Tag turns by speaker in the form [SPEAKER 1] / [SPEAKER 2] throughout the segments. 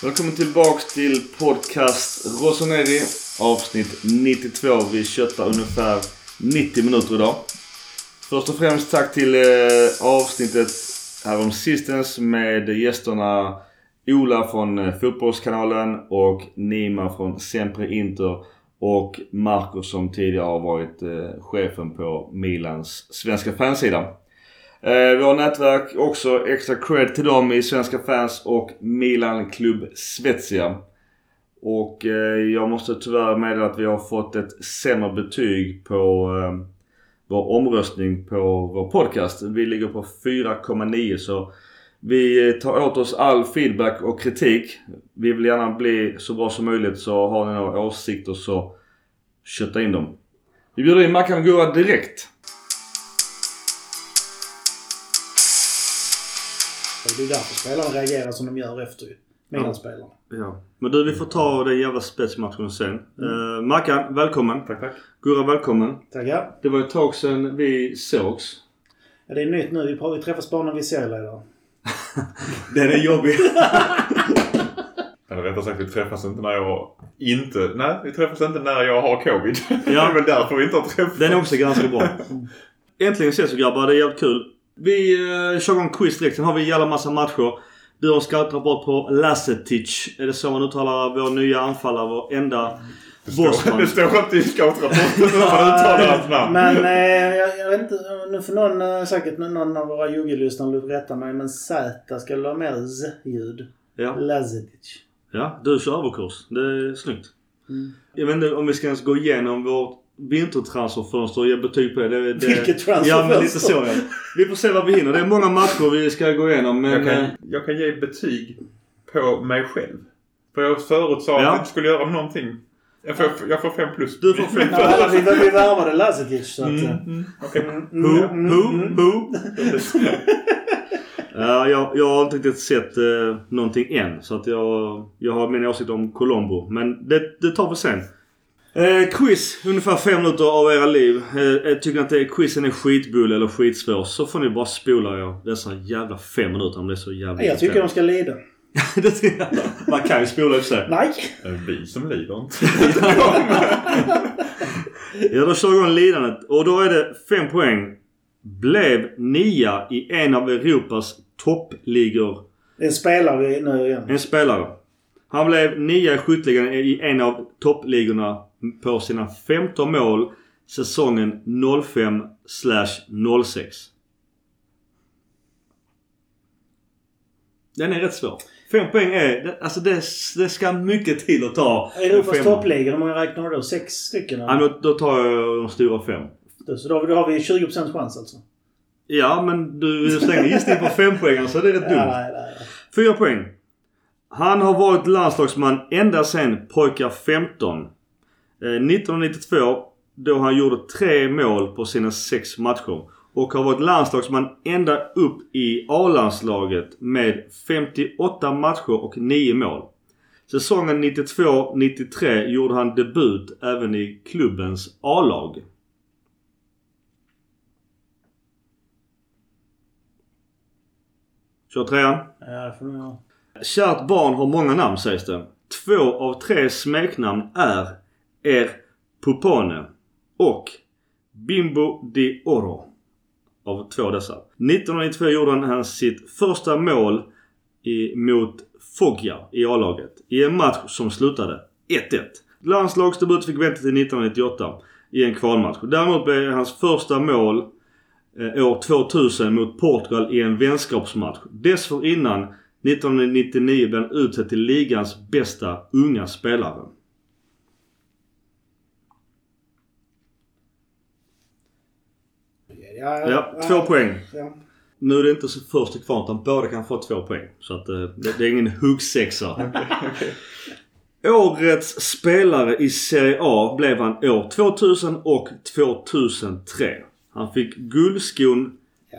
[SPEAKER 1] Välkommen tillbaks till podcast Rossoneri, avsnitt 92. Vi köttar ungefär 90 minuter idag. Först och främst tack till avsnittet här om sistens med gästerna Ola från Fotbollskanalen och Nima från Sempre Inter och Marco som tidigare har varit chefen på Milans svenska fansida. Vi har nätverk också, extra cred till dem i Svenska Fans och Milan Club Svezia. Och jag måste tyvärr meddela att vi har fått ett sämre betyg på vår omröstning på vår podcast. Vi ligger på 4,9, så vi tar åt oss all feedback och kritik. Vi vill gärna bli så bra som möjligt, så har ni några åsikter så kötta in dem. Vi bjuder in Mackan och Gurra direkt.
[SPEAKER 2] Det är därför spelarna reagerar som de gör efter Milan-spelarna.
[SPEAKER 1] Ja. Men du, vi får ta den jävla spetsmatchen sen. Mackan, välkommen.
[SPEAKER 3] Tack.
[SPEAKER 1] Gurra, välkommen.
[SPEAKER 2] Tackar.
[SPEAKER 1] Det var ett tag sedan vi sågs.
[SPEAKER 2] Ja, det är nytt nu. Vi träffas bara när vi ser ledare.
[SPEAKER 1] Det är jobbigt.
[SPEAKER 3] Eller rättare sagt, vi träffas inte när vi träffas inte när jag har covid.
[SPEAKER 1] Ja.
[SPEAKER 3] Det är väl därför vi inte har träffats.
[SPEAKER 1] Den är också ganska bra. Äntligen ses vi, grabbar. Det är jävligt kul. Vi kör igång quiz direkt. Sen har vi en jävla massa matcher. Du har scoutrapport på Lasetic. Är det så man uttalar vår nya anfallare? Vår enda bossman.
[SPEAKER 3] Det står inte i scoutrapporten hur man uttalar hans namn.
[SPEAKER 2] Men jag vet inte. Nu får någon av våra juggelyssnare rätta mig. Men Z ska ha mer Z-ljud.
[SPEAKER 1] Ja.
[SPEAKER 2] Lasetic.
[SPEAKER 1] Ja, du kör överkurs. Det är snyggt. Jag vet inte om vi ska ens gå igenom vårt vintertransferfönster och ge betyg på det.
[SPEAKER 2] Vilket transferfönster?
[SPEAKER 1] Ja, men lite så, ja. Vi får se vad vi hinner. Det är många matcher vi ska gå igenom. Men
[SPEAKER 3] Jag kan ge betyg på mig själv. För jag förut sa att jag inte skulle göra någonting. Jag får 5+.
[SPEAKER 1] Du får 5+.
[SPEAKER 2] Ja, vi värvade Lasetic så att...
[SPEAKER 3] Okej.
[SPEAKER 1] Who? Jag har inte riktigt sett någonting än. Så att jag har min åsikt om Colombo. Men det tar vi sen. Quiz, ungefär 5 minuter av era liv. Tycker ni att quizen är skitbull eller skitsvår, så får ni bara spola dessa jävla 5 minuter om det är så jävla...
[SPEAKER 2] Jag tycker de ska lida.
[SPEAKER 1] Det tycker jag. Man kan ju spola i sig.
[SPEAKER 2] Nej.
[SPEAKER 3] Vi som lider inte.
[SPEAKER 1] Ja, då kör vi igång lidandet. Och då är det 5 poäng. Blev 9 i en av Europas toppligor.
[SPEAKER 2] Det är en spelare vi nu igen.
[SPEAKER 1] En spelare. Han blev 9 i skytteligan i en av toppligorna på sina 15 mål säsongen 05/06. Den är rätt svår. 5 poäng är... Alltså det ska mycket till att ta.
[SPEAKER 2] Europas toppligor, hur många räknar du då? 6 stycken?
[SPEAKER 1] Ja, då tar jag de stora 5.
[SPEAKER 2] Så då har vi 20% chans alltså?
[SPEAKER 1] Ja, men du slänger gissning på 5 poäng, så det är rätt dumt.
[SPEAKER 2] Nej.
[SPEAKER 1] 4 poäng. Han har varit landslagsman ända sedan pojkar 15. 1992 då han gjorde 3 mål på sina 6 matcher. Och har varit landslagsman ända upp i A-landslaget med 58 matcher och 9 mål. Säsongen 92-93 gjorde han debut även i klubbens A-lag. Kör 3.
[SPEAKER 2] Ja, det får jag.
[SPEAKER 1] Kärt barn har många namn, sägs det. 2 av 3 smeknamn är Pupone och Bimbo di Oro. Av 2 av dessa. 1992 gjorde han sitt första mål mot Foggia i A-laget. I en match som slutade 1-1. Landslagsdebut fick vänta till 1998 i en kvalmatch. Däremot blev hans första mål år 2000 mot Portugal i en vänskapsmatch. Dessförinnan 1999 blev han utsedd till ligans bästa unga spelare. Ja, 2 poäng.
[SPEAKER 2] Ja.
[SPEAKER 1] Nu är det inte så först och kvar, utan båda kan få 2 poäng. Så att det är ingen huggsexa.
[SPEAKER 3] Okay.
[SPEAKER 1] Årets spelare i Serie A blev han år 2000 och 2003. Han fick guldskon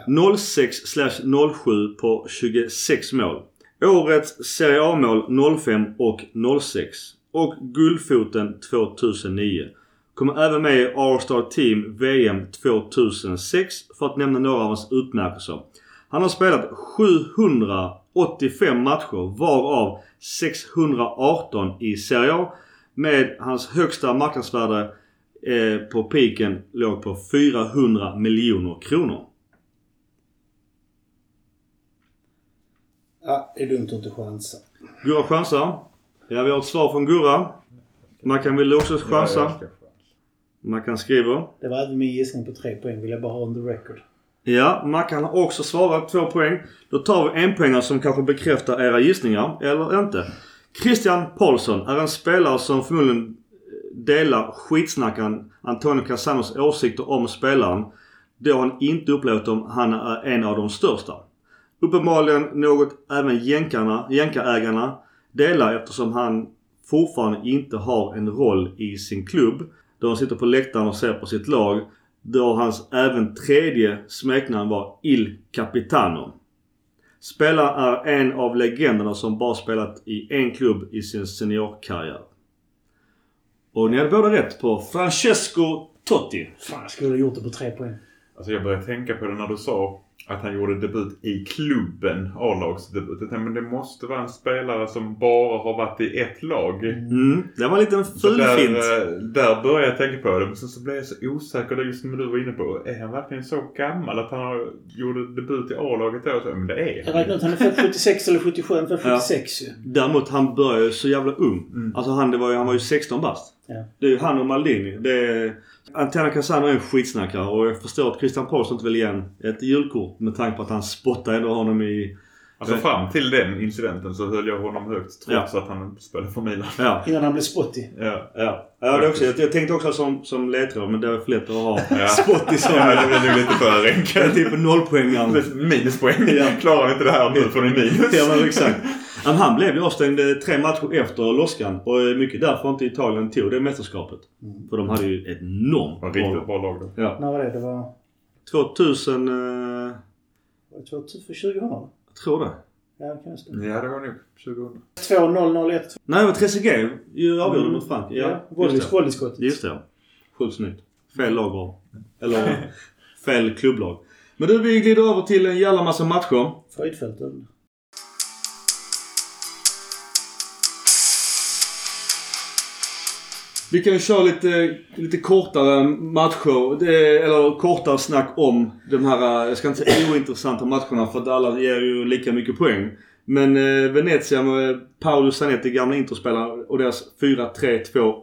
[SPEAKER 1] 06/07 på 26 mål. Årets Serie A-mål 05 och 06. Och guldfoten 2009. Kommer även med i All-Star Team VM 2006 för att nämna några av hans utmärkelser. Han har spelat 85 matcher, varav 618 i Serie A, med hans högsta marknadsvärde på piken låg på 400 miljoner kronor.
[SPEAKER 2] Ja, det är dumt att inte chansa.
[SPEAKER 1] Gurra chansar. Ja, vi har ett svar från Gurra. Man kan väl också chansa. Man kan skriva.
[SPEAKER 2] Det var även min gissning på 3 poäng. Vill jag bara ha on the record.
[SPEAKER 1] Ja, man kan också svara 2 poäng. Då tar vi en poäng som kanske bekräftar era gissningar, eller inte. Christian Paulsson är en spelare som förmodligen delar skitsnackaren Antonio Casanos åsikter om spelaren, då han inte upplevt om han är en av de största. Uppenbarligen något även jänkarägarna delar, eftersom han fortfarande inte har en roll i sin klubb, då han sitter på läktaren och ser på sitt lag, då hans även tredje smeknamn var Il Capitano. Spelaren är en av legenderna som bara spelat i en klubb i sin seniorkarriär. Och ni hade båda rätt på Francesco Totti.
[SPEAKER 2] Fan, jag skulle ha gjort det på 3 poäng.
[SPEAKER 3] Alltså jag började tänka på det när du sa att han gjorde debut i klubben, A-lagsdebut. Men det måste vara en spelare som bara har varit i ett lag.
[SPEAKER 1] Det var en liten fulfint.
[SPEAKER 3] Där började jag tänka på det. Men så blev jag så osäker där, just som du var inne på. Är han verkligen så gammal att han gjorde debut i A-laget då? Men det är
[SPEAKER 2] jag räknar ut att han är född 76 eller 77. Han är född 76 ju.
[SPEAKER 1] Däremot han började så jävla ung. Alltså han var ju 16 bast.
[SPEAKER 2] Ja.
[SPEAKER 1] Det är ju han och Maldini. Antonio Casano är en skitsnackare. Och jag förstår att Christian Paulsson inte vill igen ett julkort. Med tanke på att han spottade ändå honom i...
[SPEAKER 3] Alltså fram till den incidenten så höll jag honom högt. Trots att han inte spelade för Milan.
[SPEAKER 1] Ja.
[SPEAKER 2] Innan han blev spotty.
[SPEAKER 1] Ja, det är också, jag tänkte också som ledtråd. Men det är för lätt att ha spotty som...
[SPEAKER 3] Ja, det blir nog lite för enkelt.
[SPEAKER 1] Det är typ 0 poäng.
[SPEAKER 3] Minuspoäng. Jag klarar inte det här nu för en minus.
[SPEAKER 1] Ja, men exakt. Men han blev ju avstängd 3 matcher efter Loskan. Och mycket därför inte Italien tog det mästerskapet. För de hade ju ett enormt
[SPEAKER 3] bra lag då.
[SPEAKER 2] Ja. När var det? Det var...
[SPEAKER 1] 2000...
[SPEAKER 2] 2000?
[SPEAKER 1] Jag tror det.
[SPEAKER 3] Ja, det var nog 2000.
[SPEAKER 2] 2-0-0-1.
[SPEAKER 1] Nej, det var Trezeguet. Avgjorde mot Frankrike.
[SPEAKER 2] Ja, volleyskottet.
[SPEAKER 1] Just det. Sjukt snyggt. Fel lag var. Eller fel klubblag. Men då vi glider över till en jävla massa matcher.
[SPEAKER 2] Fröjdfälten.
[SPEAKER 1] Vi kan ju köra lite kortare matcher. Eller kortare snack om de här, jag ska inte säga ointressanta matcherna, för att alla ger ju lika mycket poäng. Men Venezia med Paolo Zanetti, gamla Interspelare, och deras 4-3-2-1.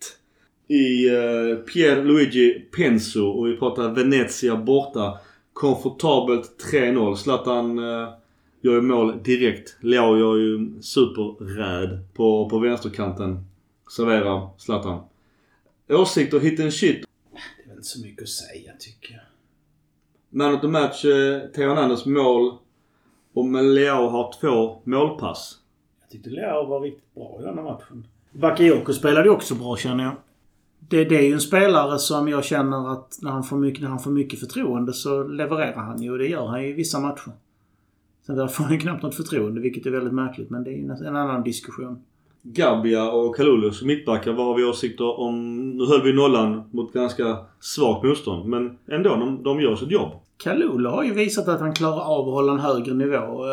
[SPEAKER 1] I Pierluigi Penso, och vi pratar Venezia borta. Komfortabelt 3-0. Zlatan gör ju mål direkt. Leao gör ju superräd på vänsterkanten. Serverar Zlatan. Åsikter, hit and shit.
[SPEAKER 2] Det är väl inte så mycket att säga, tycker jag.
[SPEAKER 1] Man of the match, Theo Hernandez mål. Och Leao har 2 målpass.
[SPEAKER 2] Jag tyckte Leao var riktigt bra i den här matchen. Bakayoko spelade ju också bra, känner jag. Det är ju en spelare som jag känner att när han får mycket förtroende så levererar han ju. Och det gör han ju i vissa matcher. Sen där får han knappt något förtroende, vilket är väldigt märkligt. Men det är ju en annan diskussion.
[SPEAKER 1] Gabbia och Kalulus mittbackar, vad har vi åsikter om? Nu höll vi nollan mot ganska svagt motstånd. Men ändå, de gör sitt jobb.
[SPEAKER 2] Kalulu har ju visat att han klarar av att hålla en högre nivå.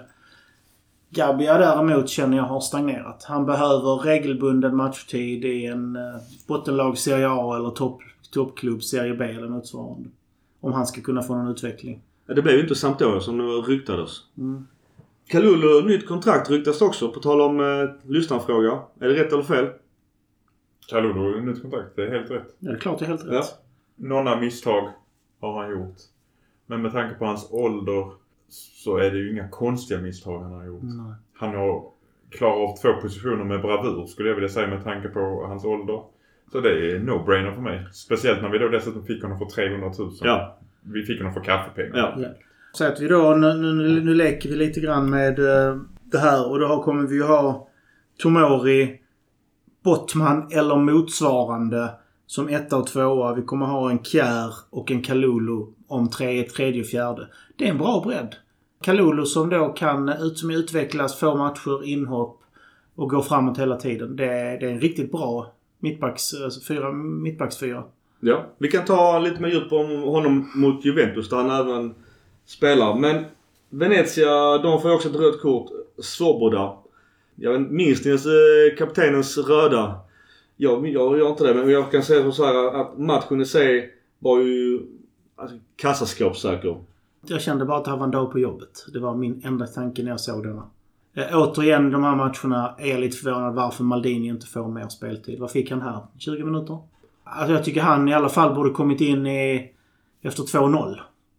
[SPEAKER 2] Gabbia däremot känner jag har stagnerat. Han behöver regelbunden matchtid i en bottenlag Serie A eller toppklubb Serie B eller motsvarande. Om han ska kunna få någon utveckling.
[SPEAKER 1] Ja, det blev ju inte samt år som det ryktades. Kalulu, nytt kontrakt ryktas också. På tal om lyssnarfråga. Är det rätt eller fel?
[SPEAKER 3] Kalulu, nytt kontrakt. Det är helt rätt.
[SPEAKER 2] Ja, det är klart det är helt rätt.
[SPEAKER 1] Ja.
[SPEAKER 3] Några misstag har han gjort. Men med tanke på hans ålder så är det ju inga konstiga misstag han har gjort.
[SPEAKER 2] Nej.
[SPEAKER 3] Han har klarat av 2 positioner med bravur, skulle jag vilja säga, med tanke på hans ålder. Så det är no-brainer för mig. Speciellt när vi då dessutom fick honom för 300 000.
[SPEAKER 1] Ja.
[SPEAKER 3] Vi fick honom för kaffepengar.
[SPEAKER 1] Ja.
[SPEAKER 2] Så att vi då, nu leker vi lite grann med det här. Och då kommer vi ju ha Tomori, Bottman eller motsvarande som 1 och 2. Vi kommer ha en Kjär och en Kalulu om 3, 4. Det är en bra bredd. Kalulu som då kan utvecklas, få matcher, inhopp och gå framåt hela tiden. Det är en riktigt bra mittbacksfyra.
[SPEAKER 1] Ja, vi kan ta lite mer djup om honom mot Juventus där han även spelar. Men Venezia, de får också ett rött kort. Svoboda. Jag minns ni kaptenens röda. Jag gör inte det, men jag kan säga så här att matchen i sig var ju kassaskåpssäker.
[SPEAKER 2] Jag kände bara att han var en dag på jobbet. Det var min enda tanke när jag såg denna. Återigen, de här matcherna är jag lite förvånad varför Maldini inte får mer speltid. Vad fick han här? 20 minuter? Alltså jag tycker han i alla fall borde kommit in efter 2-0.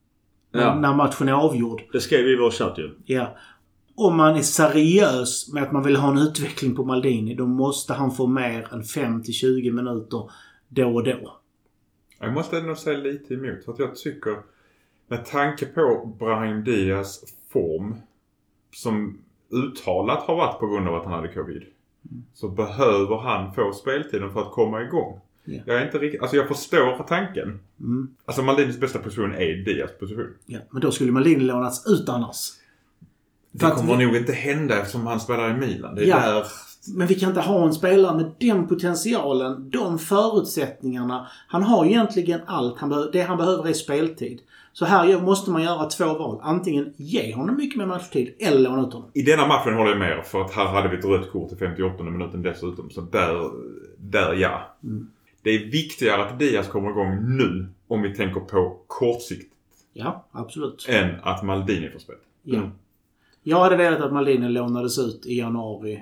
[SPEAKER 2] När matchen är avgjord.
[SPEAKER 1] Det skrev vi i vår chatt ju.
[SPEAKER 2] Ja. Om man är seriös med att man vill ha en utveckling på Maldini, då måste han få mer än 5-20 minuter då och då.
[SPEAKER 3] Jag måste ändå säga lite emot. För att jag tycker, med tanke på Brahim Diaz form, som uttalat har varit på grund av att han hade covid, så behöver han få speltiden för att komma igång. Yeah. Jag är inte riktigt, alltså jag förstår tanken. Alltså Maldinis bästa position är Diaz position.
[SPEAKER 2] Ja, men då skulle Maldini lånats ut annars.
[SPEAKER 3] Det kommer nog inte hända eftersom han spelar i Milan. Det är där...
[SPEAKER 2] Men vi kan inte ha en spelare med den potentialen, de förutsättningarna. Han har egentligen allt. Det han behöver är speltid. Så här måste man göra 2 val. Antingen ge honom mycket mer matchtid eller låna ut honom.
[SPEAKER 3] I denna matchen håller jag med, för att här hade vi ett rött kort i 58 minuten dessutom. Så där ja. Det är viktigare att Diaz kommer igång nu om vi tänker på kortsikt.
[SPEAKER 2] Ja, absolut.
[SPEAKER 3] Än att Maldini får spela.
[SPEAKER 2] Ja. Jag hade velat att Maldini lånades ut i januari.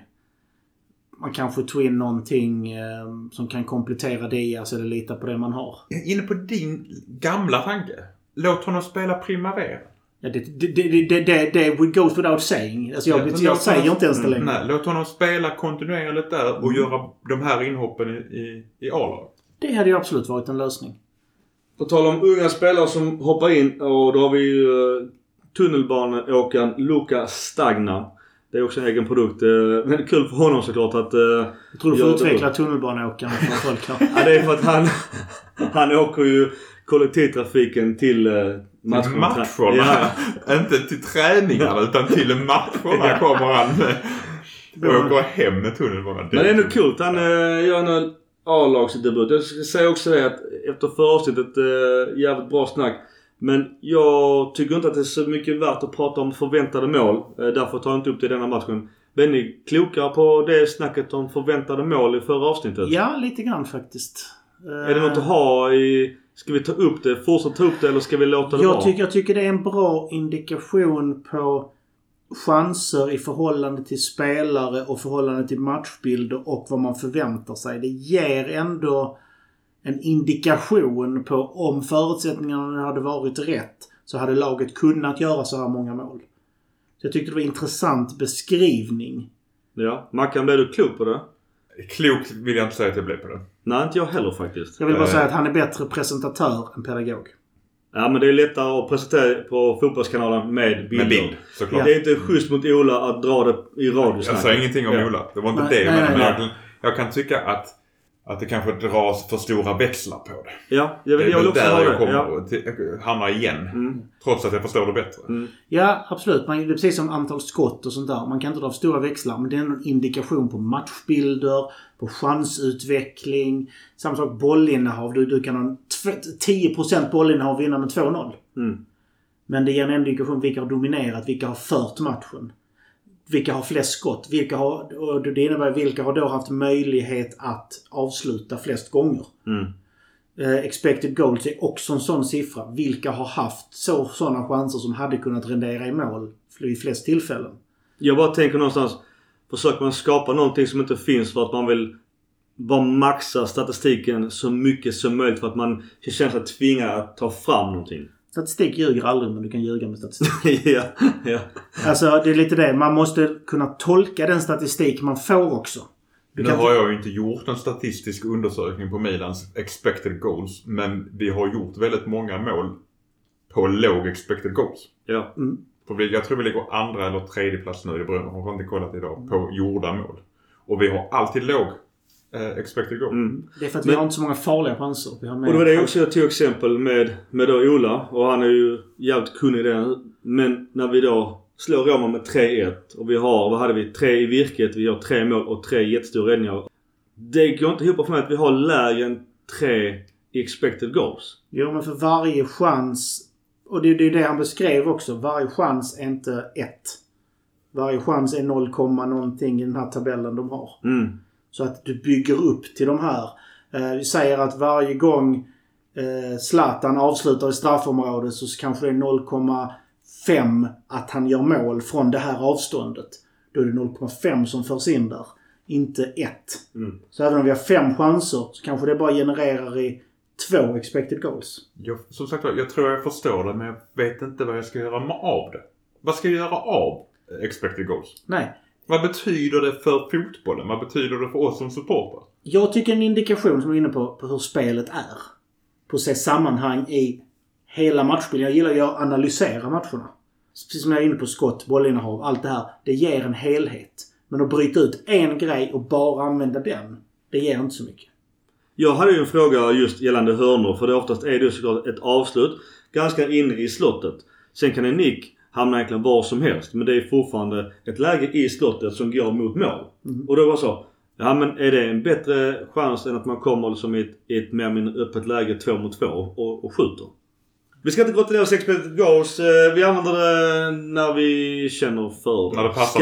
[SPEAKER 2] Man kanske tog in någonting som kan komplettera Diaz eller lita på det man har.
[SPEAKER 3] Jag är inne på din gamla tanke. Låt honom spela Primavera.
[SPEAKER 2] Ja, det goes without saying. Alltså jag säger inte ens det längre.
[SPEAKER 3] Nej, låt honom spela kontinuerligt där och göra de här inhoppen i A-lag.
[SPEAKER 2] Det hade ju absolut varit en lösning.
[SPEAKER 1] På tal om unga spelare som hoppar in, och då har vi ju tunnelbaneåkaren Luca Stagna. Det är också en egen produkt. Men det är kul för honom såklart att...
[SPEAKER 2] Jag tror du får utveckla tunnelbaneåkaren för folk här.
[SPEAKER 1] Ja, det är för att han åker ju kollektivtrafiken till matcherna.
[SPEAKER 3] Ja. Inte till träningarna utan till matcherna kommer han och går hem med tunnelbanan.
[SPEAKER 1] Men det är nog kul. Han gör en A-lagsdebut. Jag ska säga också det att efter förra avsnittet jävligt bra snack. Men jag tycker inte att det är så mycket värt att prata om förväntade mål. Därför tar jag inte upp det i denna matchen. Men ni klokar på det snacket om förväntade mål i förra avsnittet?
[SPEAKER 2] Ja, lite grann faktiskt.
[SPEAKER 1] Är det något att ha i... Ska vi ta upp det? Fortsätta ta upp det eller ska vi låta det vara?
[SPEAKER 2] Jag tycker det är en bra indikation på chanser i förhållande till spelare och förhållande till matchbilder och vad man förväntar sig. Det ger ändå en indikation på om förutsättningarna hade varit rätt så hade laget kunnat göra så här många mål. Så jag tyckte det var en intressant beskrivning.
[SPEAKER 1] Ja, Mackan, blev du klok på det?
[SPEAKER 3] Klokt vill jag inte säga att jag blev på det.
[SPEAKER 1] Nej, inte jag heller faktiskt.
[SPEAKER 2] Jag vill bara säga att han är bättre presentatör än pedagog.
[SPEAKER 1] Ja, men det är lättare att presentera på fotbollskanalen med bilder.
[SPEAKER 3] Med bild, såklart.
[SPEAKER 1] Ja. Det är inte schysst mot Ola att dra det i radiosnacket.
[SPEAKER 3] Jag sa ingenting om Ola. Det var inte det. Men jag kan tycka att det kanske dras för stora växlar på det.
[SPEAKER 1] Ja, jag vill också ha det.
[SPEAKER 3] Jag kommer hamna igen. Trots att jag förstår det bättre.
[SPEAKER 2] Ja, absolut. Det är precis som antal skott och sånt där. Man kan inte dra för stora växlar. Men det är en indikation på matchbilder, på chansutveckling. Samma sak bollinnehav. Du kan ha 10% bollinnehav vinna med 2-0. Men det ger en indikation vilka har dominerat, vilka har fört matchen. Vilka har flest skott? Och det innebär vilka har då haft möjlighet att avsluta flest gånger. Expected goals är också en sån siffra. Vilka har haft sådana chanser som hade kunnat rendera i mål vid flest tillfällen?
[SPEAKER 1] Jag bara tänker någonstans, försöker man skapa någonting som inte finns för att man vill bara maxa statistiken så mycket som möjligt för att man känner sig tvingad att ta fram någonting.
[SPEAKER 2] Statistik ljuger aldrig, men du kan ljuga med statistik.
[SPEAKER 1] ja.
[SPEAKER 2] Alltså det är lite det. Man måste kunna tolka den statistik man får också.
[SPEAKER 3] Nu har jag ju inte gjort en statistisk undersökning på Milans expected goals. Men vi har gjort väldigt många mål på låg expected goals.
[SPEAKER 1] Ja.
[SPEAKER 3] För jag tror vi ligger andra eller tredje plats nu i Brunn. Har inte kollat idag på gjorda mål. Och vi har alltid låg expected goal.
[SPEAKER 2] Det är för att vi har inte så många farliga chanser.
[SPEAKER 1] Och det var det också jag tog exempel med då Ola. Och han är ju jävligt kunnig i det. Men när vi då slår Roma med 3-1. Och vi har, vad hade vi? 3 i virket. Vi har 3 mål och 3 jättestora räddningar. Det går inte ihop för mig att vi har lägre än 3 expected goals.
[SPEAKER 2] Jo, men för varje chans Och det är det han beskrev också. Varje chans är inte 1. Varje chans är 0, någonting i den här tabellen de har. Så att du bygger upp till de här. Vi säger att varje gång Zlatan avslutar i straffområdet så kanske det är 0,5 att han gör mål från det här avståndet. Då är det 0,5 som förs in där. Inte 1. Så även om vi har 5 chanser så kanske det bara genererar i 2 expected goals.
[SPEAKER 3] Som sagt, jag tror jag förstår det, men jag vet inte vad jag ska göra av det. Vad ska jag göra av expected goals?
[SPEAKER 2] Nej.
[SPEAKER 3] Vad betyder det för fotbollen? Vad betyder det för oss som supportrar?
[SPEAKER 2] Jag tycker en indikation som är inne på hur spelet är. På att se sammanhang i hela matchbilden. Jag gillar att analysera matcherna. Precis som jag är inne på skott, bollinnehav, allt det här. Det ger en helhet. Men att bryta ut en grej och bara använda den, det ger inte så mycket.
[SPEAKER 1] Jag hade ju en fråga just gällande hörnor. För det oftast är det såklart ett avslut ganska inne i slottet. Sen kan en nick hamna egentligen var som helst. Men det är fortfarande ett läge i slottet som går mot mål. Och då var så. Ja, men är det en bättre chans än att man kommer liksom i ett mer mindre öppet läge 2 mot 2 och skjuter? Vi ska inte gå till det och expected goals. Vi använder det när vi känner för det.
[SPEAKER 3] När det passar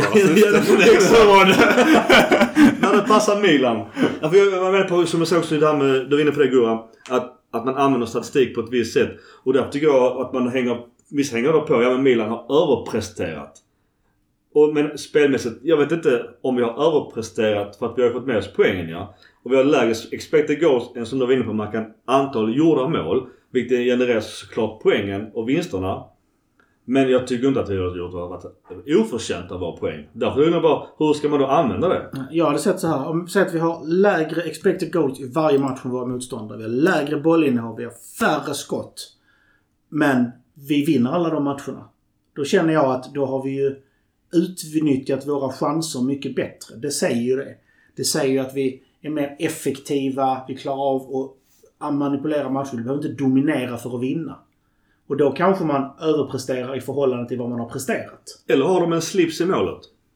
[SPEAKER 1] när det passar Milan. Jag var med på, som jag sa också, det här med, du var inne på det, Gura, att man använder statistik på ett visst sätt. Och därför tycker jag att man hänger då på, ja men Milan har överpresterat. Men spelmässigt, jag vet inte om vi har överpresterat för att vi har fått med oss poängen, ja. Och vi har lägre expected goals än som du var inne på, man kan antal gjorda mål. Vilket genererar såklart poängen och vinsterna. Men jag tycker inte att vi har gjort oförtjänt av våra poäng. Därför undrar jag bara, hur ska man då använda det?
[SPEAKER 2] Jag hade sett så här. Om vi säger att vi har lägre expected goals i varje match från våra motståndare. Vi har lägre bollinnehav, vi har färre skott. Men vi vinner alla de matcherna. Då känner jag att då har vi ju utnyttjat våra chanser mycket bättre. Det säger ju det. Det säger ju att vi är mer effektiva. Vi klarar av att manipulera matcher. Vi behöver inte dominera för att vinna. Och då kanske man överpresterar i förhållande till vad man har presterat.
[SPEAKER 1] Eller har de en slips i målet?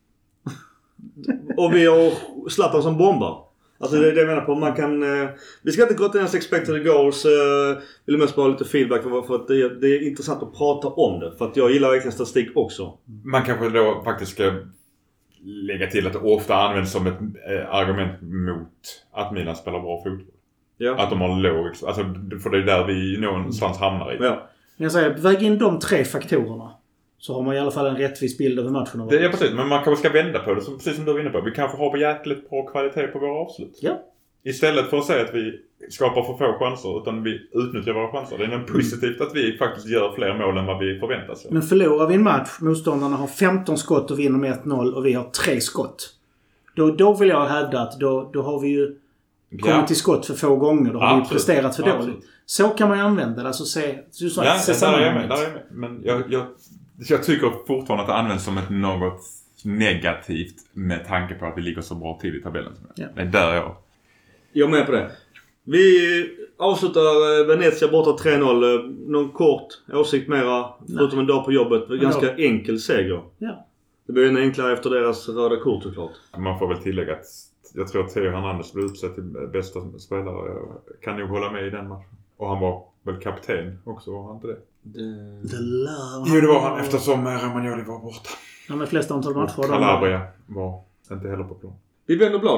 [SPEAKER 1] Och vi har Zlatan som bombar. Alltså det är det jag menar på. Man kan, vi ska inte gå till ens expected goals. Vill mest bara lite feedback för att det är intressant att prata om det. För att jag gillar verkligen statistik också.
[SPEAKER 3] Man kanske då faktiskt ska lägga till att det ofta används som ett argument mot att Milan spelar bra fotboll. Ja. Att de har låg, alltså, för det är där vi någonstans hamnar i.
[SPEAKER 2] Ja. Jag säger, väg in de 3 faktorerna. Så har man i alla fall en rättvis bild över matchen.
[SPEAKER 3] Det är precis, men man kanske ska vända på det, precis som du var inne på. Vi kanske har jäkligt bra kvalitet på våra avslut.
[SPEAKER 2] Ja.
[SPEAKER 3] Istället för att säga att vi skapar för få chanser, utan vi utnyttjar våra chanser. Det är nog positivt att vi faktiskt gör fler mål än vad vi förväntar oss.
[SPEAKER 2] Men förlorar vi en match, motståndarna har 15 skott och vinner med 1-0 och vi har 3 skott. Då vill jag hävda att då har vi ju kommit till skott för få gånger. Då har vi presterat för dåligt. Så kan man ju använda det. Alltså där är jag med.
[SPEAKER 3] Men jag tycker fortfarande att det används som ett något negativt med tanke på att vi ligger så bra till i tabellen.
[SPEAKER 2] Ja.
[SPEAKER 3] Det är där
[SPEAKER 1] Jag är med på det. Vi avslutar Venezia borta 3-0. Någon kort åsikt mera, förutom en dag på jobbet. Ganska enkel seger.
[SPEAKER 2] Ja.
[SPEAKER 1] Det blir en enklare efter deras röda kort såklart.
[SPEAKER 3] Man får väl tillägga att jag tror att Theo Hernandez blev utsett till bästa spelare. Jag kan nog hålla med i den matchen. Och han var väl kapten också, var han inte det? Jo, det var han eftersom Romagnoli var borta.
[SPEAKER 2] Ja, med flesta antal matcher.
[SPEAKER 3] Och Calabria var inte heller på plan.
[SPEAKER 1] Vi vänder blad.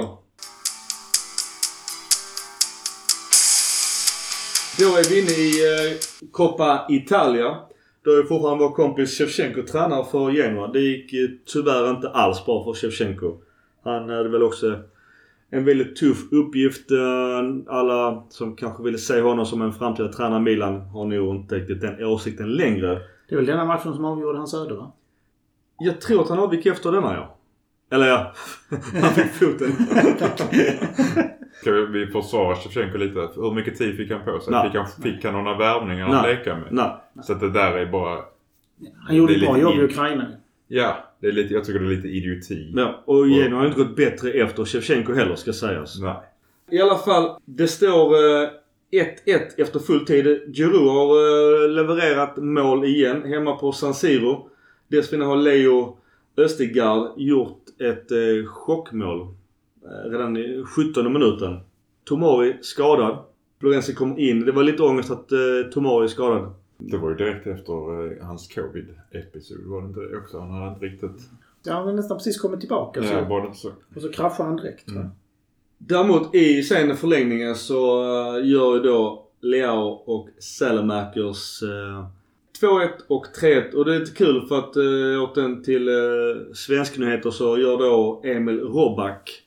[SPEAKER 1] Då är vi inne i Coppa Italia. Då är fortfarande vår kompis Shevchenko tränare för Genoa. Det gick tyvärr inte alls bra för Shevchenko. Han hade väl också en väldigt tuff uppgift. Alla som kanske ville se honom som en framtida tränare i Milan har nog inte riktigt den åsikten längre.
[SPEAKER 2] Det är väl denna matchen som avgjorde hans öde, va?
[SPEAKER 1] Jag tror att han avgick efter denna, ja. Eller ja, han fick foten.
[SPEAKER 3] Ska vi försvara Shevchenko lite? Hur mycket tid fick han på sig? Fick han några värvningar att leka med?
[SPEAKER 1] Nej.
[SPEAKER 3] Så att det där är bara...
[SPEAKER 2] Han gjorde ett bra jobb i Ukraina.
[SPEAKER 3] Ja, det är lite, jag tycker det är lite idioti.
[SPEAKER 1] Ja, och Genoa har inte gått bättre efter Shevchenko heller, ska sägas.
[SPEAKER 3] Nej.
[SPEAKER 1] I alla fall, det står 1-1 efter full tid. Giroud har levererat mål igen hemma på San Siro. Dessförinnan har Leo Östergaard gjort ett chockmål redan i 17 minuten. Tomori skadad. Florenzi kom in. Det var lite ångest att Tomori är skadad.
[SPEAKER 3] Det var ju direkt efter hans covid-episod, var det inte det också? Han hade inte riktigt...
[SPEAKER 2] Ja, han har nästan precis kommit tillbaka.
[SPEAKER 3] Ja, var det inte så?
[SPEAKER 2] Och så kraschar han direkt.
[SPEAKER 1] Däremot i sen förlängningen så gör ju då Leao och Salamakers 2-1 och 3-1. Och det är lite kul för att åt den till svensknyheter så gör då Emil Roback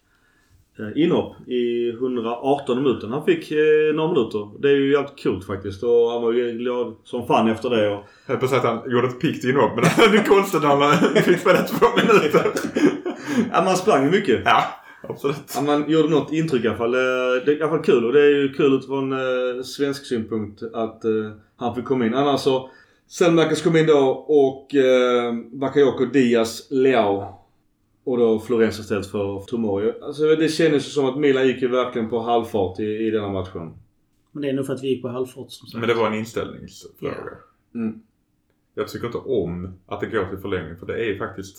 [SPEAKER 1] inhopp i 118 minuter. Han fick några minuter. Det är ju jävligt kul faktiskt. Och han var ju glad som fan efter det. Och...
[SPEAKER 3] Jag höll på att säga att han gjorde ett pikt inhopp. Men det är konstigt när man fick spela 2 minuter.
[SPEAKER 1] Ja, man sprang mycket.
[SPEAKER 3] Ja, absolut.
[SPEAKER 1] Ja, man gjorde något intryck i alla fall. Det är i alla fall kul. Och det är ju kul utifrån svensk synpunkt att han fick komma in. Annars så Selmakers kom in då och Bakayoko, Diaz, Leao. Och då Florens istället för Tomori. Alltså det kändes som att Milan gick ju verkligen på halvfart i denna matchen.
[SPEAKER 2] Men det är nog för att vi gick på halvfart som sagt.
[SPEAKER 3] Men det var en inställningsfråga.
[SPEAKER 2] Yeah.
[SPEAKER 3] Jag tycker inte om att det går till förlängning. För det är faktiskt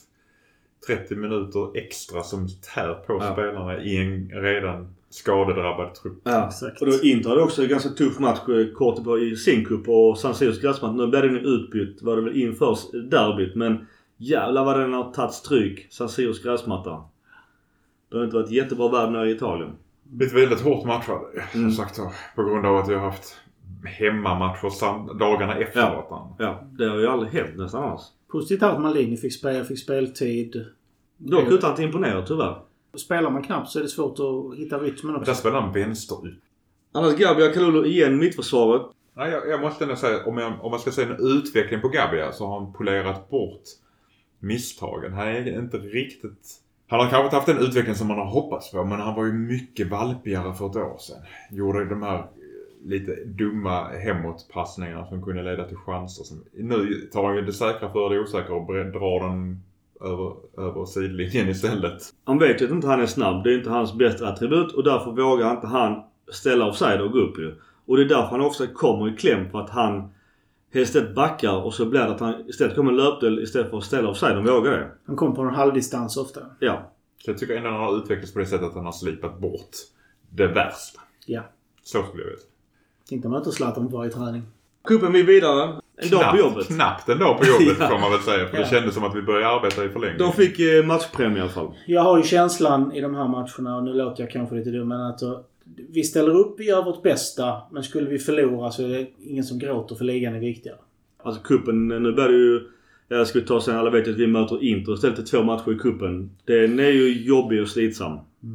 [SPEAKER 3] 30 minuter extra som tär på spelarna i en redan skadedrabbad trupp.
[SPEAKER 1] Ja,
[SPEAKER 2] exakt.
[SPEAKER 1] Och då Inter hade också en ganska tuff match kort på i sin cup och San Siros gräsmatt. Nu blev den utbytt, var det väl inför derbyt, men jävlar vad den har tagit stryk, San Siros gräsmatta. Det har inte varit jättebra värld nere i Italien.
[SPEAKER 3] Det är ett väldigt hårt matchade, som sagt då, på grund av att vi har haft hemmamatcher dagarna efter varandra.
[SPEAKER 1] Ja, det har ju aldrig hänt nästan alls.
[SPEAKER 2] Positivt att Maldini fick speltid.
[SPEAKER 1] Dock utan att imponera tyvärr.
[SPEAKER 2] Spelar man knappt så är det svårt att hitta rytmen också.
[SPEAKER 3] Där spelar han vänster ut.
[SPEAKER 1] Annars Gabbia Kalulu igen mittförsvaret.
[SPEAKER 3] Ja, jag måste ändå säga, om man ska säga en utveckling på Gabbia så har han polerat bort misstagen. Han är inte riktigt... Han har kanske inte haft den utveckling som man har hoppats på, men han var ju mycket valpigare för ett år sedan. Gjorde de här lite dumma hemåtpassningarna som kunde leda till chanser. Nu tar han ju det säkra för det osäkra och drar den över sidlinjen istället.
[SPEAKER 1] Han vet ju att inte han är snabb. Det är inte hans bästa attribut och därför vågar inte han ställa offside och gå upp ju. Och det är därför han ofta kommer i kläm för att han istället backar och så blir det att han istället kommer en löpdel istället för att ställa offside och vågar det.
[SPEAKER 2] Han kommer på en halvdistans ofta.
[SPEAKER 1] Ja.
[SPEAKER 3] Så jag tycker ändå han har utvecklats på det sättet att han har slipat bort det värsta.
[SPEAKER 2] Ja.
[SPEAKER 3] Så skulle jag veta.
[SPEAKER 2] Tänkte man inte Zlatan på varje träning.
[SPEAKER 1] Kuppen vi vidare. En dag på jobbet.
[SPEAKER 3] Knappt en dag på jobbet får man väl säga. För det kändes som att vi började arbeta i förlängning.
[SPEAKER 1] De fick matchpremie i alla fall.
[SPEAKER 2] Jag har ju känslan i de här matcherna, och nu låter jag kanske lite dum, men att vi ställer upp, vi gör vårt bästa. Men skulle vi förlora så är det ingen som gråter för ligan är viktigare.
[SPEAKER 1] Alltså kuppen, nu börjar det ju... Jag skulle ta sen, alla vet att vi möter Inter istället för 2 matcher i kuppen. Den är ju jobbig och slitsam.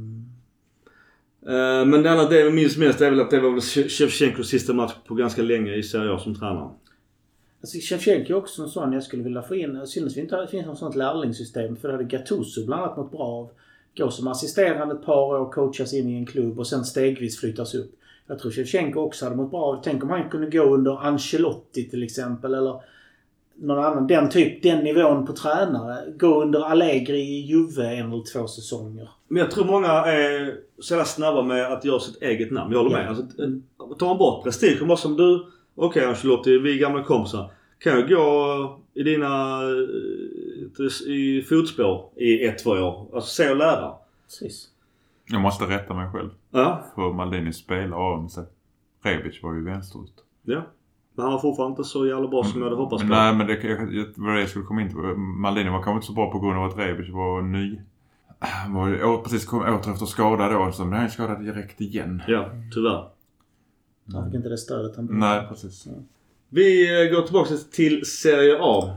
[SPEAKER 1] Men det enda jag minns mest är väl att det var väl Shevchenkos sista match på ganska länge i Serie A som tränare.
[SPEAKER 2] Alltså Shevchenko är också en sån jag skulle vilja få in. Syns vi inte att det finns något sånt lärlingssystem. För det hade Gattuso bland annat mått bra av. Gå som assisterande ett par år, coachas in i en klubb och sen stegvis flyttas upp. Jag tror Shevchenko också hade mått bra av. Tänk om han kunde gå under Ancelotti till exempel. Eller någon annan. Den nivån på tränare. Gå under Allegri i Juve 1 eller 2 säsonger.
[SPEAKER 1] Men jag tror många är så snabba med att göra sitt eget namn. Jag håller med. Alltså, tar man bort prestige bara som du. Okej, Ancelotti, vi är gamla kompisar. Kan jag gå i dina i fotspår i 1-2 år? Alltså se och lära.
[SPEAKER 2] Precis.
[SPEAKER 3] Jag måste rätta mig själv.
[SPEAKER 1] Ja.
[SPEAKER 3] För Maldini spelar om sig. Rebic var ju vänsterut.
[SPEAKER 1] Ja. Men han var fortfarande inte så jävla bra som jag hade hoppats på.
[SPEAKER 3] Nej, men det var det jag skulle komma in till. Maldini var kanske inte så bra på grund av att Rebic var ny. Han var ju precis åter efter skada då. Så han skadade direkt igen.
[SPEAKER 1] Ja, tyvärr.
[SPEAKER 2] Han fick inte det stödet han...
[SPEAKER 3] Nej, precis. Ja.
[SPEAKER 1] Vi går tillbaka till Serie A.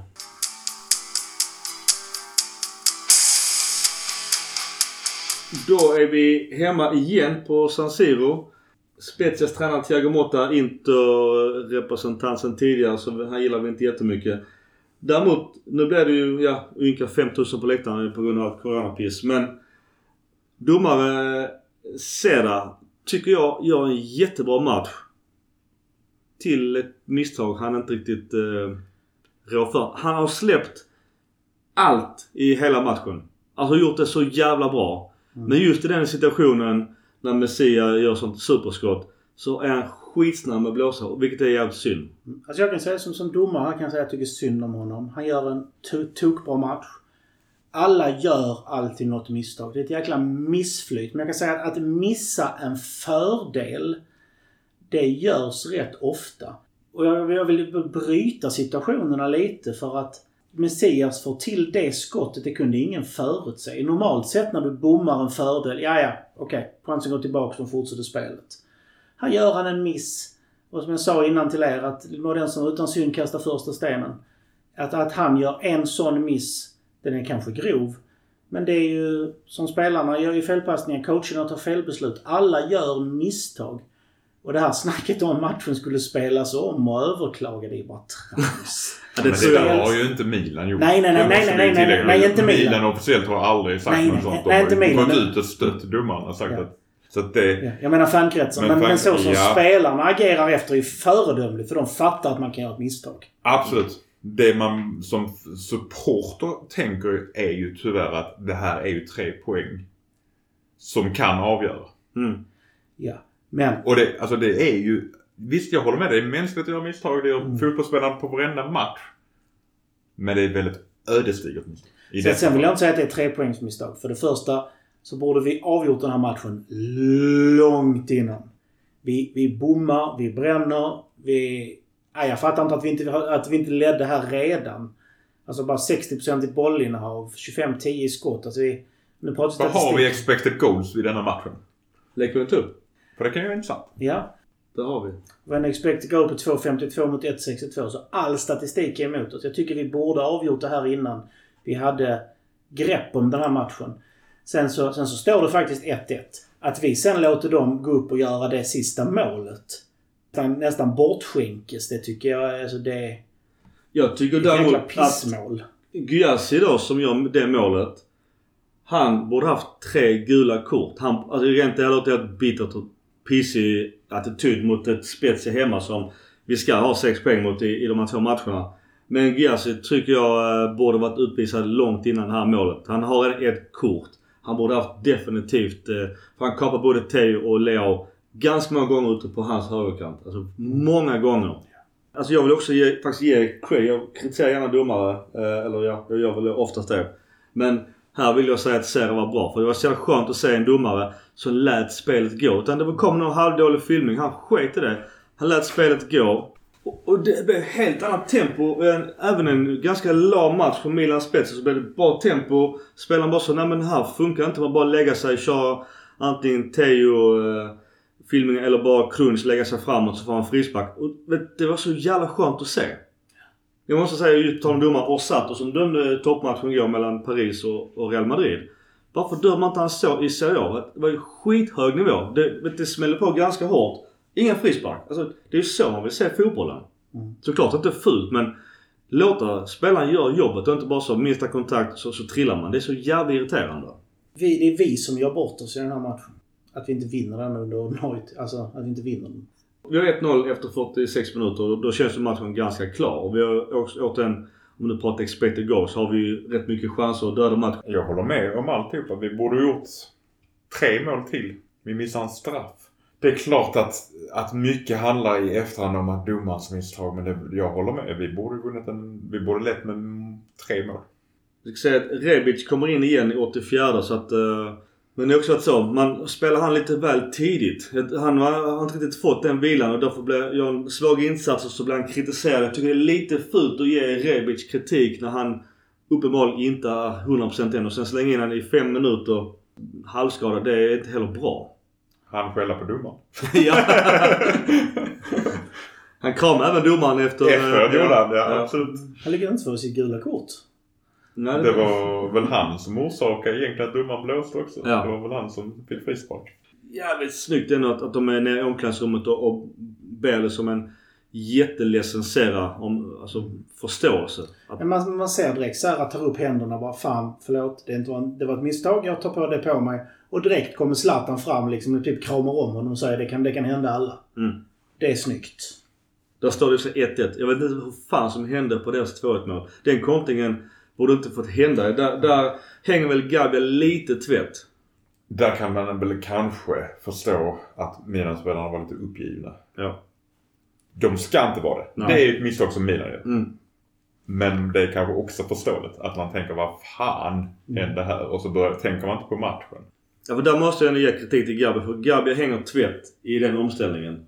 [SPEAKER 1] Då är vi hemma igen på San Siro. Spezias tränare Thiago Motta, inte representanten tidigare, så han gillar vi inte jättemycket. Däremot, nu blir det ju ungefär 5000 på läktaren på grund av coronapiss. Men domare Seda tycker jag gör en jättebra match. Till ett misstag han inte riktigt rår för. Han har släppt allt i hela matchen. Alltså gjort det så jävla bra. Men just i den situationen när Messia gör sånt superskott så är han skitsnabb med blåsa, vilket är jävligt synd.
[SPEAKER 2] Alltså jag kan säga som domare, jag kan säga att jag tycker synd om honom. Han gör en tokbra match. Alla gör alltid något misstag. Det är ett jäkla missflyt. Men jag kan säga att missa en fördel, det görs rätt ofta. Och jag vill bryta situationerna lite för att Messias får till det skottet, det kunde ingen förutse. Normalt sett när du bommar en fördel, okej, chansen går tillbaka och fortsätter spelet. Här gör han en miss. Och som jag sa innan till er, att det var den som utan synd kastar första stenen. Att han gör en sån miss, den är kanske grov. Men det är ju, som spelarna gör ju felpassningar, coacherna tar felbeslut. Alla gör misstag. Och det här snacket om matchen skulle spelas om och överklaga, det är bara trams.
[SPEAKER 3] Det har ju inte Milan gjort.
[SPEAKER 2] Nej, inte Milan.
[SPEAKER 3] Milan officiellt har aldrig sagt något sånt. De har gått ut och stött domarna och sagt att... Så att det... Jag menar fankretsen. Men så som spelarna agerar efter är föredömligt. För de fattar att man kan göra ett misstag. Absolut. Det man som supporter tänker är ju tyvärr att det här är ju 3 poäng som kan avgöra. Mm. Ja. Men... Och det är ju... Visst, jag håller med. Det är mänskligt att göra misstag. Det är fotbollsspelaren på varenda match. Men det är väldigt ödesdigert misstag. Sen vill jag inte säga att det är 3 poängs misstag. För det första så borde vi avgjort den här matchen långt innan. Vi bommar, vi bränner, jag fattar inte att vi inte ledde här redan. Alltså bara 60% i bollinnehav, 25-10 i skott. Alltså vad har vi expected goals vid denna matchen?
[SPEAKER 1] Lägger inte upp.
[SPEAKER 3] För det kan ju vara intressant.
[SPEAKER 2] Ja.
[SPEAKER 1] Det har vi.
[SPEAKER 2] Vi har en expected goal på 2,52 mot 1,62. Så all statistik är emot oss. Jag tycker vi borde avgjort det här innan vi hade grepp om den här matchen. Sen så står det faktiskt 1-1. Att vi sen låter dem gå upp och göra det sista målet. Nästan bortskänkes. Det tycker jag, alltså det...
[SPEAKER 1] Jag tycker däremot att Gyasi då som gör det målet, han borde haft 3 gula kort. Alltså egentligen låter jag ett bittert och pissig attityd mot ett Spezia hemma som vi ska ha 6 poäng mot i de här 2 matcherna. Men Gyasi tycker jag borde varit utvisad långt innan det här målet. Han har ett kort. Han borde haft definitivt... För han kapar både Theo och Leo ganska många gånger ute på hans högerkant. Alltså många gånger. Alltså jag vill också faktiskt ge cred. Jag kritiserar gärna domare. Eller jag gör väl oftast det. Men här vill jag säga att serien var bra. För det var så skönt att se en domare som lät spelet gå. Utan det kom någon halvdålig filmning. Han sket i det. Han lät spelet gå. Och det blev helt annat tempo. Även en ganska lam match på Milans spets så blev det bra tempo. Spelaren bara så, nej men här funkar inte. Man bara lägga sig, köra antingen Theo filmningen eller bara Krunch lägga sig framåt så får han frispark. Och det var så jävla skönt att se. Jag måste säga ju tal om domare Orsato som dömde toppmatchen igår mellan Paris och Real Madrid. Varför dömer inte han så i Serie A? Det var ju skithög nivå. Det smäller på ganska hårt. Ingen frispark. Alltså, det är ju så man vill se fotbollen. Såklart inte fult, men låta spelaren göra jobbet och inte bara så minsta kontakt så trillar man. Det är så jävla irriterande.
[SPEAKER 2] Det är vi som gör bort oss i den här matchen. Att vi inte vinner den under nöjt. Alltså att vi inte vinner den.
[SPEAKER 1] Vi har 1-0 efter 46 minuter och då känns ju matchen ganska klar. Och vi har också återigen, om du pratar expected goals, så har vi ju rätt mycket chanser att döda matchen.
[SPEAKER 3] Jag håller med om alltihopa. Vi borde ha gjort 3 mål till. Vi missar en straff. Det är klart att mycket handlar i efterhand om att domarens misstag. Men jag håller med. Vi borde lätt med 3 mål.
[SPEAKER 1] Jag ska säga att Rebic kommer in igen i 84 så att... Men det är också att så, man spelar han lite väl tidigt. Han har inte riktigt fått den vilan och därför blir jag en svag insats och så blir han kritiserad. Jag tycker det är lite fult att ge Rebic kritik när han uppenbarligen inte är 100% än. Och sen slänga in han i 5 minuter halvskadad, det är inte heller bra.
[SPEAKER 3] Han skäller på domaren.
[SPEAKER 1] Ja. Han kramar även domaren efter
[SPEAKER 3] gjorde ja, absolut.
[SPEAKER 2] Han ligger inte för sitt gula kort.
[SPEAKER 1] Nej,
[SPEAKER 3] det var väl han som orsakade egentligen att domaren blåste också. Ja. Det var väl han som fick frispark.
[SPEAKER 1] Jävligt snyggt ändå att de är nere i omklädningsrummet och ber det som en jätteledsen sera om alltså förståelse.
[SPEAKER 2] Att... Man ser direkt så här att tar upp händerna bara fan förlåt det var ett misstag, jag tar på det på mig. Och direkt kommer Zlatan fram liksom och typ kramar om honom och säger det kan hända alla. Det är snyggt.
[SPEAKER 1] Där står det så 1-1. Jag vet inte hur fan som hände på deras 2-1 mål. Den kontringen borde inte fått hända. Där hänger väl Gabriel lite tvätt.
[SPEAKER 3] Där kan man väl kanske förstå att Milan-spelarna var lite uppgivna.
[SPEAKER 1] Ja.
[SPEAKER 3] De ska inte vara det. Nej. Det är ett misstag som Milan gör. Men det är kanske också förståeligt att man tänker vad fan hände här? Och så tänker man inte på matchen.
[SPEAKER 1] Ja, för där måste jag ändå ge kritik till Gabriel. För Gabriel hänger tvätt i den omställningen.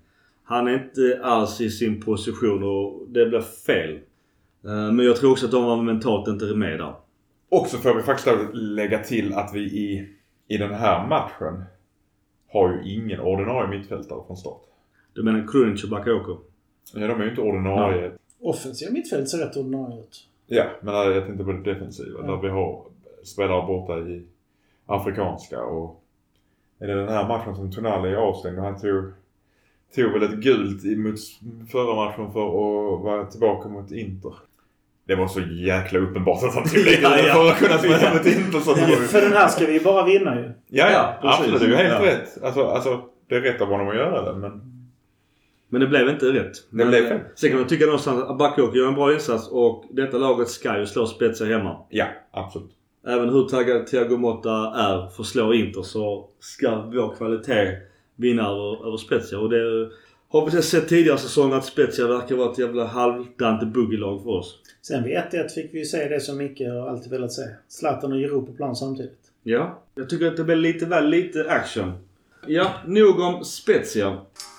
[SPEAKER 1] Han är inte alls i sin position och det blir fel. Men jag tror också att de var mentalt inte med där.
[SPEAKER 3] Och så får vi faktiskt lägga till att vi i den här matchen har ju ingen ordinarie mittfältare från start.
[SPEAKER 1] Du menar Krunic och Bakayoko?
[SPEAKER 3] Ja, de är ju inte ordinarie.
[SPEAKER 2] Ja. Offensiva mittfält ser rätt ordinarie ut.
[SPEAKER 3] Ja, men jag tänkte på det defensiva. Där vi har spelare borta i afrikanska. Och är det den här matchen som Tonali är avstängd och han tog väl ett gult mot förra matchen för att vara tillbaka mot Inter. Det var så jäkla uppenbart att han tog det för att kunna spela mot Inter. Så
[SPEAKER 2] för den här ska vi bara vinna ju.
[SPEAKER 3] Ja, absolut. Det är ju helt rätt. Alltså, det är rätt av honom att göra det,
[SPEAKER 1] men det blev inte rätt.
[SPEAKER 3] Det blev fel.
[SPEAKER 1] Sen kan man tycka någonstans att Bakayoko gör en bra insats och detta laget ska ju slå Spezia hemma.
[SPEAKER 3] Ja, absolut.
[SPEAKER 1] Även hur taggad Thiago Motta är för att slå Inter så ska vår kvalitet vinna över Spezia. Och det har vi sett tidigare säsonger att Spezia verkar vara ett jävla halvdant buggelag för oss.
[SPEAKER 2] Sen vid 1-1 fick vi ju se det som Micke har alltid velat se. Zlatan och Giroud på plan samtidigt.
[SPEAKER 1] Ja, jag tycker att det blir lite action. Ja, nog om Spezia.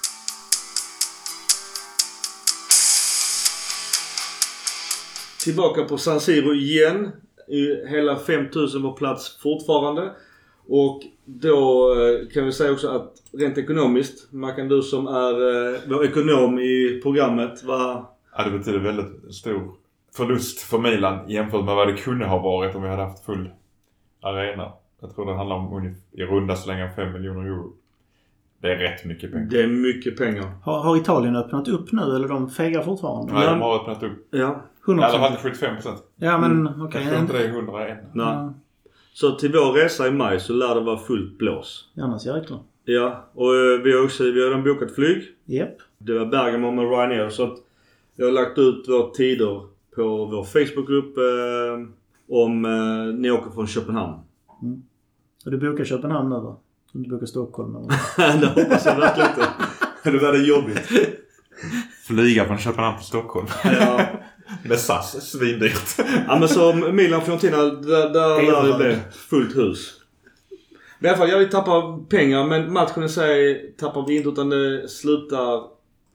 [SPEAKER 1] Tillbaka på San Siro igen. Hela 5000 på plats fortfarande. Och då kan vi säga också att rent ekonomiskt, Mackan, du som är vår ekonom i programmet, vad...
[SPEAKER 3] Ja, det betyder väldigt stor förlust för Milan jämfört med vad det kunde ha varit om vi hade haft full arena. Jag tror det handlar om i runda slängar 5 miljoner euro. Det är rätt mycket pengar.
[SPEAKER 1] Det är mycket pengar.
[SPEAKER 2] Har Italien öppnat upp nu eller de fegar fortfarande?
[SPEAKER 3] Nej, de har öppnat upp.
[SPEAKER 1] Ja.
[SPEAKER 2] 100%.
[SPEAKER 3] I alla fall 75%.
[SPEAKER 2] Ja, men okej.
[SPEAKER 3] Jag tror inte det är 101.
[SPEAKER 1] Nej. Så till vår resa i maj så lär det vara fullt blås.
[SPEAKER 2] Annars jäklar.
[SPEAKER 1] Ja, och vi har redan bokat flyg.
[SPEAKER 2] Japp.
[SPEAKER 1] Det var Bergamo med Ryanair, så att jag har lagt ut våra tider på vår Facebookgrupp om ni åker från Köpenhamn.
[SPEAKER 2] Mm. Och du bokar Köpenhamn nu va? Du bokar Stockholm eller?
[SPEAKER 1] Det hoppas jag verkligen inte. Det var det jobbigt.
[SPEAKER 3] Flyga från Köpenhamn till Stockholm.
[SPEAKER 1] Ja.
[SPEAKER 3] Med SAS, svindyrt.
[SPEAKER 1] Ja, men så Milan-Fiorentina, där det blev fullt hus. Men i alla fall, vi tappar pengar, men matchen i sig tappar vi inte, utan det slutar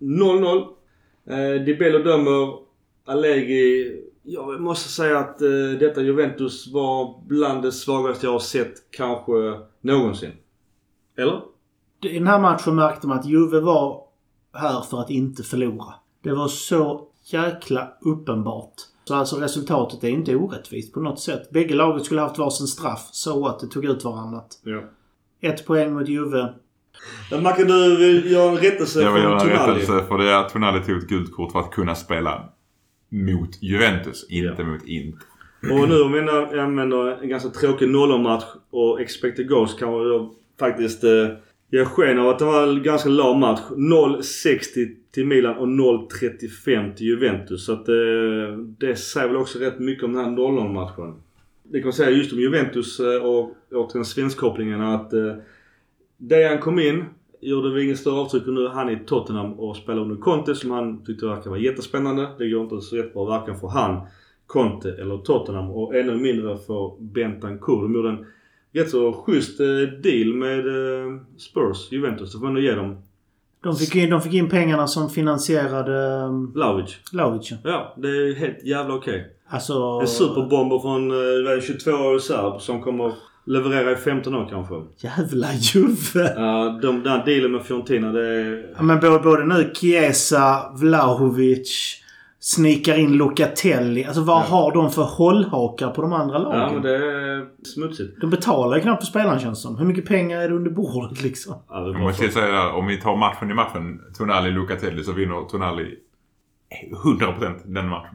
[SPEAKER 1] 0-0. Di Bello dömer. Allegri, jag måste säga att detta Juventus var bland det svagaste jag har sett kanske någonsin. Eller?
[SPEAKER 2] I den här matchen märkte man att Juve var här för att inte förlora. Det var så jäkla uppenbart. Så alltså resultatet är inte orättvist på något sätt. Bägge laget skulle haft varsin straff så att det tog ut varandra.
[SPEAKER 1] Ja.
[SPEAKER 2] 1 poäng mot Juve.
[SPEAKER 1] Men man kan du göra en rättelse
[SPEAKER 3] från Tonali?
[SPEAKER 1] Jag vill göra en rättelse
[SPEAKER 3] för det är att Tonali tog ett gult kort för att kunna spela mot Juventus, inte mot Inter.
[SPEAKER 1] Och nu om vi använder en ganska tråkig 0-match och expected goals kan man då faktiskt ge sken av att det var en ganska lam match. 0-60 till Milan och 0-35 till Juventus. Så att det säger väl också rätt mycket om den här 0-matchen. Det kan man säga just om Juventus och den svenskkopplingen att Dejan kom in, gjorde vi ingen större avtryck och nu är han i Tottenham och spelar under Conte som han tyckte verkar vara jättespännande. Det går inte så jättebra varken för han, Conte eller Tottenham och ännu mindre för Bentancur. De gjorde en rätt så schysst deal med Spurs, Juventus. Det får man ge dem.
[SPEAKER 2] De fick in pengarna som finansierade Vlahovic.
[SPEAKER 1] Ja, det är helt jävla okej.
[SPEAKER 2] Alltså...
[SPEAKER 1] En superbomber från 22-årig serb som kommer leverera i 15 år kanske.
[SPEAKER 2] Jävla Juve!
[SPEAKER 1] Ja, den dealen med Fiorentina, det är...
[SPEAKER 2] Ja, men både nu Chiesa, Vlahovic, snikar in Locatelli. Alltså vad har de för hållhakar på de andra lagen?
[SPEAKER 1] Ja, men det är smutsigt.
[SPEAKER 2] De betalar ju knappt på spelarna känns som. Hur mycket pengar är det under bordet liksom?
[SPEAKER 1] Ja, det
[SPEAKER 3] jag måste säga där, om vi tar matchen i matchen, Tonali Locatelli, så vinner Tonali 100% den matchen.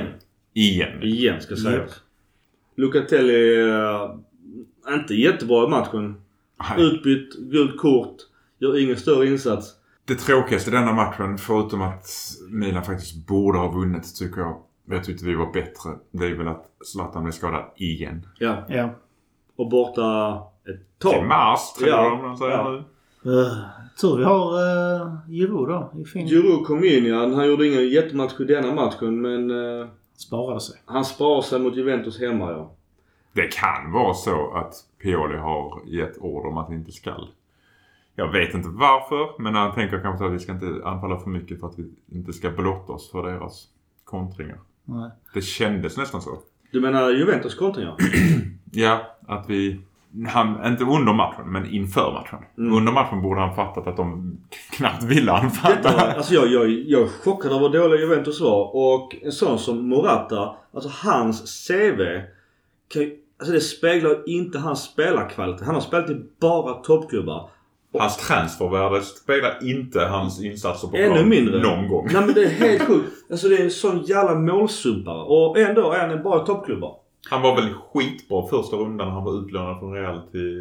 [SPEAKER 3] Igen
[SPEAKER 1] ska sägas. Yep. Locatelli inte jättebra i matchen. Nej. Utbytt, gult kort, gör ingen större insats.
[SPEAKER 3] Det tråkigaste i denna matchen, förutom att Milan faktiskt borde ha vunnit, tycker jag tyckte vi var bättre, det är väl att Zlatan blev skadad igen.
[SPEAKER 1] Ja. Och borta ett tag.
[SPEAKER 3] Till mars, tror de säger nu.
[SPEAKER 2] Tur vi har Giroud då.
[SPEAKER 1] Giroud kom in, han gjorde ingen jättematch i denna matchen, men...
[SPEAKER 2] Sparade sig.
[SPEAKER 1] Han sparade sig mot Juventus hemma, ja.
[SPEAKER 3] Det kan vara så att Pioli har gett ord om att det inte ska Jag vet inte varför, men han tänker kanske att vi ska inte anfalla för mycket för att vi inte ska blotta oss för deras kontringar.
[SPEAKER 2] Nej.
[SPEAKER 3] Det kändes nästan så.
[SPEAKER 1] Du menar Juventus kontringar?
[SPEAKER 3] Ja, att vi... inte under matchen, men inför matchen. Under matchen borde han fattat att de knappt ville anfalla.
[SPEAKER 1] Alltså jag är chockad över hur dåliga Juventus var. Och en sån som Morata, alltså hans CV, alltså det speglar inte hans spelarkvalitet. Han har spelat i bara toppklubbar.
[SPEAKER 3] Hans transfervärde speglar inte hans insatser på
[SPEAKER 1] ännu mindre
[SPEAKER 3] någon gång.
[SPEAKER 1] Nej, men det är helt sjukt. Alltså det är en sån jävla målsumpare. Och ändå är han bara toppklubbar.
[SPEAKER 3] Han var väl skitbra första rundan när han var utlånad från Real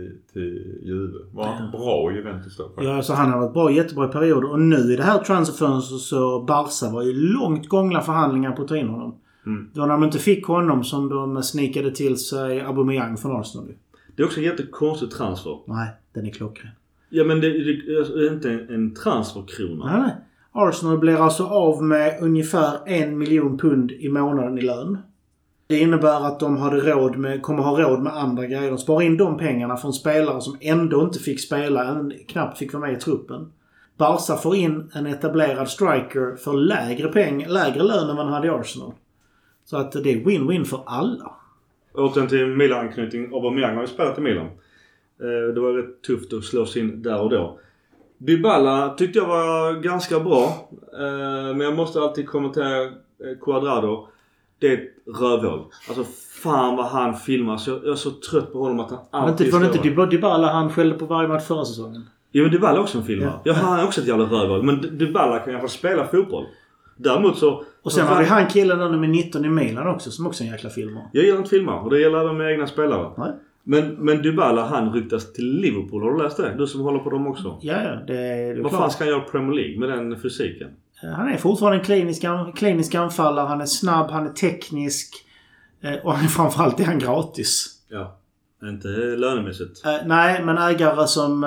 [SPEAKER 3] till Juve. Var han bra i Juventus då?
[SPEAKER 2] Ja, alltså han har varit bra, jättebra i perioder. Och nu i det här transferfönstret så Barca var ju långt gångna förhandlingar på att ta in honom. Då när de inte fick honom som de snikade till sig Aubameyang från Arsenal.
[SPEAKER 1] Det är också en jättekonstig transfer.
[SPEAKER 2] Nej, den är klockren.
[SPEAKER 1] Ja, men det är inte en transferkrona.
[SPEAKER 2] Nej. Arsenal blir alltså av med ungefär 1 miljon pund i månaden i lön. Det innebär att de kommer ha råd med andra grejer. De sparar in de pengarna från spelare som ändå inte fick spela, knappt fick vara med i truppen. Barca får in en etablerad striker för lägre lön än man hade i Arsenal. Så att det är win-win för alla.
[SPEAKER 1] Återigen till Milan-anknytning. Aubameyang har ju spelat i Milan. Det var rätt tufft att slås in där och då. Dybala tyckte jag var ganska bra. Men jag måste alltid kommentera Cuadrado. Det är ett rövhål. Alltså fan vad han filmar. Så jag är så trött på honom att han alltid
[SPEAKER 2] var inte Dybala han skällde på varje match förra säsongen?
[SPEAKER 1] Ja, men Dybala är också en filmare. Ja, han är också ett jävla rövhål. Men Dybala kan i alla fall spela fotboll. Däremot så...
[SPEAKER 2] Och sen har vi han killen där med 19 i Milan också som också är en jäkla filmare.
[SPEAKER 1] Jag gillar inte filmar. Och det gäller även med egna spelare.
[SPEAKER 2] Nej.
[SPEAKER 1] Men Dybala han ryktas till Liverpool. Har du läst det? Du som håller på dem också.
[SPEAKER 2] Ja, det är
[SPEAKER 1] vad
[SPEAKER 2] klart.
[SPEAKER 1] Fan ska han göra Premier League med den fysiken?
[SPEAKER 2] Han är fortfarande en klinisk anfallare. Han är snabb, han är teknisk. Och framförallt är han gratis.
[SPEAKER 1] Ja, inte lönemässigt.
[SPEAKER 2] Nej, men ägare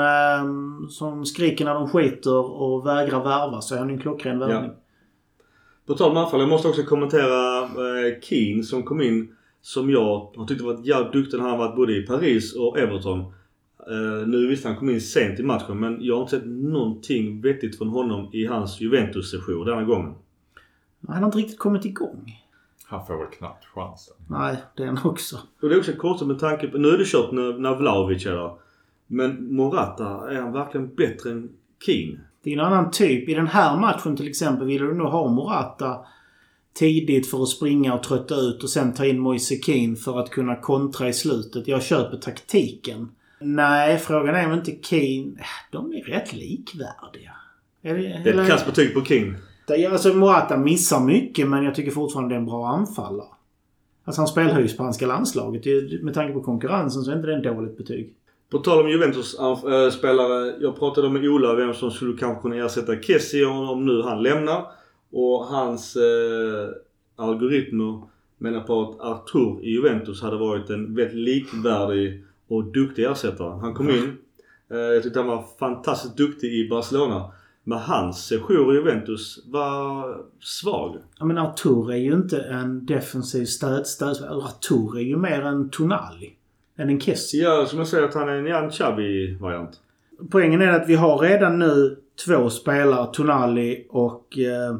[SPEAKER 2] som skriker när de skiter och vägrar värva så är han en klockren värvning.
[SPEAKER 1] Ja. På tal om anfall, jag måste också kommentera Keane som kom in. Som jag har tyckt var jävligt duktig när han varit både i Paris och Everton. Nu visste han kom in sent i matchen, men jag har inte sett någonting vettigt från honom i hans Juventus-session denna gången.
[SPEAKER 2] Han har inte riktigt kommit igång.
[SPEAKER 3] Han får väl knappt chansen.
[SPEAKER 2] Nej, det är han också.
[SPEAKER 1] Och det är också konstigt med tanke på... Nu är det kört när Vlahovic är där. Men Morata, är han verkligen bättre än Keane?
[SPEAKER 2] Det är en annan typ. I den här matchen till exempel vill du nog ha Morata tidigt för att springa och trötta ut och sen ta in Moise Keane för att kunna kontra i slutet. Jag köper taktiken. Nej, frågan är väl inte Keane. De är rätt likvärdiga.
[SPEAKER 1] Det är ett kastbetyg på Keane.
[SPEAKER 2] Alltså Morata missar mycket, men jag tycker fortfarande det är en bra anfallare. Alltså han spelar ju spanska landslaget. Med tanke på konkurrensen så är inte det en dåligt betyg.
[SPEAKER 1] På tal om Juventus spelare. Jag pratade med Ola vem som skulle kanske kunna ersätta Kessie om nu han lämnar. Och hans algoritmer menar på att Artur i Juventus hade varit en väldigt likvärdig och duktig ersättare. Han kom in. Jag tyckte han var fantastiskt duktig i Barcelona. Men hans sejour i Juventus var svag.
[SPEAKER 2] Ja, men Artur är ju inte en defensiv stödspelare. Artur är ju mer en Tonali än en Kessie.
[SPEAKER 1] Ja, som jag säger att han är en Jan Xavi-variant.
[SPEAKER 2] Poängen är att vi har redan nu 2 spelare, Tonali och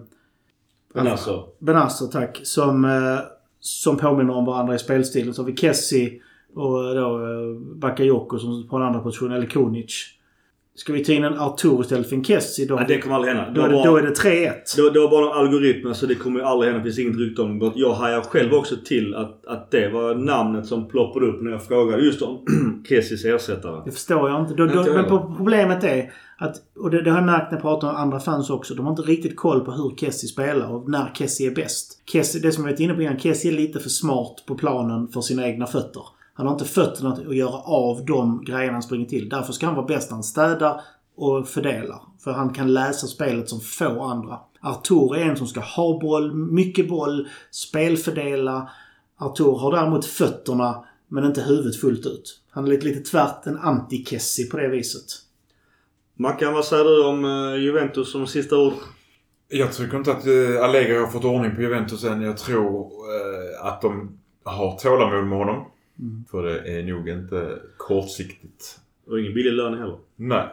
[SPEAKER 2] Benasser, tack. Som påminner om varandra i spelstilen. Så har vi Kessie och då Bakayoko som på en andra position, eller Konic. Ska vi ta in en Artur istället för en Kessie då?
[SPEAKER 1] Nej, det kommer aldrig hända.
[SPEAKER 2] Då är det 3-1.
[SPEAKER 1] Det var bara en algoritm, så det kommer ju aldrig hända. Det finns inget rykte om det. Jag hajar själv också till att det var namnet som ploppade upp när jag frågade just om Kessies ersättare.
[SPEAKER 2] Det förstår jag inte. Men problemet är att, och det har jag märkt när jag pratar med andra fans också, de har inte riktigt koll på hur Kessie spelar och när Kessie är bäst. Kessie, det som jag varit inne på innan, Kessie är lite för smart på planen för sina egna fötter. Han har inte fötterna att göra av de grejerna han springer till. Därför ska han vara bäst. Han städar och fördelar. För han kan läsa spelet som få andra. Artur är en som ska ha boll, mycket boll, spelfördela. Artur har däremot fötterna men inte huvudet fullt ut. Han är lite tvärt en anti-Kessie på det viset.
[SPEAKER 1] Mackan, vad säger du om Juventus som sista ord?
[SPEAKER 3] Jag tycker inte att Allegri har fått ordning på Juventus än. Jag tror att de har tålamod med honom. För det är nog inte kortsiktigt.
[SPEAKER 1] Och ingen billig lön heller.
[SPEAKER 3] Nej.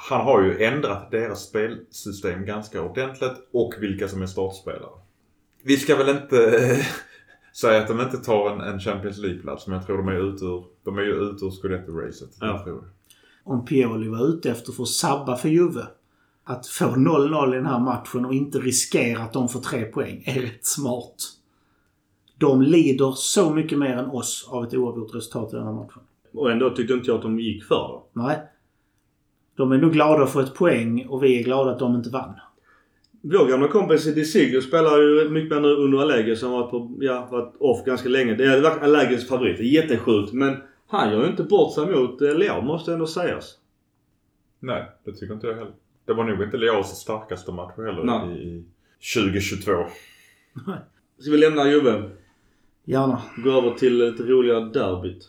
[SPEAKER 3] han har ju ändrat deras spelsystem ganska ordentligt och vilka som är startspelare. Vi ska väl inte säga att de inte tar en Champions League-plats, men jag tror de är ju ute ur Scudetto-racet.
[SPEAKER 1] Ja.
[SPEAKER 2] Om Pioli var ute efter för att sabba för Juve, att få 0-0 i den här matchen och inte riskera att de får 3 poäng är rätt smart. De lider så mycket mer än oss av ett oavgjort resultat i den här matchen.
[SPEAKER 1] Och ändå tyckte inte jag att de gick för då.
[SPEAKER 2] Nej. De är nog glada för ett poäng och vi är glada att de inte vann.
[SPEAKER 1] Vår gamla kompis Di Siglio spelar ju mycket mer nu under Allegri som varit off ganska länge. Det är Allegris favorit. Det är jättesjukt. Men han gör ju inte bort sig mot Leao, måste ändå sägas.
[SPEAKER 3] Nej, det tycker inte jag heller. Det var nog inte Leaos starkaste match heller i 2022.
[SPEAKER 2] Nej.
[SPEAKER 1] Ska vi lämna Juve?
[SPEAKER 2] Gärna.
[SPEAKER 1] Gå över till ett roliga derbyt.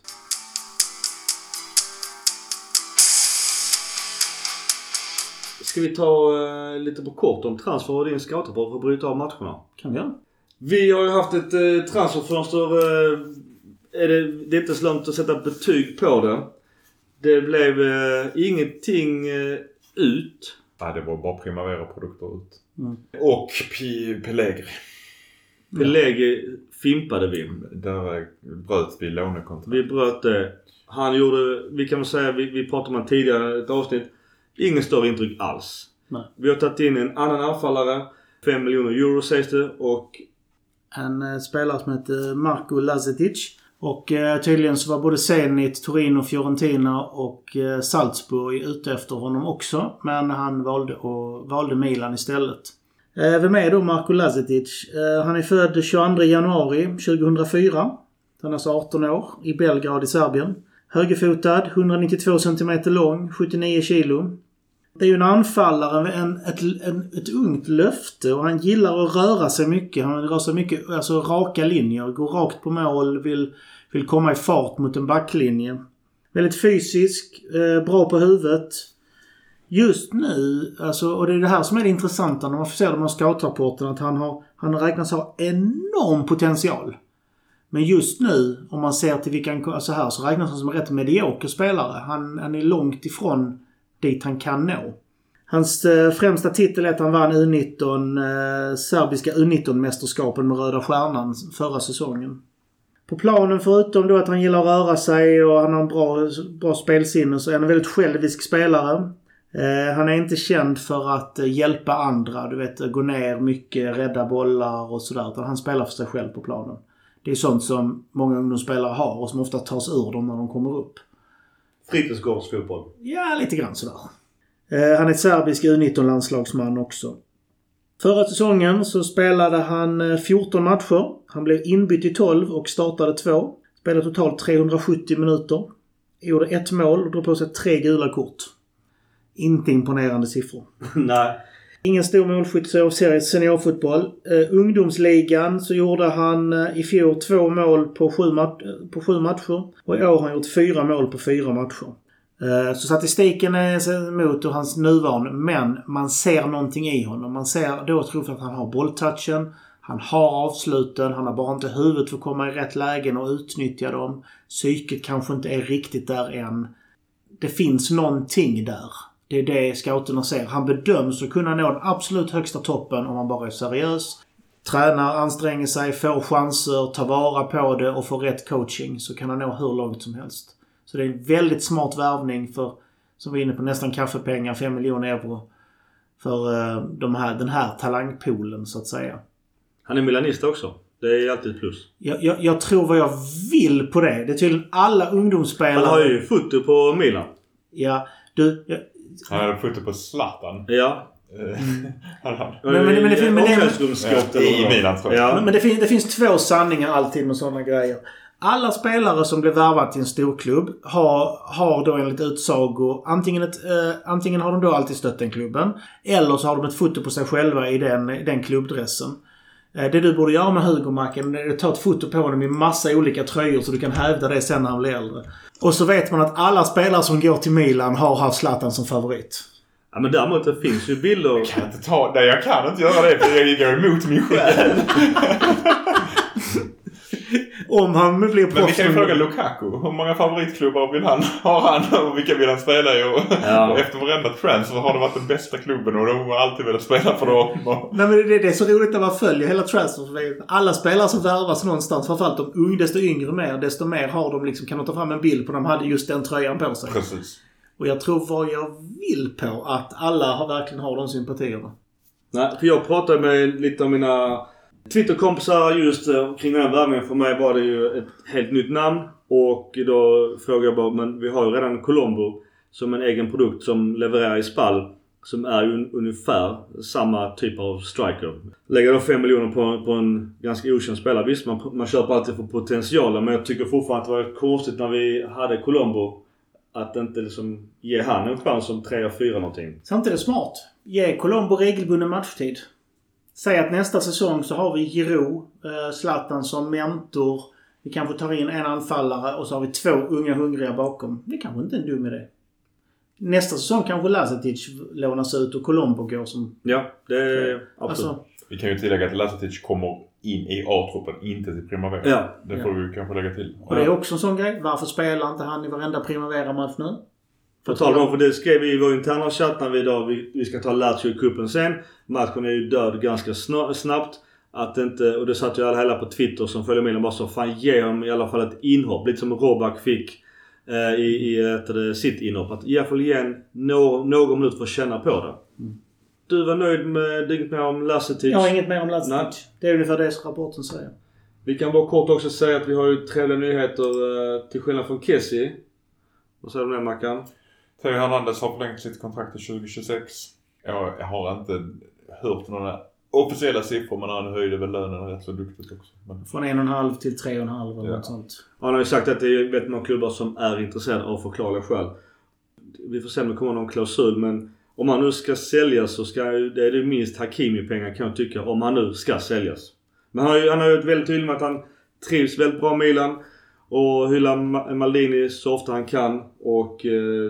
[SPEAKER 1] Ska vi ta lite på kort om transfer och din scoutrapport för att bryta av matcherna?
[SPEAKER 2] Kan vi göra?
[SPEAKER 1] Vi har ju haft ett transferfönster. Det är inte så långt att sätta betyg på det. Det blev ingenting ut.
[SPEAKER 3] Nej, det var bara Primavera-produkter ut.
[SPEAKER 2] Mm.
[SPEAKER 3] Och Pellegri.
[SPEAKER 1] Pellegri fimpade vi.
[SPEAKER 3] Där bröt vi lånekontrakt.
[SPEAKER 1] Vi bröt det. Han gjorde, vi kan väl säga, vi pratade om han tidigare ett avsnitt. Ingen större intryck alls.
[SPEAKER 2] Nej.
[SPEAKER 1] Vi har tagit in en annan anfallare. 5 miljoner euro sägs det. Och
[SPEAKER 2] en spelare som heter Marko Lazetic. Och tydligen så var både Zenit, Torino, Fiorentina och Salzburg ute efter honom också. Men han valde Milan istället. Vem är då Marko Lazetic? Han är född 22 januari 2004. Han är alltså 18 år. I Belgrad i Serbien. Högerfotad, 192 cm lång, 79 kilo. Det är ju en anfallare, ett ungt löfte, och han gillar att röra sig mycket. Han rör sig mycket, alltså raka linjer, går rakt på mål, vill komma i fart mot en backlinje. Väldigt fysisk, bra på huvudet. Just nu, alltså, och det är det här som är det intressanta när man får se de här scoutrapporterna, att han räknas ha enorm potential. Men just nu, om man ser till vilken, alltså här, så räknas han som en rätt medioker spelare. Han är långt ifrån dit han kan nå. Hans främsta titel är att han vann U19, serbiska U19-mästerskapen med Röda Stjärnan förra säsongen. På planen, förutom då att han gillar att röra sig och han har en bra spelsinne, så är han en väldigt självisk spelare. Han är inte känd för att hjälpa andra, du vet, gå ner mycket, rädda bollar och sådär. Utan han spelar för sig själv på planen. Det är sånt som många ungdomsspelare har och som ofta tas ur dem när de kommer upp.
[SPEAKER 1] fritidsgårdsfotboll.
[SPEAKER 2] Ja, lite grann sådär. Han är serbisk U19-landslagsman också. Förra säsongen så spelade han 14 matcher. Han blev inbytt i 12 och startade 2. Spelade totalt 370 minuter. Gjorde 1 mål och drog på sig 3 gula kort. Inte imponerande siffror.
[SPEAKER 1] Nej.
[SPEAKER 2] Ingen stor målskytt av seniorfotboll. Ungdomsligan så gjorde han i fjol 2 mål på 7 matcher. Och i år har han gjort 4 mål på 4 matcher. Så statistiken är emot hans nuvarande. Men man ser någonting i honom. Man ser då, tror jag, att han har bolltouchen. Han har avsluten. Han har bara inte huvudet för att komma i rätt lägen och utnyttja dem. Psyket kanske inte är riktigt där än. Det finns någonting där. Det är det scouterna ser. Han bedöms att kunna nå den absolut högsta toppen om han bara är seriös. Tränar, anstränger sig, får chanser, tar vara på det och får rätt coaching, så kan han nå hur långt som helst. Så det är en väldigt smart värvning för, som vi är inne på, nästan kaffepengar, 5 miljoner euro för den här talangpoolen så att säga.
[SPEAKER 1] Han är milanist också. Det är alltid ett plus.
[SPEAKER 2] Jag tror vad jag vill på det. Det är tydligen alla ungdomsspelare.
[SPEAKER 1] Han har ju foto på Milan.
[SPEAKER 2] Ja,
[SPEAKER 3] han hade foto på Zlatan.
[SPEAKER 1] Ja.
[SPEAKER 2] Men det finns 2 sanningar alltid med sådana grejer. Alla spelare som blir värvat till en storklubb har då enligt utsago antingen har de då alltid stött den klubben, eller så har de ett foto på sig själva i den klubbdressen. Det du borde göra med Hugo Macken är att ta ett foto på honom i massa olika tröjor så du kan hävda det sen när han blir äldre. Och så vet man att alla spelare som går till Milan har haft Zlatan som favorit.
[SPEAKER 1] Ja, men däremot det finns ju bilder.
[SPEAKER 3] Jag kan inte göra det för jag går emot min själ.
[SPEAKER 2] Om han blir proffs.
[SPEAKER 3] Men vi kan ju fråga Lukaku. Hur många favoritklubbar har han och vilka vill han spela i? Och efter varenda transfer har det varit den bästa klubben och de har alltid velat spela för dem.
[SPEAKER 2] Nej, men det är så roligt när man följer hela transfer. Alla spelare som värvas någonstans, framförallt desto yngre mer, desto mer har de liksom, kan de ta fram en bild på de hade just den tröjan på sig.
[SPEAKER 3] Precis.
[SPEAKER 2] Och jag tror vad jag vill på att alla verkligen har de sympatierna.
[SPEAKER 1] Nej, för jag pratade med lite av mina Twitter-kompisar just kring den här värvningen. För mig var det ju ett helt nytt namn. Och då frågade jag bara, men vi har ju redan Colombo som en egen produkt som levererar i Spal. Som är ju ungefär samma typ av striker. Lägger då 5 miljoner på en ganska okänd spelare. Visst, man köper alltid för potentialen. Men jag tycker fortfarande att det var konstigt när vi hade Colombo. Att inte liksom ge han en chans som 3-4 någonting.
[SPEAKER 2] Samtidigt smart. Ge Colombo regelbunden matchtid. Säg att nästa säsong så har vi Giroud, Zlatan som mentor. Vi kanske tar in en anfallare och så har vi 2 unga hungriga bakom. Det kanske inte är en dum idé. Nästa säsong kanske Lazetic lånas ut och Colombo går som...
[SPEAKER 1] Ja, det är absolut.
[SPEAKER 3] Alltså, vi kan ju tillägga att Lazetic kommer in i A-truppen, inte till Primavera.
[SPEAKER 1] Ja.
[SPEAKER 3] Det får vi kanske lägga till.
[SPEAKER 2] Och det är också en sån grej. Varför spelar inte han i varenda Primavera-match nu?
[SPEAKER 1] För tal om, för det skrev vi i vår interna chatt när vi ska ta Lazio i kuppen sen. Matchen är ju död ganska snabbt. Att inte, och det satt ju alla hela på Twitter som följer med och bara så, fan ge dem i alla fall ett inhopp. Lite som Roback fick i sitt inhopp. Att i alla fall igen någon minut för att känna på det. Mm. Du var nöjd med inget mer om Lazetic?
[SPEAKER 2] Jag har inget mer om Lazetic. Nej. Det är ungefär det som rapporten säger.
[SPEAKER 1] Vi kan bara kort också säga att vi har ju trevliga nyheter till skillnad från Kessie. Vad säger du om det, Mackan?
[SPEAKER 3] Theo Hernandez har förlängt sitt kontrakt till 2026. Jag har inte hört några officiella siffror, men han höjde väl lönen rätt så duktigt också. Men...
[SPEAKER 2] Från 1,5 till 3,5 eller något sånt.
[SPEAKER 1] Han har ju sagt att det är väldigt många klubbar som är intresserade av förklarliga skäl. Vi får se om det kommer någon klausul, men om han nu ska säljas så ska det är det minst Hakimi-pengar kan jag tycka, om han nu ska säljas. Men han har ju ett väldigt tydligt med att han trivs väldigt bra med Milan. Och hyllar Maldini så ofta han kan. Och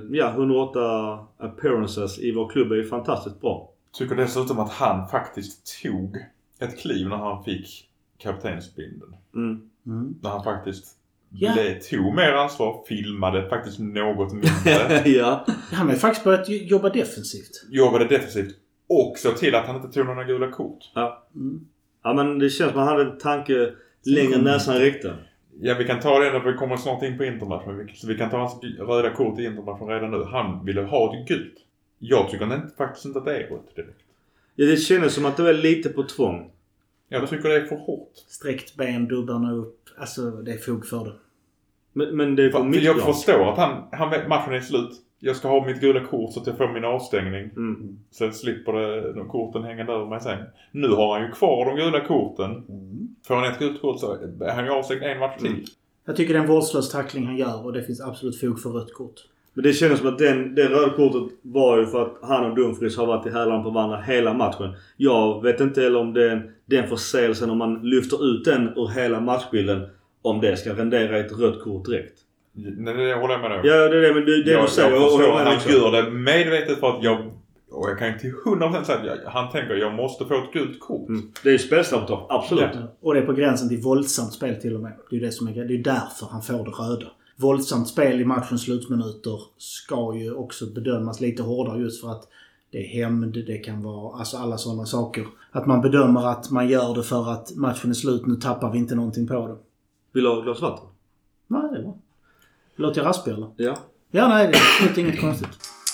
[SPEAKER 1] 108 appearances i vår klubb är ju fantastiskt bra.
[SPEAKER 3] Tycker dessutom att han faktiskt tog ett kliv när han fick kaptensbindeln. När han faktiskt tog mer ansvar, filmade faktiskt något mindre.
[SPEAKER 1] Ja.
[SPEAKER 2] Han har ju faktiskt börjat jobba defensivt.
[SPEAKER 3] Och så till att han inte tog några gula kort.
[SPEAKER 1] Ja. Ja, men det känns som att han hade en tanke längre näsan räckte.
[SPEAKER 3] Ja, vi kan ta det när vi kommer snart in på Intermatchen. Så vi kan ta hans röda kort i Intermatchen redan nu. Han ville ha det gult. Jag tycker faktiskt inte att det är rött direkt.
[SPEAKER 1] Ja, det känns som att det är lite på tvång.
[SPEAKER 3] Jag tycker det är för hårt.
[SPEAKER 2] Sträckt ben, dubbarna upp. Alltså, det är fog för det.
[SPEAKER 1] Men det är på mitt
[SPEAKER 3] jag förstår att han matchen är slut. Jag ska ha mitt gula kort så att jag får min avstängning. Sen slipper de korten hänga över mig sen. Nu har han ju kvar de gula korten. Får han ett gult kort så är han ju avstängd en match till.
[SPEAKER 2] Jag tycker det är en vårdslös tackling han gör och det finns absolut fog för rött kort.
[SPEAKER 1] Men det känns som att det röda kortet var ju för att han och Dumfries har varit i hälarna på varandra hela matchen. Jag vet inte heller om den förseelsen, om man lyfter ut den ur hela matchbilden, om det ska rendera ett rött kort direkt.
[SPEAKER 3] Nej, det håller jag med om.
[SPEAKER 1] Ja, det är det, men det du säger.
[SPEAKER 3] Jag förstår att han gör det medvetet för att jag kan ju till 100% säga att han tänker jag måste få ett gult kort.
[SPEAKER 1] Det är ju spelstraff, absolut.
[SPEAKER 2] Ja. Och det är på gränsen till våldsamt spel till och med. Det är det som är därför han får det röda. Våldsamt spel i matchens slutminuter ska ju också bedömas lite hårdare just för att det är hämnd, det kan vara alltså alla sådana saker. Att man bedömer att man gör det för att matchen är slut, nu tappar vi inte någonting på det.
[SPEAKER 1] Vill du ha glas vatten?
[SPEAKER 2] Nej, det var. Låter jag raspig eller?
[SPEAKER 1] Ja.
[SPEAKER 2] Ja, nej, det är inget konstigt.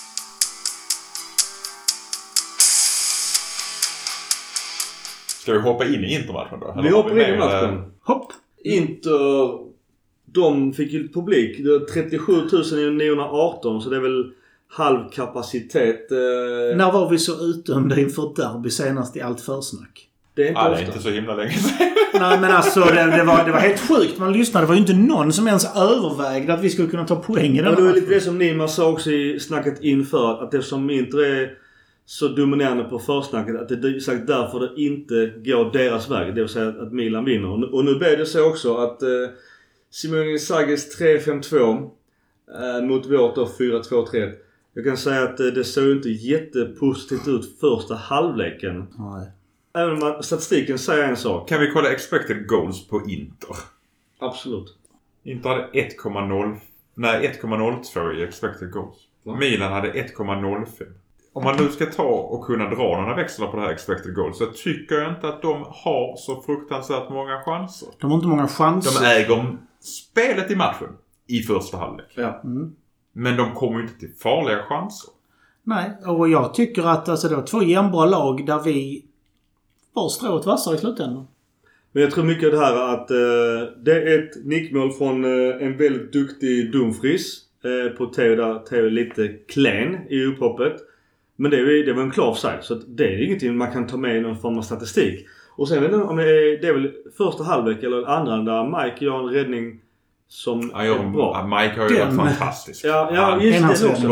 [SPEAKER 3] Ska vi hoppa in i Intermatchen då?
[SPEAKER 1] Vi hoppar in i matchen.
[SPEAKER 2] Hopp!
[SPEAKER 1] Inter, de fick ju publik. Det var 37 918 så det är väl halv kapacitet.
[SPEAKER 2] När var vi så utdömda inför derby senast i allt försnack?
[SPEAKER 1] Det är inte ofta.
[SPEAKER 3] Det är inte så himla länge sedan.
[SPEAKER 2] Nej, men alltså det var helt sjukt. Man lyssnade. Det var ju inte någon som ens övervägde att vi skulle kunna ta poäng i den.
[SPEAKER 1] Ja, det är lite det som Nima sa också i snacket inför. Att det som Inter är så dominerande på försnacket. Att det är sagt därför det inte går deras väg. Det vill säga att Milan vinner. Och nu blev det så också att Simone Inzagis 3-5-2 mot vårt då 4-2-3. Jag kan säga att det såg inte jättepositivt ut första halvleken.
[SPEAKER 2] Nej.
[SPEAKER 1] Även om statistiken säger en sak.
[SPEAKER 3] Kan vi kolla expected goals på Inter?
[SPEAKER 1] Absolut.
[SPEAKER 3] Inter hade 1,02 i expected goals. Milan hade 1,05. Om man nu ska ta och kunna dra några växlar på det här expected goals, så tycker jag inte att de har så fruktansvärt många chanser.
[SPEAKER 2] De har inte många chanser.
[SPEAKER 3] De äger spelet i matchen i första halvlek.
[SPEAKER 1] Ja.
[SPEAKER 3] Men de kommer inte till farliga chanser.
[SPEAKER 2] Nej, och jag tycker att alltså, det var 2 jämnbra lag där vi var strået vassare i slutändan.
[SPEAKER 1] Men jag tror mycket av det här att det är ett nickmål från en väldigt duktig Dumfries på Theo där Theo är lite klen i upphoppet. Men det var en klar offside, så att det är ingenting man kan ta med i någon form av statistik. Och sen vet jag inte om det är väl första halvlek eller andra där Mike gör en räddning som är bra.
[SPEAKER 3] Mike har ju varit fantastisk.
[SPEAKER 1] Ja, just det också.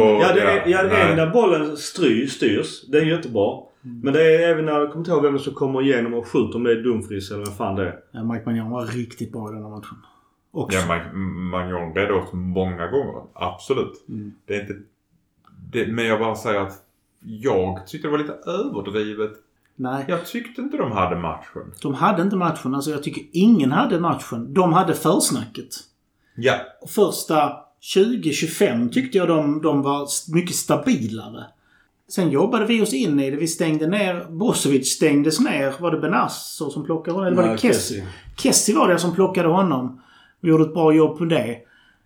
[SPEAKER 1] En där bollen styrs, det är jättebra. Men det är även när jag kommer ihåg vem som kommer igenom och skjuter med Dumfries eller vad fan det är.
[SPEAKER 2] Ja, Mike Magnon var riktigt bra i den här matchen. Också.
[SPEAKER 3] Ja, Mike Magnon räddade oss många gånger. Absolut. Det är inte... men jag bara säger att jag tyckte det var lite överdrivet.
[SPEAKER 2] Nej.
[SPEAKER 3] Jag tyckte inte de hade matchen.
[SPEAKER 2] De hade inte matchen. Alltså jag tycker ingen hade matchen. De hade försnacket.
[SPEAKER 3] Ja.
[SPEAKER 2] Första 20-25 tyckte jag de var mycket stabilare. Sen jobbade vi oss in i det. Vi stängde ner. Brozovic stängdes ner. Var det Benazzo som plockade honom? Eller var det Kessie? Kessie var det som plockade honom. Vi gjorde ett bra jobb på det.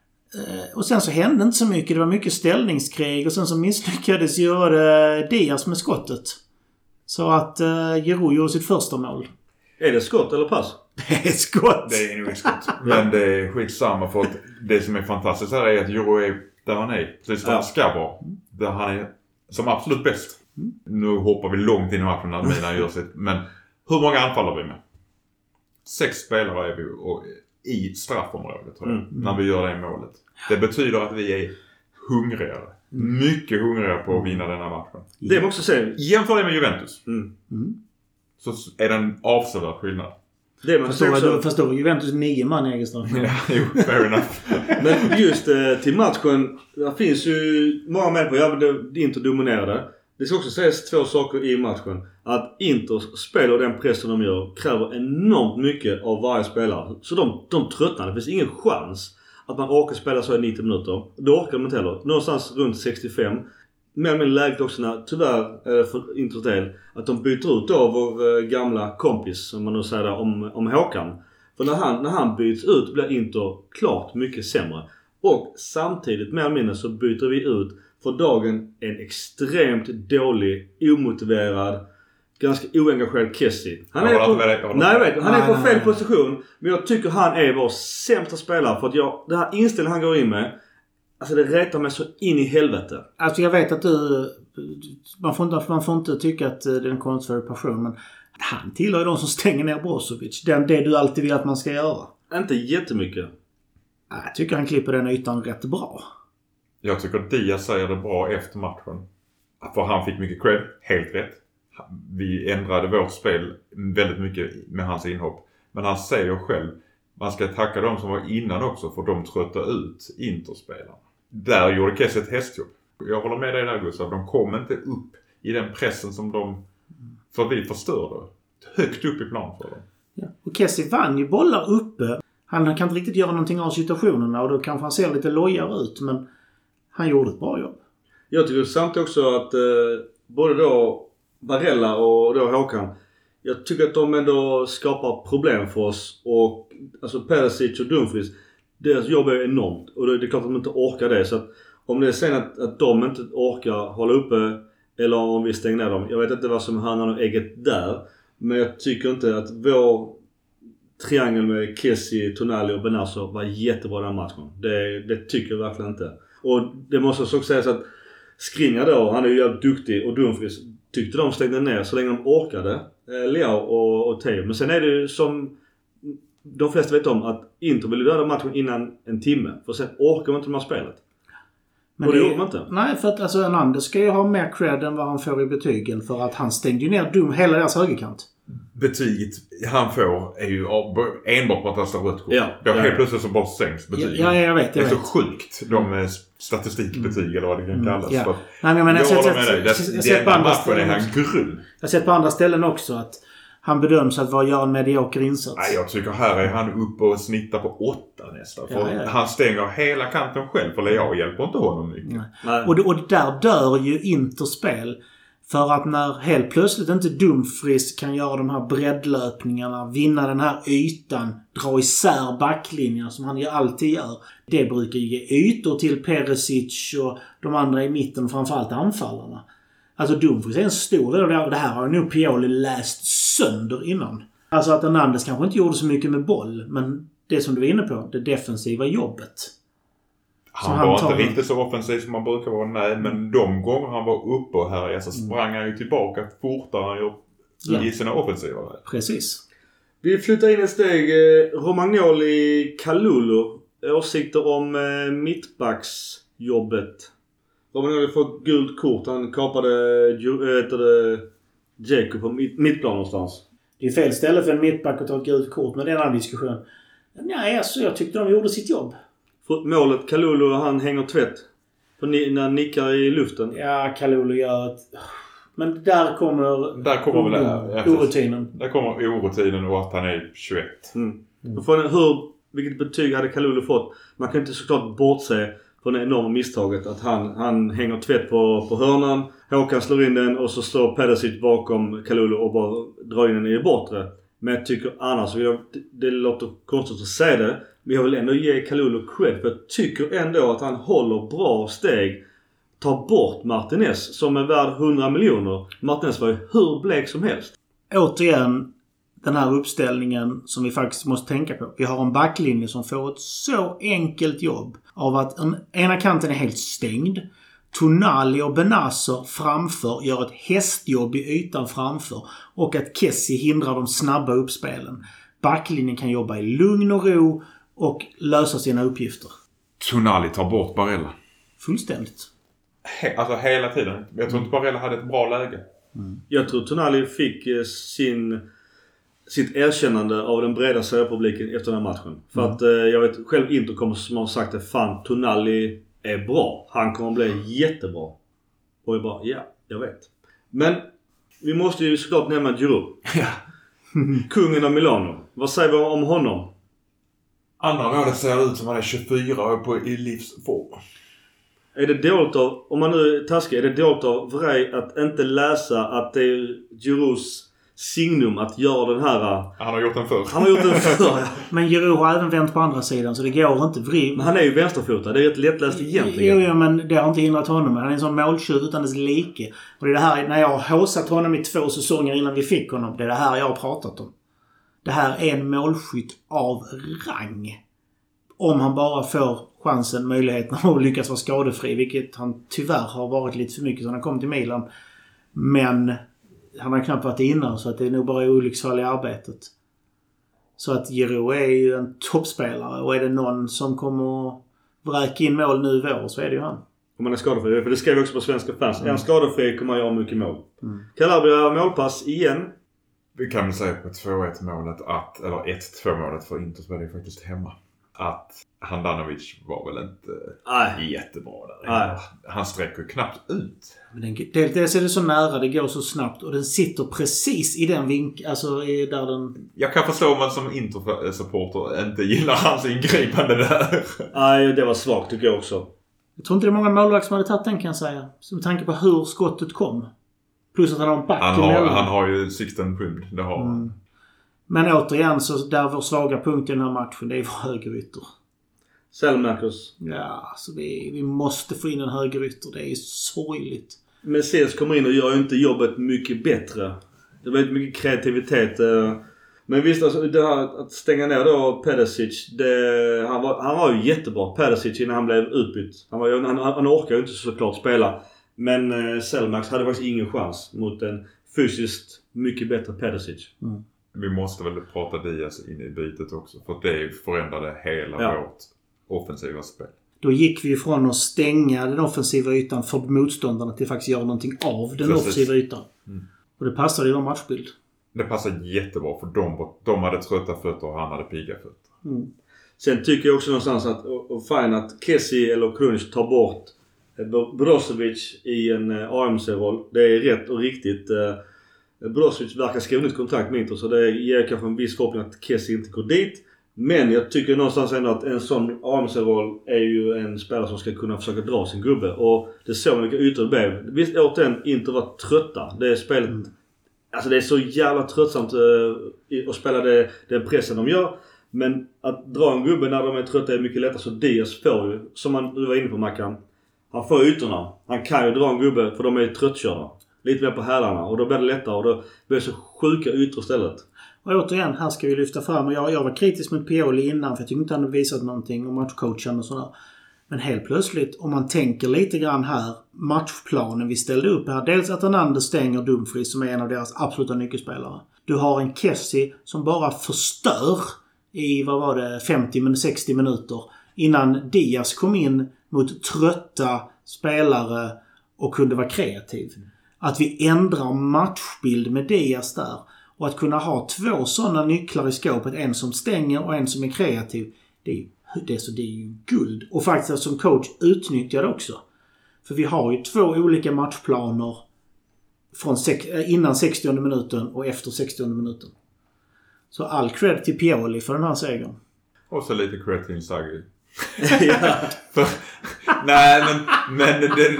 [SPEAKER 2] Och sen så hände inte så mycket. Det var mycket ställningskrig. Och sen så misslyckades göra Diaz med skottet. Så att Giroud gjorde sitt första mål.
[SPEAKER 1] Är det skott eller pass?
[SPEAKER 2] Det är skott.
[SPEAKER 3] Det är nog ett skott. Men det är skitsamma, för att det som är fantastiskt här är att Giroud är där han är. Precis där han ska vara. Där han är som absolut bäst. Nu hoppar vi långt in i matchen när Milan gör sitt. Men hur många anfall har vi med? 6 spelare är vi i straffområdet, tror jag, när vi gör det målet. Det betyder att vi är hungrigare. Mycket hungrigare på att vinna den här matchen.
[SPEAKER 1] Det måste också säga.
[SPEAKER 3] Jämför det med Juventus. Så är det en avsevärd skillnad.
[SPEAKER 1] Det man
[SPEAKER 2] förstår Juventus 9 man i egen straff.
[SPEAKER 3] Ja, jo, fair enough.
[SPEAKER 1] Men just till matchen, det finns ju många med på det Inter dominerade. Det ska också sägas 2 saker i matchen. Att Inters spel och den pressen de gör kräver enormt mycket av varje spelare. Så de tröttnar. Det finns ingen chans att man orkar spela så i 90 minuter. Då orkar de inte heller. Någonstans runt 65. Men läget också när, tyvärr för Inters del, att de byter ut då vår gamla kompis, som man nu säger där, om Håkan. För när han byts ut blir Inter klart mycket sämre. Och samtidigt med mindre så byter vi ut för dagen en extremt dålig, omotiverad, ganska oengagerad Kessie. Han är på fel position, men jag tycker han är vår sämsta spelare, för att det här inställningen han går in med, alltså det retar mig så in i helvete.
[SPEAKER 2] Alltså jag vet att man får inte tycka att det är en konstfärdig passion, men han tillhör de som stänger ner Brozovic. Det du alltid vill att man ska göra.
[SPEAKER 1] Inte jättemycket.
[SPEAKER 2] Jag tycker han klipper den ytan rätt bra.
[SPEAKER 3] Jag tycker att Diaz säger det bra efter matchen. För han fick mycket cred, helt rätt. Vi ändrade vårt spel väldigt mycket med hans inhopp. Men han säger själv, man ska tacka de som var innan också, för de tröttade ut Interspelarna. Där gjorde Kessie ett hästjobb. Jag håller med dig där, Gustav. De kom inte upp i den pressen som för vi förstörde. Högt upp i plan för dem.
[SPEAKER 2] Ja. Och Kessie vann ju bollar uppe. Han kan inte riktigt göra någonting av situationerna, och då kanske han ser lite lojare ut, men han gjorde ett bra jobb.
[SPEAKER 1] Jag tycker samtidigt också att både då Barella och då Håkan, jag tycker att de ändå skapar problem för oss. Och alltså Perisic och Dumfries, deras jobb är enormt. Och det är klart att de inte orkar det. Så att om det är sen att de inte orkar hålla uppe, eller om vi stänger ner dem. Jag vet inte vad som handlar om ägget där. Men jag tycker inte att vår triangel med Kessie, Tonali och Benazzo var jättebra den matchen. Det tycker jag verkligen inte. Och det måste också sägas att Skriniar då, han är ju jävligt duktig, och Dumfries tyckte de stängde ner så länge de orkade. Leao och Theo. Men sen är det ju som de flesta vet om, att Inter vill döda matchen innan en timme. För sen orkar man inte de här spelet. Men och det gjorde man inte.
[SPEAKER 2] Nej, för att alltså Hernandez ska ju ha mer cred än vad han får i betygen, för att han stängde ju ner hela deras högerkant.
[SPEAKER 3] Betyget han får är ju enbart på att han står rött kort.
[SPEAKER 1] Ja,
[SPEAKER 3] helt plötsligt så bara sänks betygen.
[SPEAKER 2] Ja, jag vet.
[SPEAKER 3] Det är så sjukt. De statistikbetyg eller vad det kan kallas.
[SPEAKER 2] Ja. Nej, men jag har sett på andra ställen också att han bedöms att göra en medioker insats.
[SPEAKER 3] Nej, jag tycker här är han uppe och snittar på 8 nästan. För han stänger hela kanten själv, för Leao hjälper inte honom mycket.
[SPEAKER 2] Nej. Och det där dör ju Interspel. För att när helt plötsligt inte Dumfries kan göra de här breddlöpningarna, vinna den här ytan, dra isär backlinjen som han ju alltid gör. Det brukar ge ytor till Perisic och de andra i mitten, framförallt anfallarna. Alltså Dumfries är en stor del av det här har nog Pioli läst sönder innan. Alltså att Hernandez kanske inte gjorde så mycket med boll, men det som du var inne på, det defensiva jobbet.
[SPEAKER 3] Han var inte riktigt så offensiv som man brukar vara, nej. Men de gånger han var uppe och här så sprang han ju tillbaka fortare han gjort i sina offensiva.
[SPEAKER 2] Precis.
[SPEAKER 1] Vi flyttar in ett steg. Romagnoli, Kalulu. Åsikter om mittbacksjobbet. Romagnoli får gult kort. Han kapade Jacob på mittplan någonstans.
[SPEAKER 2] Det är fel ställe för en mittback att ta ett gult kort, men det är en annan diskussion. Nej, alltså jag tyckte de gjorde sitt jobb.
[SPEAKER 1] Målet, Kalulu, han hänger tvätt. När han nickar i luften.
[SPEAKER 2] Ja, Kalulu gör ett... Men där kommer
[SPEAKER 3] väl
[SPEAKER 2] orutinen.
[SPEAKER 3] Där kommer orutinen och att han är 21.
[SPEAKER 1] Vilket betyg hade Kalulu fått? Man kan inte såklart bortse från det enorma misstaget att han hänger tvätt på hörnan. Håkan slår in den och så står Perisic bakom Kalulu och bara drar in den i bortre. Men jag tycker annars, det låter konstigt att säga det, men jag vill ändå ge Kalulu cred, för jag tycker ändå att han håller bra steg. Tar bort Martinez som är värd 100 miljoner. Martinez var ju hur blek som helst.
[SPEAKER 2] Återigen, den här uppställningen som vi faktiskt måste tänka på. Vi har en backlinje som får ett så enkelt jobb av att ena kanten är helt stängd. Tonali och Benazer framför gör ett hästjobb i ytan framför och att Kessie hindrar de snabba uppspelen. Backlinjen kan jobba i lugn och ro och lösa sina uppgifter.
[SPEAKER 3] Tonali tar bort Barella.
[SPEAKER 2] Fullständigt.
[SPEAKER 3] Alltså hela tiden. Jag tror inte Barella hade ett bra läge.
[SPEAKER 1] Jag tror Tonali fick sitt erkännande av den breda publiken efter den här matchen. För att jag vet själv inte kommer som har sagt att fan, Tonali är bra. Han kommer att bli jättebra. Och jag bara, jag vet. Men vi måste ju såklart nämna Giroud.
[SPEAKER 3] Ja.
[SPEAKER 1] Kungen av Milano. Vad säger vi om honom?
[SPEAKER 3] Andra målet ser ut som han är 24 år i livsform.
[SPEAKER 1] Är det dåligt av, om man nu är taskig, är det dåligt av Vrej att inte läsa att det är Girouds signum att göra den här...
[SPEAKER 3] Han har gjort den förr.
[SPEAKER 1] Han har gjort den förr, ja.
[SPEAKER 2] Men Giroud har även vänt på andra sidan, så det går inte. Men
[SPEAKER 1] han är ju vänsterfotad. Det är ett lättläst egentligen.
[SPEAKER 2] Jo, men det har inte hindrat honom. Han är en sån måltjuv utan dess like. Och det är det här, när jag har håsat honom i 2 säsonger innan vi fick honom, det är det här jag har pratat om. Det här är en målskytt av rang. Om han bara får chansen, möjligheten att lyckas vara skadefri. Vilket han tyvärr har varit lite för mycket så han kom till Milan. Men han har knappt varit innan, så att det är nog bara olycksfall i arbetet. Så att Giroud är ju en toppspelare. Och är det någon som kommer att vräka in mål nu i vår, så är det ju han.
[SPEAKER 1] Om man är skadefri. För det skrev vi också på svenska fans. En skadefri kommer göra mycket mål. Calabria målpass igen.
[SPEAKER 3] Vi kan väl säga på 2-1 målet eller 1-2 målet för Inter spelade ju faktiskt hemma. Att Handanovic var väl inte jättebra där.
[SPEAKER 1] Nej.
[SPEAKER 3] Han sträcker knappt ut.
[SPEAKER 2] Men dels är det så nära, det går så snabbt och den sitter precis i den vinkeln, alltså där den...
[SPEAKER 3] Jag kan förstå om man som Inter-supporter inte gillar hans ingripande där.
[SPEAKER 1] Nej, det var svagt tycker jag också.
[SPEAKER 2] Jag tror inte det är många målvakter som hade tagit den, kan jag säga. Så med tanke på hur skottet kom. Plus att han har en back
[SPEAKER 3] han har ju sikten skymd, det har han.
[SPEAKER 2] Men återigen, så där vår svaga punkt i den här matchen, det är vår högerytter.
[SPEAKER 1] Selmakers.
[SPEAKER 2] Ja, så vi måste få in en högerytter. Det är sorgligt.
[SPEAKER 1] Messias kommer in och gör ju inte jobbet mycket bättre. Det var väldigt mycket kreativitet. Men visst, alltså, det här att stänga ner då Perisic, han var ju jättebra, Perisic, innan han blev utbytt. Han orkar ju inte såklart spela. Men Selmax hade faktiskt ingen chans mot en fysiskt mycket bättre Perisic.
[SPEAKER 3] Vi måste väl prata Diaz in i bytet också. För det förändrade hela vårt offensiva spel.
[SPEAKER 2] Då gick vi ifrån att stänga den offensiva ytan för motståndarna till faktiskt göra någonting av den offensiva ytan. Och det passade i vår matchbild.
[SPEAKER 3] Det passade jättebra för de hade trötta fötter och han hade pigga fötter.
[SPEAKER 1] Sen tycker jag också någonstans att Kessie eller Krunic tar bort Brozovic i en AMC-roll. Det är rätt och riktigt. Brozovic verkar skriva nytt kontrakt med Inter, så det ger kanske en viss förhoppning att Kessie inte går dit. Men jag tycker någonstans ändå att en sån AMC-roll är ju en spelare som ska kunna försöka dra sin gubbe. Och det såg man vilka ytor det blev. Visst, återigen, Inter var trötta. Det är spelet... Alltså det är så jävla tröttsamt att spela den pressen de gör. Men att dra en gubbe när de är trötta är mycket lättare. Så Diaz får ju, som du var inne på Mackan, han får ytorna. Han kan ju dra en gubbe för de är tröttkörda. Lite mer på hälarna. Och då blir det lättare och då blir det så sjuka ytor istället.
[SPEAKER 2] Och återigen, här ska vi lyfta fram. Och jag var kritisk mot Pioli innan för jag tyckte inte han hade visat någonting om matchcoachen och sådär. Men helt plötsligt, om man tänker lite grann här, matchplanen vi ställde upp här. Dels att Hernandez stänger Dumfries som är en av deras absoluta nyckelspelare. Du har en Kessie som bara förstör i, 50-60 minuter. Innan Diaz kom in mot trötta spelare och kunde vara kreativ. Att vi ändrar matchbild med Diaz där. Och att kunna ha två sådana nycklar i skåpet. En som stänger och en som är kreativ. Det är ju guld. Och faktiskt som coach utnyttjar det också. För vi har ju 2 olika matchplaner från innan 60 minuten och efter 60 minuten. Så all cred till Pioli för den här segern.
[SPEAKER 3] Och så lite cred till Inzaghi.
[SPEAKER 1] Ja.
[SPEAKER 3] Nej, men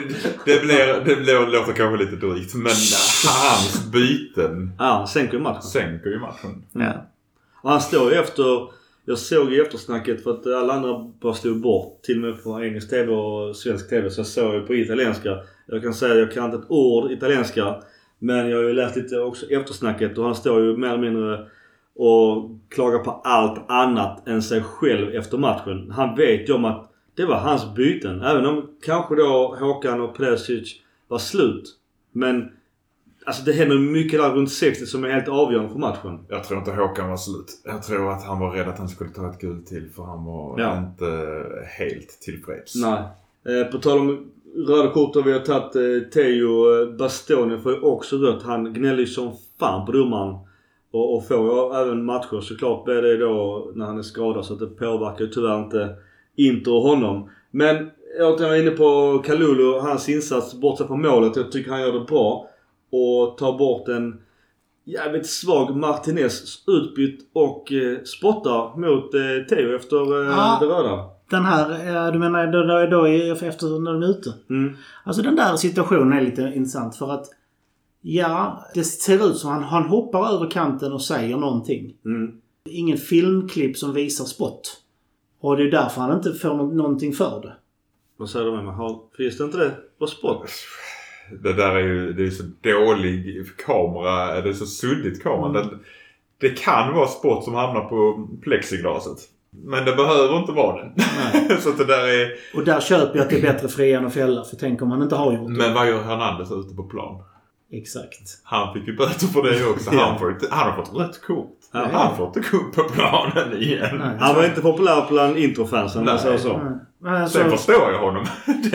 [SPEAKER 3] det låter kanske lite drygt. Men hans byten
[SPEAKER 1] sänker ju matchen.
[SPEAKER 2] Ja.
[SPEAKER 1] Och han står ju efter... Jag såg i eftersnacket för att alla andra bara stod bort. Till och med på engelsk tv och svensk tv. Så jag såg ju på italienska. Jag kan säga att jag kan inte ett ord italienska. Men jag har ju läst lite också eftersnacket. Och han står ju mer eller mindre och klagar på allt annat än sig själv efter matchen. Han vet ju om att det var hans byten. Även om kanske då Håkan och Perisic var slut. Men... Alltså det händer mycket där runt 60 som är helt avgörande för matchen.
[SPEAKER 3] Jag tror inte Håkan var slut. Jag tror att han var rädd att han skulle ta ett guld till. För han var inte helt tillfreds.
[SPEAKER 1] Nej. På tal om röda kort har vi har tagit Teo Bastoni får ju också rött. Han gnäller som fan på domaren. Och får ju även matcher. Såklart blir det då när han är skadad. Så att det påverkar tyvärr inte Inter och honom. Men jag är inne på Kalulu och hans insats bortsett från målet. Jag tycker han gör det bra. Och tar bort en jävligt svag Martinez utbytt och spottar mot Theo efter det röda.
[SPEAKER 2] Den här, du menar då efter när de är ute?
[SPEAKER 1] Mm.
[SPEAKER 2] Alltså den där situationen är lite intressant för att det ser ut som han hoppar över kanten och säger någonting.
[SPEAKER 1] Mm.
[SPEAKER 2] Ingen filmklipp som visar spott. Och det är därför han inte får någonting för det.
[SPEAKER 1] Vad säger du med mig? Finns det inte det på spott?
[SPEAKER 3] Det där är så dålig kamera. Det är så suddigt kamera. Det kan vara spott som hamnar på plexiglaset. Men det behöver inte vara den. Så att det där är...
[SPEAKER 2] Och där köper jag att det är bättre fria än att fälla. För tänk om han inte har gjort det.
[SPEAKER 3] Men vad gör Hernandez ute på plan?
[SPEAKER 2] Exakt.
[SPEAKER 3] Han fick ju böter för det också. Han har fått rött kort. Han har fått ett kort på planen igen.
[SPEAKER 2] Nej,
[SPEAKER 1] han var inte populär bland introfansen.
[SPEAKER 3] Sen förstår jag honom.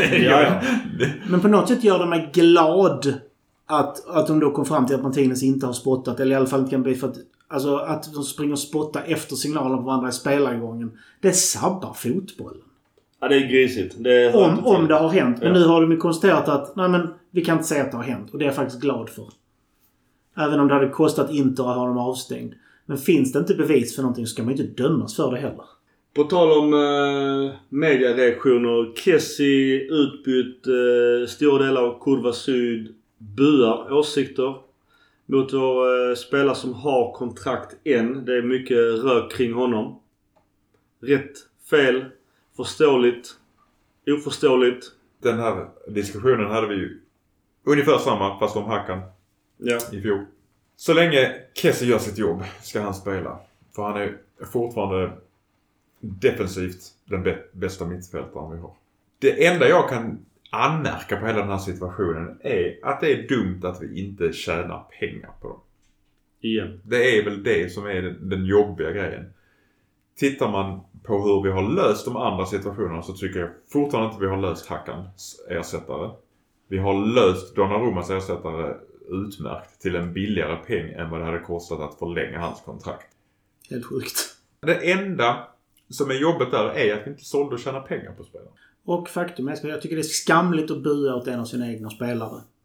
[SPEAKER 2] Men på något sätt gör det mig glad att de då kom fram till att Martinez inte har spottat. Eller i alla fall inte kan bli för att... Alltså att de springer och spottar efter signalen på varandra i spelargången. Det sabbar fotbollen.
[SPEAKER 1] Ja, det är grisigt.
[SPEAKER 2] Om det har hänt. Men nu har de ju konstaterat att vi kan inte säga att det har hänt. Och det är jag faktiskt glad för. Även om det hade kostat Inter att ha dem avstängd. Men finns det inte bevis för någonting så ska man inte dömas för det heller.
[SPEAKER 1] På tal om mediereaktioner. Kessie utbytt stora delar av Kurva Syd buar åsikter mot vår spelare som har kontrakt än. Det är mycket rök kring honom. Rätt, fel, förståeligt, oförståeligt.
[SPEAKER 3] Den här diskussionen hade vi ju ungefär samma fast om Hakan i fjol. Så länge Kessie gör sitt jobb ska han spela. För han är fortfarande defensivt den bästa mittfältaren vi har. Det enda jag kan anmärka på hela den här situationen är att det är dumt att vi inte tjänar pengar på dem.
[SPEAKER 1] Igen.
[SPEAKER 3] Det är väl det som är den jobbiga grejen. Tittar man på hur vi har löst de andra situationerna så tycker jag fortfarande inte vi har löst Hakans ersättare. Vi har löst Donnarummas ersättare utmärkt till en billigare peng än vad det hade kostat att förlänga hans kontrakt.
[SPEAKER 2] Helt sjukt.
[SPEAKER 3] Det enda som är jobbet där är att vi inte sålde och tjäna pengar på spelare.
[SPEAKER 2] Och faktum är att jag tycker det är skamligt att bua åt en av sina egna spelare.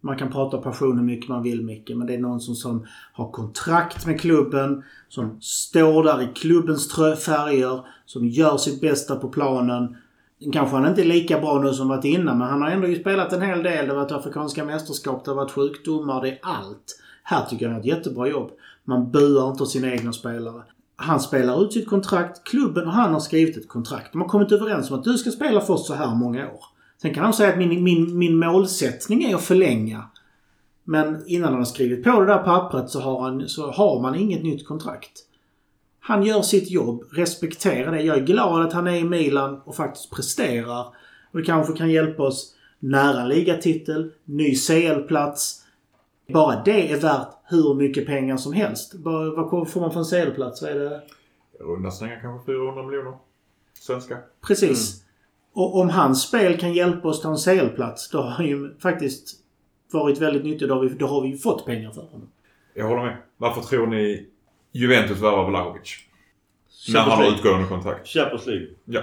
[SPEAKER 2] Man kan prata passion hur mycket man vill, mycket, men det är någon som har kontrakt med klubben, som står där i klubbens färger, som gör sitt bästa på planen. Kanske han inte är lika bra nu som varit innan, men han har ändå spelat en hel del. Det har varit afrikanska mästerskap, det har varit sjukdomar, det är allt. Här tycker jag han har ett jättebra jobb. Man buar inte sina egna spelare. Han spelar ut sitt kontrakt, klubben och han har skrivit ett kontrakt. De har kommit överens om att du ska spela för oss så här många år. Sen kan han säga att min målsättning är att förlänga. Men innan han har skrivit på det där pappret så har man inget nytt kontrakt. Han gör sitt jobb, respekterar det. Jag är glad att han är i Milan och faktiskt presterar. Och det kanske kan hjälpa oss nära en ligatitel, ny CL-plats. Bara det är värt hur mycket pengar som helst. Vad får man från CL-plats? Vad är det?
[SPEAKER 3] Runda slänga kanske 400 miljoner svenska.
[SPEAKER 2] Precis. Och om hans spel kan hjälpa oss ta en CL-plats, då har han ju faktiskt varit väldigt nyttig. Då har vi fått pengar för honom.
[SPEAKER 3] Jag håller med. Varför tror ni Juventus värvar Vlahovic? När han har utgående kontrakt.
[SPEAKER 1] Champions League.
[SPEAKER 3] Ja.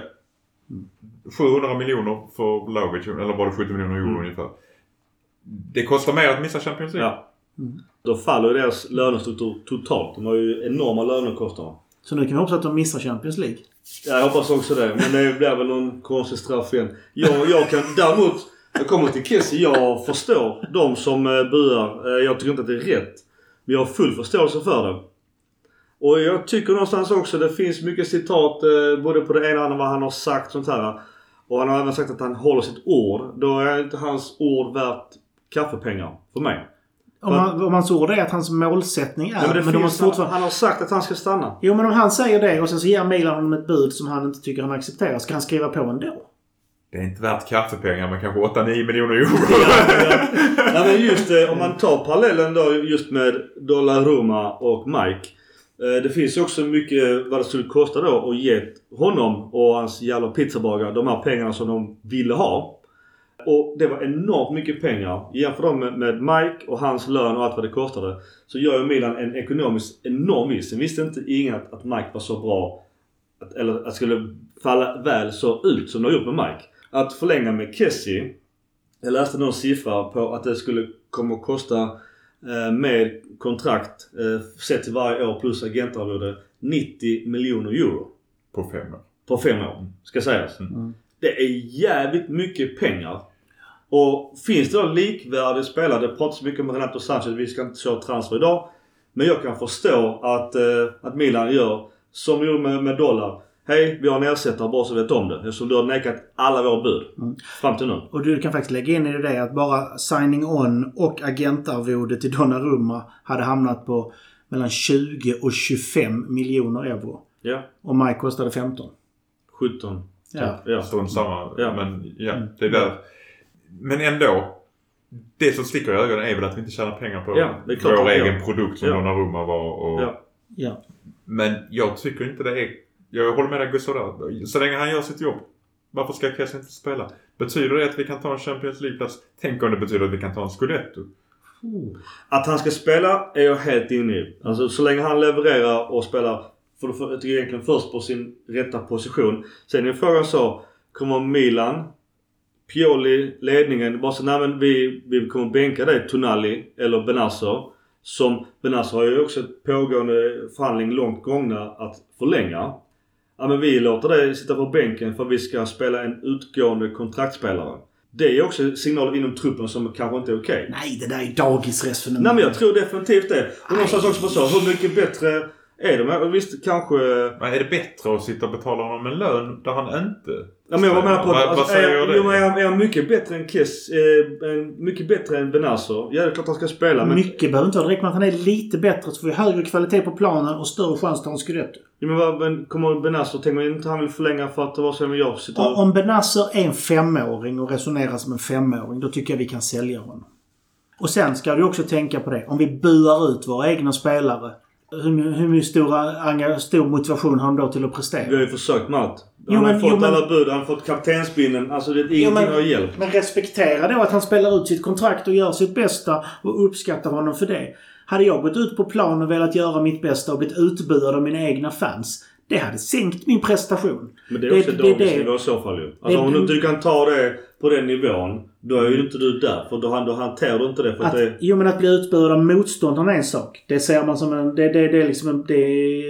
[SPEAKER 3] 700 miljoner för Vlahovic, eller var det 70 miljoner euro ungefär. Det kostar mer att missa Champions League.
[SPEAKER 1] Ja. Då faller deras lönestruktur totalt. De har ju enorma lönekostnader.
[SPEAKER 2] Så nu kan vi hoppas att de missar Champions League.
[SPEAKER 1] Jag hoppas också det. Men det blir väl någon konstig straff igen. Jag kan däremot, jag kommer till Kessie, jag förstår de som buar. Jag tycker inte att det är rätt. Men jag har full förståelse för det. Och jag tycker någonstans också, det finns mycket citat både på det ena och andra vad han har sagt sånt här. Och han har även sagt att han håller sitt ord. Då är inte hans ord värt kaffepengar för mig.
[SPEAKER 2] Om hans ord är att hans målsättning är...
[SPEAKER 1] Han har sagt att han ska stanna.
[SPEAKER 2] Jo, men om han säger det och sen så ger Milan honom ett bud som han inte tycker han accepterar, ska han skriva på ändå?
[SPEAKER 3] Det är inte värt kaffepengar, men kanske 8-9 miljoner euro.
[SPEAKER 1] Ja, men just om man tar parallellen då just med Donnarumma och Mike. Det finns också mycket vad det skulle kosta då att ge honom och hans jävla pizzabagare de här pengarna som de ville ha. Och det var enormt mycket pengar. Jämför dem med Mike och hans lön och allt vad det kostade. Så gör ju Milan en ekonomisk enorm vinst. Sen visste inte ingen att Mike var så bra. Eller att det skulle falla väl så ut som de har gjort med Mike. Att förlänga med Kessie. Jag läste någon siffra på att det skulle komma att kosta med kontrakt sett till varje år plus agentarvode 90 miljoner euro.
[SPEAKER 3] På 5 år.
[SPEAKER 1] På 5 år, ska sägas. Det är jävligt mycket pengar. Och finns det då likvärdiga spelare, det pratas så mycket om Renato Sanchez, vi ska inte köra transfer idag. Men jag kan förstå att Milan gör som de gjorde med dollar. Hej, vi har en ersättare bara så vet om det. Eftersom du har nekat alla våra bud fram till nu.
[SPEAKER 2] Och du kan faktiskt lägga in i det att bara signing on och agentarvode till Donnarumma hade hamnat på mellan 20 och 25 miljoner euro.
[SPEAKER 1] Ja.
[SPEAKER 2] Och Mike kostade 15.
[SPEAKER 1] 17.
[SPEAKER 3] Ja. Sånt samma. Ja. Men ja, det är där. Men ändå, det som sticker i ögonen är väl att vi inte tjänar pengar på vår egen produkt som Donnarumma var. Och...
[SPEAKER 2] Ja.
[SPEAKER 3] Men jag tycker inte det är... Jag håller med dig Gustav där. Så länge han gör sitt jobb. Varför ska Kessie inte spela? Betyder det att vi kan ta en Champions League-plats? Tänk om det betyder att vi kan ta en Scudetto.
[SPEAKER 1] Att han ska spela är jag helt inne i. Alltså så länge han levererar och spelar för egentligen först på sin rätta position. Sen är frågan så, kommer Milan, Pioli, ledningen, bara så nej men vi kommer bänka dig, Tonali eller Benasser. Som Benasser har ju också ett pågående förhandling långt gångna att förlänga. Ja men vi låter dig sitta på bänken för att vi ska spela en utgående kontraktspelare. Det är också signaler inom truppen som kanske inte är okej.
[SPEAKER 2] Nej, det där är dagisresonemang.
[SPEAKER 1] Nej men jag tror definitivt det. Och någonstans också på så, hur mycket bättre är de? Visst kanske... Men
[SPEAKER 3] är det bättre att sitta och betala honom en lön där han inte...
[SPEAKER 1] Ja men jag var med på
[SPEAKER 3] vad säger det?
[SPEAKER 1] Jo men jag är mycket bättre än mycket bättre än Benasser. Ja det är klart han ska spela. Men...
[SPEAKER 2] Mycket behöver inte vara direkt, men han är lite bättre så får vi högre kvalitet på planen och större chans att han skulle rätt.
[SPEAKER 1] Ja men kommer Benasser, tänker man inte han vill förlänga för att det var så med jag sitter...
[SPEAKER 2] Om Benasser är en 5-åring och resonerar som en 5-åring, då tycker jag vi kan sälja honom. Och sen ska du också tänka på det. Om vi buar ut våra egna spelare, hur stor motivation har de då till att prestera?
[SPEAKER 1] Vi har ju försökt med allt. Han har fått alla bud, han har fått kaptensbinden. Alltså det är ingenting har hjälpt.
[SPEAKER 2] Men respektera då att han spelar ut sitt kontrakt och gör sitt bästa och uppskattar honom för det. Hade jag gått ut på plan och velat göra mitt bästa och blivit utbuad av mina egna fans, det hade sänkt min prestation.
[SPEAKER 1] Men det är också dagens nivå i så fall ju. Alltså om du kan ta det på den nivån, då är ju inte du där. För då hanterar du inte det. För att
[SPEAKER 2] Jo, men att bli utbuad av motståndarna är en sak. Det ser man som en... Det är liksom... Det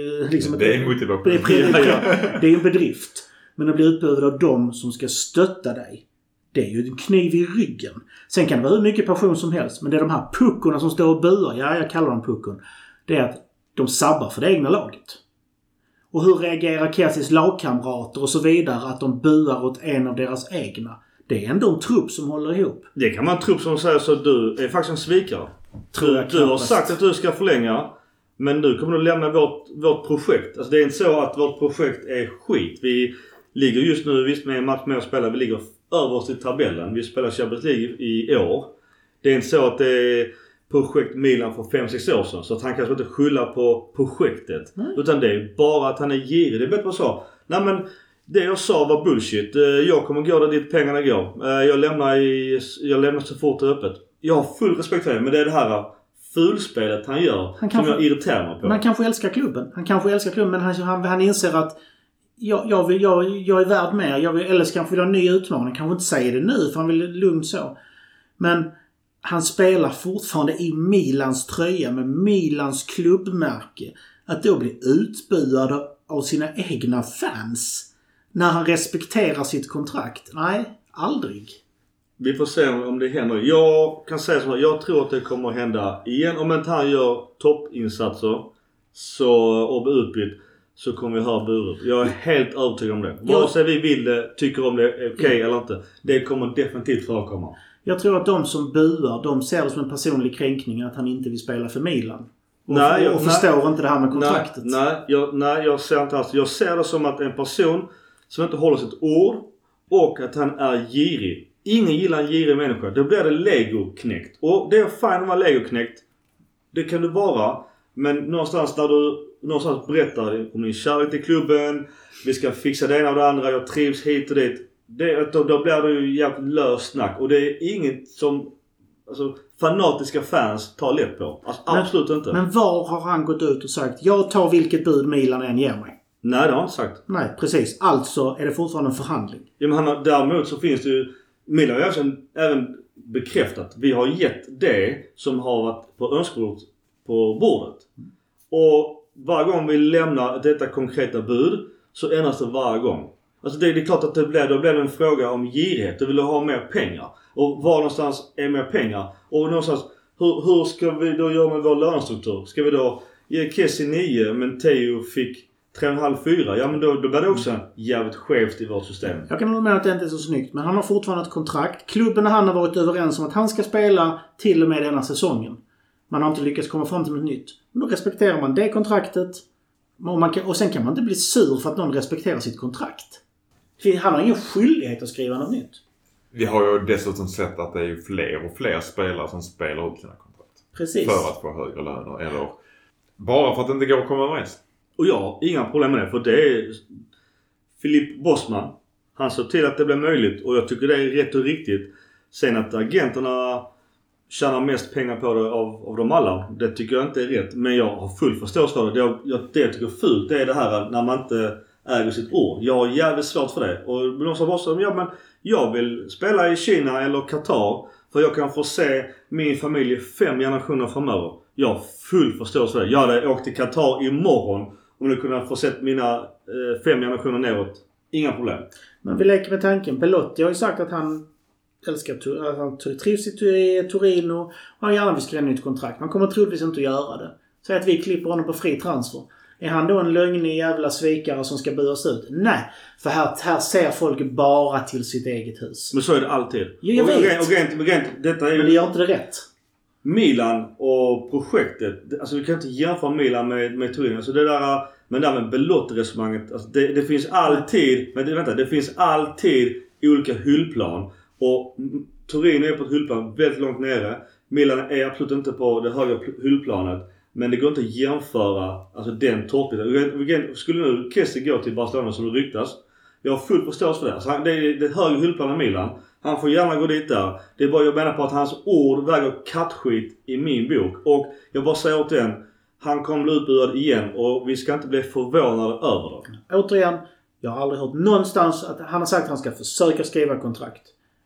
[SPEAKER 2] är
[SPEAKER 3] en motivation.
[SPEAKER 2] Det är en bedrift. Men att bli utbuad av dem som ska stötta dig, det är ju en kniv i ryggen. Sen kan det vara hur mycket passion som helst. Men det är de här puckorna som står och buar. Ja, jag kallar dem puckon. Det är att de sabbar för det egna laget. Och hur reagerar Kessis lagkamrater och så vidare att de buar åt en av deras egna? Det är ändå en trupp som håller ihop.
[SPEAKER 1] Det kan vara en trupp som säger så att du är faktiskt en svikare. Du har sagt att du ska förlänga, men du kommer att lämna vårt projekt. Alltså det är inte så att vårt projekt är skit. Vi ligger just nu, visst med en match med att spela, vi ligger överst i tabellen. Vi spelar Champions League i år. Det är inte så att det är projekt Milan för 5-6 år sedan. Så att han kanske inte skylla på projektet. Utan det är bara att han är girig. Det är bättre att säga. Nej, men det jag sa var bullshit. Jag kommer gå där dit pengarna går. Jag lämnar så fort det är öppet. Jag har full respekt för det. Men det är det här fulspelet han gör som jag irriterar mig på.
[SPEAKER 2] Men han kanske älskar klubben. Men han inser att jag är värd mer. Eller kanske vill ha en ny utmaning. Kanske inte säger det nu för han vill lugnt så. Men han spelar fortfarande i Milans tröja med Milans klubbmärke. Att då bli utbuad av sina egna fans när han respekterar sitt kontrakt. Nej, aldrig.
[SPEAKER 1] Vi får se om det händer. Jag kan säga så här, jag tror att det kommer att hända igen. Om inte han gör toppinsatser och blir utbytt, så kommer vi höra buret. Jag är helt övertygad om det. Vare sig vi vill det, tycker om det är okej eller inte. Det kommer definitivt förekomma. Jag
[SPEAKER 2] tror att de som buar, de ser det som en personlig kränkning att han inte vill spela för Milan. Och förstår inte det här med kontraktet.
[SPEAKER 1] Jag ser inte alls. Jag ser det som att en person som inte håller sitt ord och att han är girig. Ingen gillar en girig människa. Då blir det legoknäckt. Och det är fine att vara legoknäckt. Det kan du vara. Men någonstans där du berättar om din kärlek till klubben. Vi ska fixa det ena och det andra. Jag trivs hit och dit. Då blir det ju jävligt löst snack. Och det är inget som fanatiska fans tar lätt på. Absolut inte.
[SPEAKER 2] Men var har han gått ut och sagt jag tar vilket bud Milan än ger mig?
[SPEAKER 1] Nej, det har han inte sagt.
[SPEAKER 2] Nej, precis. Alltså är det fortfarande en förhandling.
[SPEAKER 1] Ja, men däremot så finns det ju... Milan har även bekräftat. Vi har gett det som har varit på önskemål på bordet. Och varje gång vi lämnar detta konkreta bud så ändras det varje gång. Alltså det är klart att då blir det en fråga om girighet. Du vill ha mer pengar. Och var någonstans är mer pengar? Och någonstans, hur ska vi då göra med vår lönestruktur? Ska vi då ge Kessie 9 men Theo fick 3,5-4? Ja, men då blir det också jävligt skevt i vårt system.
[SPEAKER 2] Jag kan hålla med att det inte är så snyggt. Men han har fortfarande ett kontrakt. Klubben och han har varit överens om att han ska spela till och med denna säsongen. Man har inte lyckats komma fram till något nytt. Men då respekterar man det kontraktet. Och sen kan man inte bli sur för att någon respekterar sitt kontrakt. Han har ingen skyldighet att skriva något nytt.
[SPEAKER 3] Vi har ju dessutom sett att det är fler och fler spelare som spelar ut sina kontrakt.
[SPEAKER 2] Precis.
[SPEAKER 3] För att få högre löner. Eller bara för att det inte går att komma överens.
[SPEAKER 1] Och jag har inga problem med det. För det är Filip Bosman. Han såg till att det blev möjligt. Och jag tycker det är rätt och riktigt. Sen att agenterna tjänar mest pengar på det av dem alla. Det tycker jag inte är rätt. Men jag har full förståelse för det. Det jag tycker är fult, det är det här när man inte äger sitt ord. Jag har jävligt svårt för det. Och de sa bara men jag vill spela i Kina eller Qatar. För jag kan få se min familj 5 generationer framöver. Jag har full förståelse för det. Jag hade åkt till Qatar imorgon om du kunde få sett mina 5 generationer neråt. Inga problem.
[SPEAKER 2] Men vi leker med tanken. Belotti har ju sagt att han älskar att han trivs i Torino och han gärna vill skriva nytt kontrakt. Man kommer troligtvis inte att göra det. Så att vi klipper honom på fri transfer. Är han då en lögnig jävla svikare som ska buas ut? Nej. För här ser folk bara till sitt eget hus.
[SPEAKER 1] Men så är det alltid.
[SPEAKER 2] Ja, jag vet.
[SPEAKER 1] Detta är ju...
[SPEAKER 2] Men det gör inte det rätt.
[SPEAKER 1] Milan och projektet. Alltså vi kan inte jämföra Milan med Torino. Alltså det där med Belotti-resonemanget. Alltså det finns alltid... Men det finns alltid olika hyllplan. Och Torino är på ett hyllplan väldigt långt nere. Milan är absolut inte på det höga hyllplanet. Men det går inte att jämföra den toppbiten. Skulle nu Kessie gå till Barcelona som det ryktas. Jag har full förståelse för det. Alltså det är högre hyllplan än Milan. Han får gärna gå dit där. Det är bara jag menar på att hans ord väger kattskit i min bok. Och jag bara säger åt den. Han kommer bli utbuad igen. Och vi ska inte bli förvånade över det.
[SPEAKER 2] Återigen. Jag har aldrig hört någonstans att han har sagt att han ska försöka skriva kontrakt.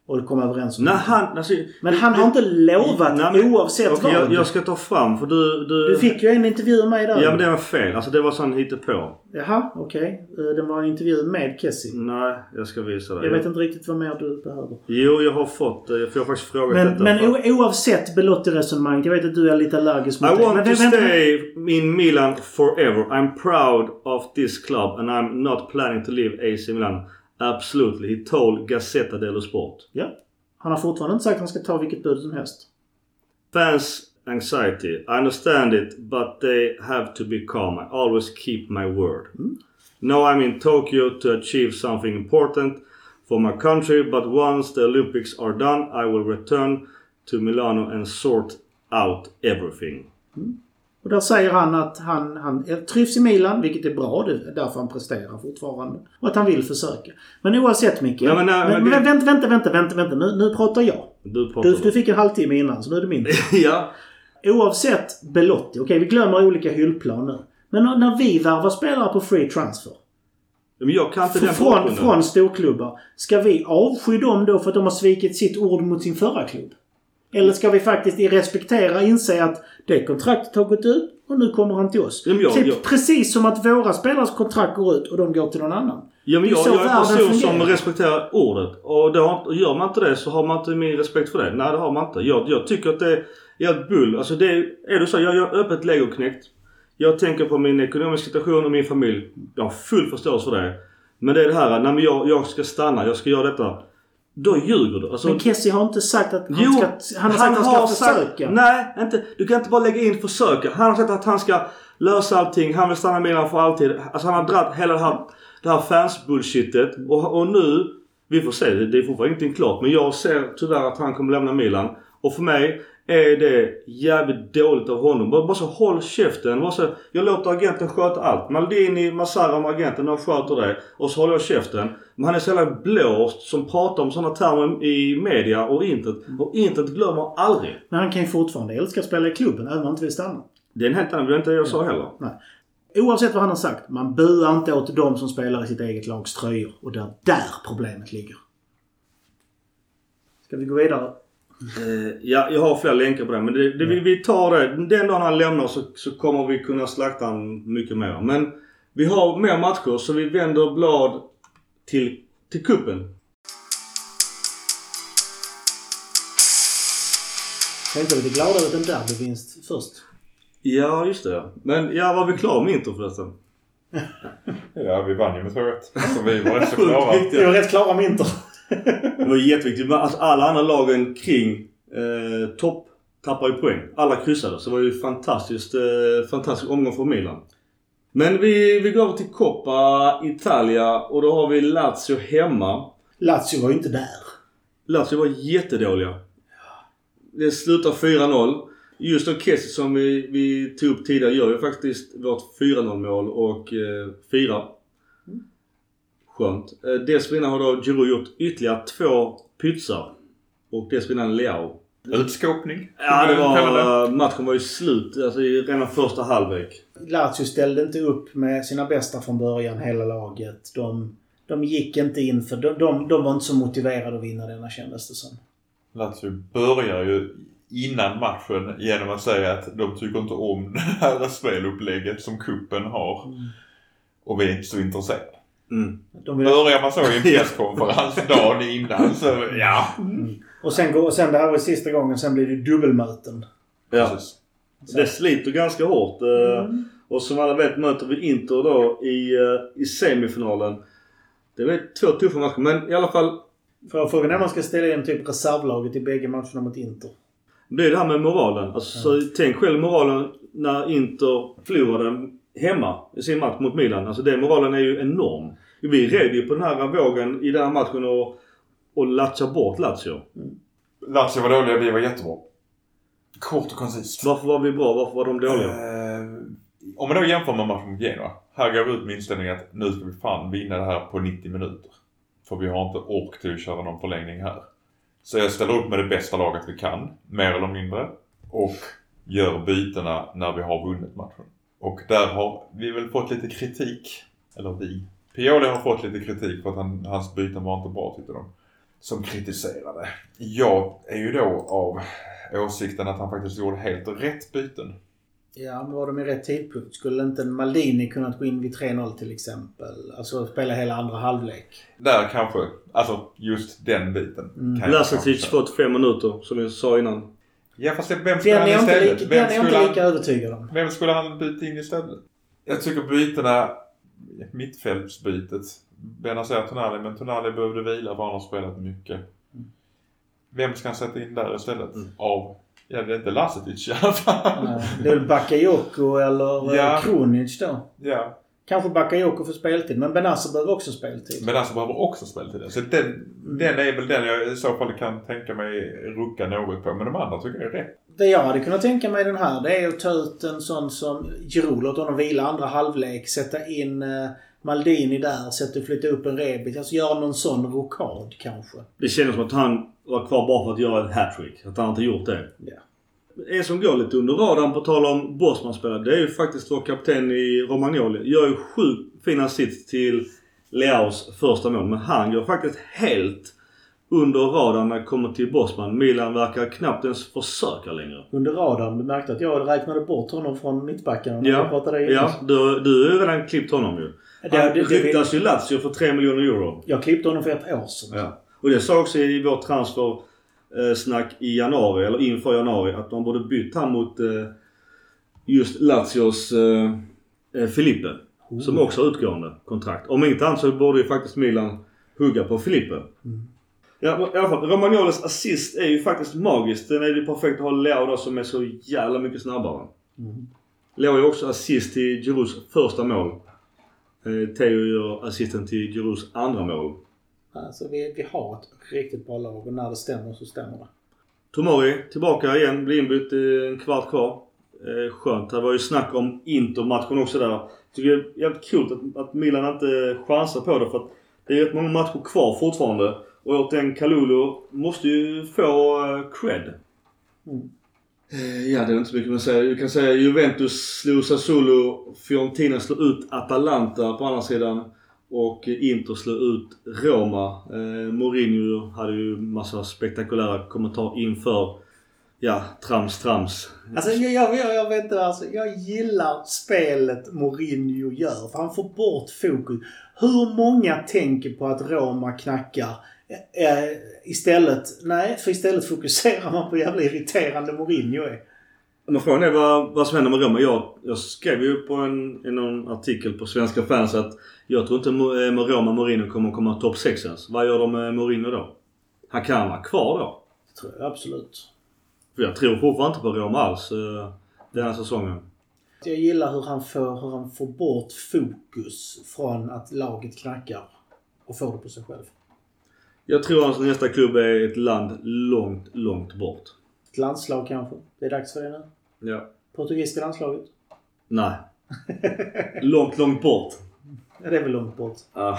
[SPEAKER 2] och komma överens om
[SPEAKER 1] Nej,
[SPEAKER 2] det. Men han har inte lovat oavsett vad.
[SPEAKER 1] Jag ska ta fram för
[SPEAKER 2] du fick ju en intervju med mig där.
[SPEAKER 1] Ja, men det var fel. Alltså det var sån hittepå.
[SPEAKER 2] Jaha, okej. Det var en intervju med Kessie.
[SPEAKER 1] Nej, jag ska visa dig.
[SPEAKER 2] Jag vet inte riktigt vad mer du behöver.
[SPEAKER 1] Jo, jag har fått. För jag har faktiskt frågat detta.
[SPEAKER 2] Men oavsett Belotti-resonemanget. Jag vet att du är lite allergisk mot
[SPEAKER 1] det. I want to stay in Milan forever. I'm proud of this club and I'm not planning to leave AC Milan. Absolutely. He told Gazzetta dello Sport.
[SPEAKER 2] Ja. Han har fortfarande inte sagt att han ska ta vilket bud som helst.
[SPEAKER 1] Fans anxiety. I understand it, but they have to be calm. I always keep my word. Now I'm in Tokyo to achieve something important for my country, but once the Olympics are done, I will return to Milano and sort out everything.
[SPEAKER 2] Och där säger han att han trivs i Milan, vilket är bra. Det är därför han presterar fortfarande. Och att han vill försöka. Men oavsett, Micke.
[SPEAKER 1] Ja,
[SPEAKER 2] Vänta. Nu pratar jag. Du fick en halvtimme innan, så nu är det min.
[SPEAKER 1] Ja.
[SPEAKER 2] Oavsett Belotti. Okej, vi glömmer olika hyllplan nu. Men när vi värvar spelare på free transfer.
[SPEAKER 1] Men jag kan inte
[SPEAKER 2] från storklubbar. Ska vi avsky dem då för att de har svikit sitt ord mot sin förra klubb? Eller ska vi faktiskt inse att det kontraktet har gått ut och nu kommer han till oss? Precis som att våra spelares kontrakt går ut och de går till någon annan.
[SPEAKER 1] Ja, men jag är en person som respekterar ordet. Och gör man inte det så har man inte min respekt för det. Nej, det har man inte. Jag tycker att det är ett bull. Alltså är du så, jag gör öppet legoknäckt. Jag tänker på min ekonomiska situation och min familj. Jag har full förståelse för det. Men det är det här, när jag ska stanna, jag ska göra detta. Då ljuger du. Alltså,
[SPEAKER 2] men Kessie har inte sagt att han ska försöka.
[SPEAKER 1] Nej, inte. Du kan inte bara lägga in försöka. Han har sagt att han ska lösa allting. Han vill stanna med Milan för alltid. Alltså han har dratt hela det här fans-bullshitet. Och nu, vi får se, det är fortfarande ingenting klart. Men jag ser tyvärr att han kommer lämna Milan. Och för mig är det jävligt dåligt av honom. Bara så håll käften. Jag låter agenten sköta allt. Maldini, Massara med agenten, de sköter det. Och så håller jag käften. Men han är så jävla blåst som pratar om sådana termer i media och internet. Och internet glömmer aldrig.
[SPEAKER 2] Men han kan ju fortfarande älska att spela i klubben även om han inte vill stanna.
[SPEAKER 1] Det är en helt annan, det inte jag sa heller.
[SPEAKER 2] Nej. Oavsett vad han har sagt. Man buar inte åt de som spelar i sitt eget lags tröjor. Och där problemet ligger. Ska vi gå vidare?
[SPEAKER 1] Ja, jag har flera länkar på det. Men vi tar det. Den dagen han lämnar så kommer vi kunna slakta han mycket mer. Men vi har mer matcher så vi vänder blad till kuppen.
[SPEAKER 2] Jag är inte lite glad över den derbyvinst först.
[SPEAKER 1] Ja, just det. Men var vi klara med Inter förresten?
[SPEAKER 3] Ja, vi vann ju med 2-1. Så vi var rätt så klara.
[SPEAKER 2] Vi var rätt klara med Inter.
[SPEAKER 1] Det var jätteviktigt. Alltså, alla andra lagen kring topp tappar ju poäng. Alla kryssade. Så det var ju fantastisk omgång för Milan. Men vi går över till Coppa Italia. Och då har vi Lazio hemma.
[SPEAKER 2] Lazio var ju inte där.
[SPEAKER 1] Lazio var jättedåliga. Det slutar 4-0. Just då Kessie som vi tog upp tidigare gör ju faktiskt vårt 4-0 mål och 4. Skönt. Dessförinnan har då Giroud gjort ytterligare 2 pytsar. Och dessförinnan Leao.
[SPEAKER 3] Utskåpning.
[SPEAKER 1] Ja, det var matchen var ju slut. Alltså i redan första halvlek.
[SPEAKER 2] Lazio ställde inte upp med sina bästa från början, hela laget. De gick inte in för de var inte så motiverade att vinna denna, kändes det som.
[SPEAKER 3] Lazio börjar ju innan matchen genom att säga att de tycker inte om det här spelupplägget som kuppen har. Och vi är inte så intresserade. Börjar man så i en presskonferens dagen innan så ja.
[SPEAKER 2] Och sen det här var sista gången, sen blir det dubbelmöten.
[SPEAKER 1] Ja. Precis. Det sliter ganska hårt. Och som alla vet möter vi Inter då i semifinalen. Det är 2 tuffa matcher, men i alla fall.
[SPEAKER 2] Frågan är om man ska ställa in typ reservlaget i bägge matcherna mot Inter.
[SPEAKER 1] Det är det här med moralen. Alltså, så tänk själv moralen när Inter förlorade hemma i sin match mot Milan. Alltså den moralen är ju enorm. Vi red ju på den här vågen i den här matchen och latcha bort Lazio.
[SPEAKER 3] Lazio var dåliga, vi var jättebra. Kort och koncist.
[SPEAKER 1] Varför var vi bra? Varför var de dåliga?
[SPEAKER 3] Om man då jämför med matchen mot Genoa. Här går vi ut med inställningen att nu ska vi fan vinna det här på 90 minuter. För vi har inte ork till att köra någon förlängning här. Så jag ställer upp med det bästa laget vi kan, mer eller mindre. Och gör bytena när vi har vunnit matchen. Och där har vi väl fått lite kritik. Eller vi. Pioli har fått lite kritik för att hans byten var inte bra, tyckte de. som kritiserade. Jag är ju då av åsikten att han faktiskt gjorde helt rätt byten.
[SPEAKER 2] Ja, men var de i rätt tidpunkt? Skulle inte en Maldini kunnat gå in vid 3-0 till exempel? Alltså spela hela andra halvlek?
[SPEAKER 3] Där kanske. Alltså just den biten.
[SPEAKER 1] Lasatic fått 5 minuter som jag sa innan.
[SPEAKER 3] Ja, fast vem skulle han istället?
[SPEAKER 2] Den är jag inte lika övertygad om.
[SPEAKER 3] Vem skulle han byta in istället? Jag tycker bytena, mittfältsbytet. Benazer Tonali, men Tonali behövde vila för han har spelat mycket. Vem ska han sätta in där istället? Ja, det är inte Lasatic i alla fall.
[SPEAKER 2] Nej, det är väl Bakayoko eller Krunic då.
[SPEAKER 3] Ja.
[SPEAKER 2] Kanske Bakayoko får speltid, men Benazer behöver också speltid.
[SPEAKER 3] Benazer behöver också speltid. Så den är väl den jag i så fall kan tänka mig rucka något på. Men de andra tycker jag är rätt.
[SPEAKER 2] Det jag hade kunnat tänka mig den här, det är att ta ut en sån som Giroud, låta honom vila andra halvlek, sätta in Maldini där, flytta upp en Rebic, alltså göra någon sån rokad kanske.
[SPEAKER 1] Det känns som att han var kvar bara för att göra ett hattrick. Att han inte gjort det.
[SPEAKER 2] Ja.
[SPEAKER 1] En som går lite under radarn på tal om Bosman-spelare, det är ju faktiskt vår kapten i Romagnoli. Gör ju 7 fina sitt till Leaos första mål. Men han går faktiskt helt under radarn när det kommer till Bosman. Milan verkar knappt ens försöka längre.
[SPEAKER 2] Under radarn? Du märkte att jag räknade bort honom från mittbacken.
[SPEAKER 1] Ja, du har ju redan klippt honom ju. Han ryktas ju Lazio för 3 miljoner euro.
[SPEAKER 2] Jag klippte honom för ett år sedan.
[SPEAKER 1] Ja. Och det sa också i vår transfersnack i januari, eller inför januari, att de borde bytt han mot just Lazios Filipe. Som också har utgående kontrakt. Om inte annat så borde ju faktiskt Milan hugga på Filipe. Ja, i alla fall, Romagnolis assist är ju faktiskt magiskt. Den är ju perfekt att ha Leo då som är så jävla mycket snabbare. Leo är också assist till Girouds första mål. Theo gör assisten till Girouds andra mål.
[SPEAKER 2] Alltså vi har ett riktigt bra lag och när det stämmer så stämmer det.
[SPEAKER 1] Tomori tillbaka igen, blir inbytt en kvart kvar. Skönt. Det var ju snack om Inter-matchen också där. Tycker det är jävligt kul att Milan inte chansar på det för att det är rätt många matcher kvar fortfarande. Och åt den Kalulu måste ju få cred. Ja, det är inte så mycket man säger. Du kan säga Juventus slog Sassuolo, Fiorentina slog ut Atalanta på andra sidan. Och Inter slog ut Roma. Mourinho hade ju massa spektakulära kommentarer inför trams.
[SPEAKER 2] Alltså jag vet inte, alltså, jag gillar spelet Mourinho gör. För han får bort fokus. Hur många tänker på att Roma knackar? Istället fokuserar man på jävla irriterande Mourinho är.
[SPEAKER 1] Men frågan är vad som händer med Roma. Jag skrev ju på en artikel på Svenska fans att jag tror inte med Roma Mourinho kommer att komma topp 6 ens. Vad gör de med Mourinho då? Han kan vara kvar då.
[SPEAKER 2] Det tror jag absolut.
[SPEAKER 1] För jag tror fortfarande inte på Roma alls den här säsongen.
[SPEAKER 2] Jag gillar hur han får bort fokus från att laget knackar och får det på sig själv.
[SPEAKER 1] Jag tror att nästa klubb är ett land långt bort.
[SPEAKER 2] Ett landslag kanske. Det är dags för det nu.
[SPEAKER 1] Ja.
[SPEAKER 2] Portugisiska landslaget?
[SPEAKER 1] Nej. långt bort.
[SPEAKER 2] Ja, det är väl långt bort.
[SPEAKER 1] Ja.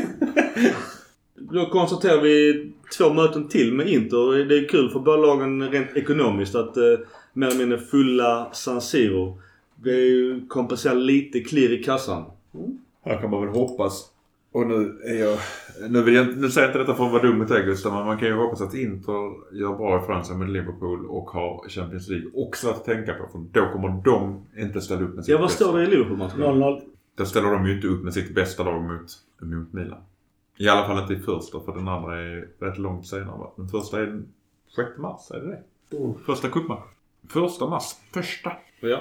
[SPEAKER 1] Då konstaterar vi 2 möten till med Inter. Det är kul för båda lagen rent ekonomiskt att mer eller mindre fulla San Siro. Det är ju kompenserar lite klirr i kassan.
[SPEAKER 3] Här kan man väl hoppas. Och nu säger jag inte detta för att vara dum mot Gustav, men man kan ju hoppas att Inter gör bra ifrån sig med Liverpool och har Champions League också att tänka på. För då kommer de inte ställa upp med sitt
[SPEAKER 1] vad står det i Liverpool-matchen?
[SPEAKER 2] 0-0.
[SPEAKER 3] Då ställer de ju inte upp med sitt bästa lag mot Milan. I alla fall inte i första, för den andra är rätt långt senare. Den första är 6 mars, är det? Första cupmatch. 1 mars. Första.
[SPEAKER 1] Ja.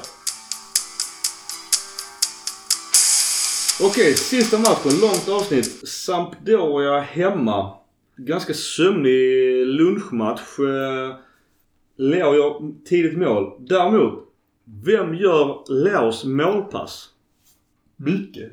[SPEAKER 1] Okej, sista matchen. Långt avsnitt. Sampdoria hemma. Ganska sömnig lunchmatch. Leo gör tidigt mål. Däremot, vem gör Leos målpass?
[SPEAKER 3] Mycket.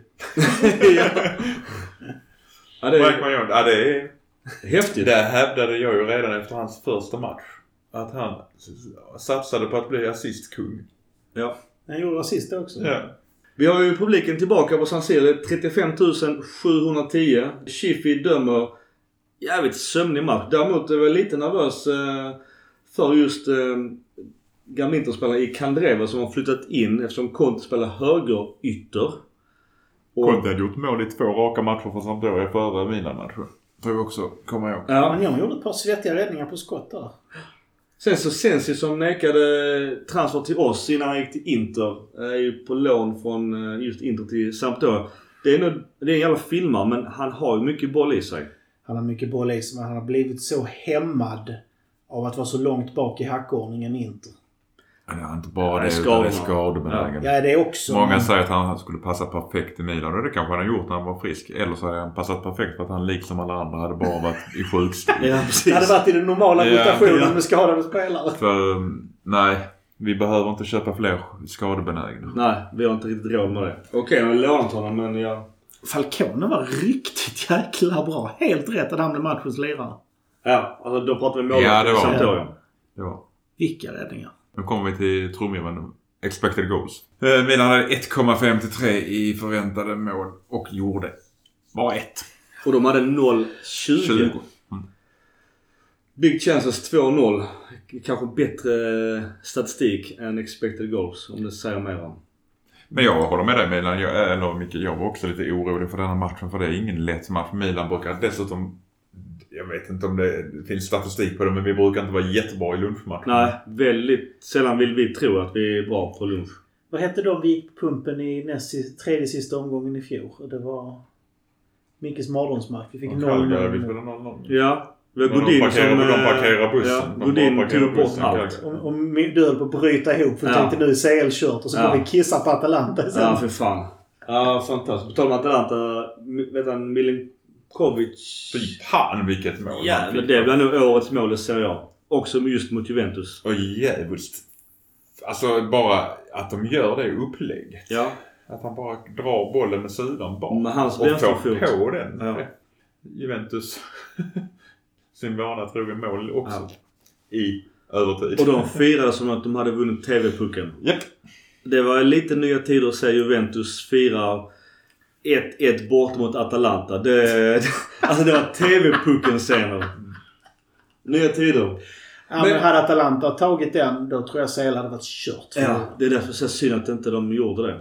[SPEAKER 1] Ja, det
[SPEAKER 3] är
[SPEAKER 1] häftigt.
[SPEAKER 3] Det hävdade jag ju redan efter hans första match. Att han satsade på att bli assistkung.
[SPEAKER 1] Ja.
[SPEAKER 2] Han gjorde assist också.
[SPEAKER 3] Ja.
[SPEAKER 1] Vi har ju publiken tillbaka på San Siro. 35 710. Schiffi dömer jävligt sömnig match. Däremot är jag lite nervös för just gamla Interspelare i Candreva som har flyttat in eftersom Conte spelar högerytter.
[SPEAKER 3] Conte hade gjort mål i 2 raka matcher för Sampdoria före Milan-matcher. Tror jag också kommer ihåg.
[SPEAKER 2] Ja. Men jag gjorde ett par svettiga räddningar på skott där.
[SPEAKER 1] Sen så Sensi som nekade transfer till oss innan han gick till Inter. Är ju på lån från just Inter till Sampdoria. Det är en jävla filmare, men han har ju mycket boll i sig.
[SPEAKER 2] Han har mycket boll i sig, men han har blivit så hämmad av att vara så långt bak i hackordningen Inter.
[SPEAKER 3] Han är inte bara det, utan det är skadebenägen.
[SPEAKER 2] Ja, det är också.
[SPEAKER 3] Många säger att han skulle passa perfekt i Milan, och det kanske han har gjort när han var frisk. Eller så har han passat perfekt för att han liksom alla andra hade bara varit i sjukskriv.
[SPEAKER 1] Ja, precis.
[SPEAKER 2] Det hade varit i den normala rotationen med skadade spelare.
[SPEAKER 3] För nej, vi behöver inte köpa fler skadebenägna.
[SPEAKER 1] Nej, vi har inte riktigt råd med det. Okej, jag har lånat honom, men jag...
[SPEAKER 2] Falcone var riktigt jäkla bra. Helt rätt att han blev matchens lirare.
[SPEAKER 1] Ja, alltså då pratar vi mål.
[SPEAKER 3] Ja, det var
[SPEAKER 1] Sampdoria.
[SPEAKER 3] Ja.
[SPEAKER 2] Vilka räddningar.
[SPEAKER 3] Nu kommer vi till trumgiven expected goals. Milan hade 1,53 i förväntade mål och gjorde bara 1.
[SPEAKER 1] Och de hade 0,20. Big chances 2-0. Kanske bättre statistik än expected goals, om det säger mer om.
[SPEAKER 3] Men jag håller med dig Milan. Jag var också lite orolig för den här matchen, för det är ingen lätt match. Milan brukar dessutom, jag vet inte om det finns statistik på det, men vi brukar inte vara jättebra i lunchmatchen.
[SPEAKER 1] Nej, väldigt sällan vill vi tro att vi är bra på lunch.
[SPEAKER 2] Vad hette de vi gick på pumpen i tredje sista omgången i fjol? Det var Mickes mardrömsmatch. Vi fick 0-0.
[SPEAKER 1] Ja. Vi har Godin som...
[SPEAKER 3] De parkerar bussen.
[SPEAKER 1] Ja, Godin tog bort allt.
[SPEAKER 2] Och du höll på att bryta ihop, för tänkte nu är CL-kört och så får vi kissa på Atalanta sen.
[SPEAKER 1] Ja, för fan. Ja, fantastiskt. På tal om Atalanta, vet han, Milinkovic...
[SPEAKER 3] Fy fan vilket mål.
[SPEAKER 1] Ja, men det blir nog årets mål, det ser jag. Också just mot Juventus.
[SPEAKER 3] Och jävligt. Alltså bara att de gör det upplägget.
[SPEAKER 1] Ja.
[SPEAKER 3] Att han bara drar bollen med sidan bak.
[SPEAKER 1] Med hans
[SPEAKER 3] och
[SPEAKER 1] får
[SPEAKER 3] på den.
[SPEAKER 1] Ja.
[SPEAKER 3] Juventus sin vana trogen mål också. Ja. I övertid.
[SPEAKER 1] Och de firade som att de hade vunnit TV-pucken.
[SPEAKER 3] Japp.
[SPEAKER 1] Det var lite nya tider att se Juventus fira 1-1 bort mot Atalanta. Alltså det var TV-pucken senare. Nya tider.
[SPEAKER 2] Ja, men hade Atalanta tagit den, då tror jag CL hade varit kört.
[SPEAKER 1] Ja, det är därför så synd att inte de gjorde det.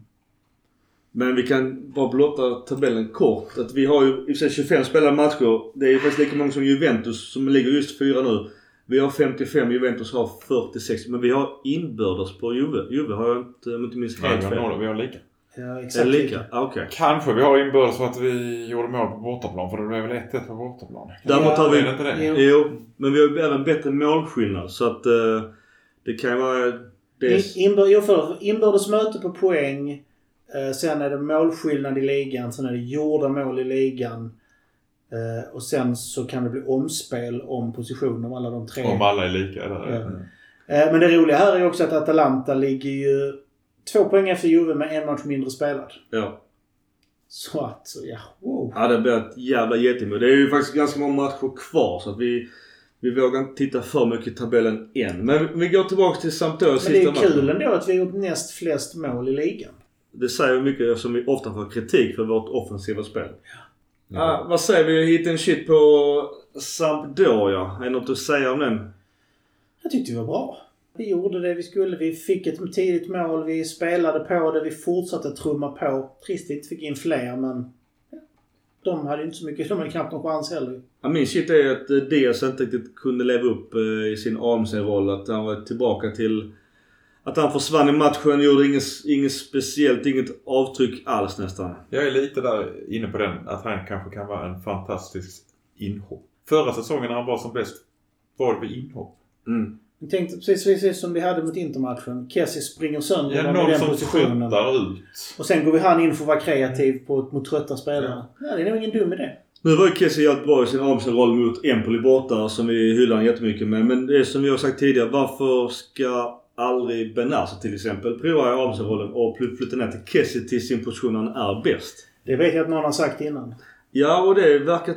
[SPEAKER 1] Men vi kan bara blotta tabellen kort. Att vi har ju i och för sig 25 spelade matcher. Det är ju faktiskt lika många som Juventus som ligger just 4 nu. Vi har 55, Juventus har 46. Men vi har inbördes på Juve. Juve har jag inte minst helt fel.
[SPEAKER 3] Vi har lika.
[SPEAKER 2] Ja, exakt
[SPEAKER 1] lika. Okay.
[SPEAKER 3] Kanske vi har inbördes för att vi gjorde mål på bortaplan. För det blev väl 1-1 på bortaplan.
[SPEAKER 1] Däremot har vi...
[SPEAKER 3] inte det.
[SPEAKER 1] Jo, men vi har även bättre målskillnad. Så att det kan vara...
[SPEAKER 2] Inbördes möte på poäng. Sen är det målskillnad i ligan. Sen är det gjorda mål i ligan. Och sen så kan det bli omspel om position om alla de tre.
[SPEAKER 3] Om alla är lika.
[SPEAKER 2] Men det roliga här är också att Atalanta ligger ju 2 poäng efter Juve med en match mindre spelad.
[SPEAKER 1] Ja.
[SPEAKER 2] Så att, ja, wow.
[SPEAKER 1] Ja, det blir ett jävla jättemål. Det är ju faktiskt ganska många matcher kvar, så att vi vågar inte titta för mycket i tabellen än. Men vi går tillbaka till Sampdoria sista matchen.
[SPEAKER 2] Men det är kul ändå att vi har gjort näst flest mål i ligan.
[SPEAKER 1] Det säger mycket eftersom vi ofta får kritik för vårt offensiva spel. Ja. Vad säger vi? Hit en shit på Sampdoria. Är det något att säga om den?
[SPEAKER 2] Jag tyckte det var bra. Vi gjorde det vi skulle. Vi fick ett tidigt mål. Vi spelade på det. Vi fortsatte trumma på. Trist inte fick in fler, men de hade inte så mycket. De hade knappt någon chans heller.
[SPEAKER 1] Ja, min shit är att Diaz inte riktigt kunde leva upp i sin AMC-roll. Att han var tillbaka till... Att han försvann i matchen, gjorde inget speciellt, inget avtryck alls nästan.
[SPEAKER 3] Jag är lite där inne på den, att han kanske kan vara en fantastisk inhopp. Förra säsongen när han var som bäst var det vid inhopp.
[SPEAKER 2] Jag tänkte precis som vi hade mot Intermatchen. Kessie springer sönder
[SPEAKER 3] någon
[SPEAKER 2] i den
[SPEAKER 3] som
[SPEAKER 2] positionen.
[SPEAKER 3] ut.
[SPEAKER 2] Och sen går vi han in för att vara kreativ mot trötta spelare. Ja, det är nog ingen dum idé.
[SPEAKER 1] Nu var ju Kessie helt bra i sin AMC-roll mot Empoli borta, som vi hyllar jättemycket med. Men det är som vi har sagt tidigare, varför ska aldrig Benassa till exempel prova i AMC-rollen och flytta ner till Kessie till sin position han är bäst?
[SPEAKER 2] Det vet jag att någon har sagt innan.
[SPEAKER 1] Ja, och det verkar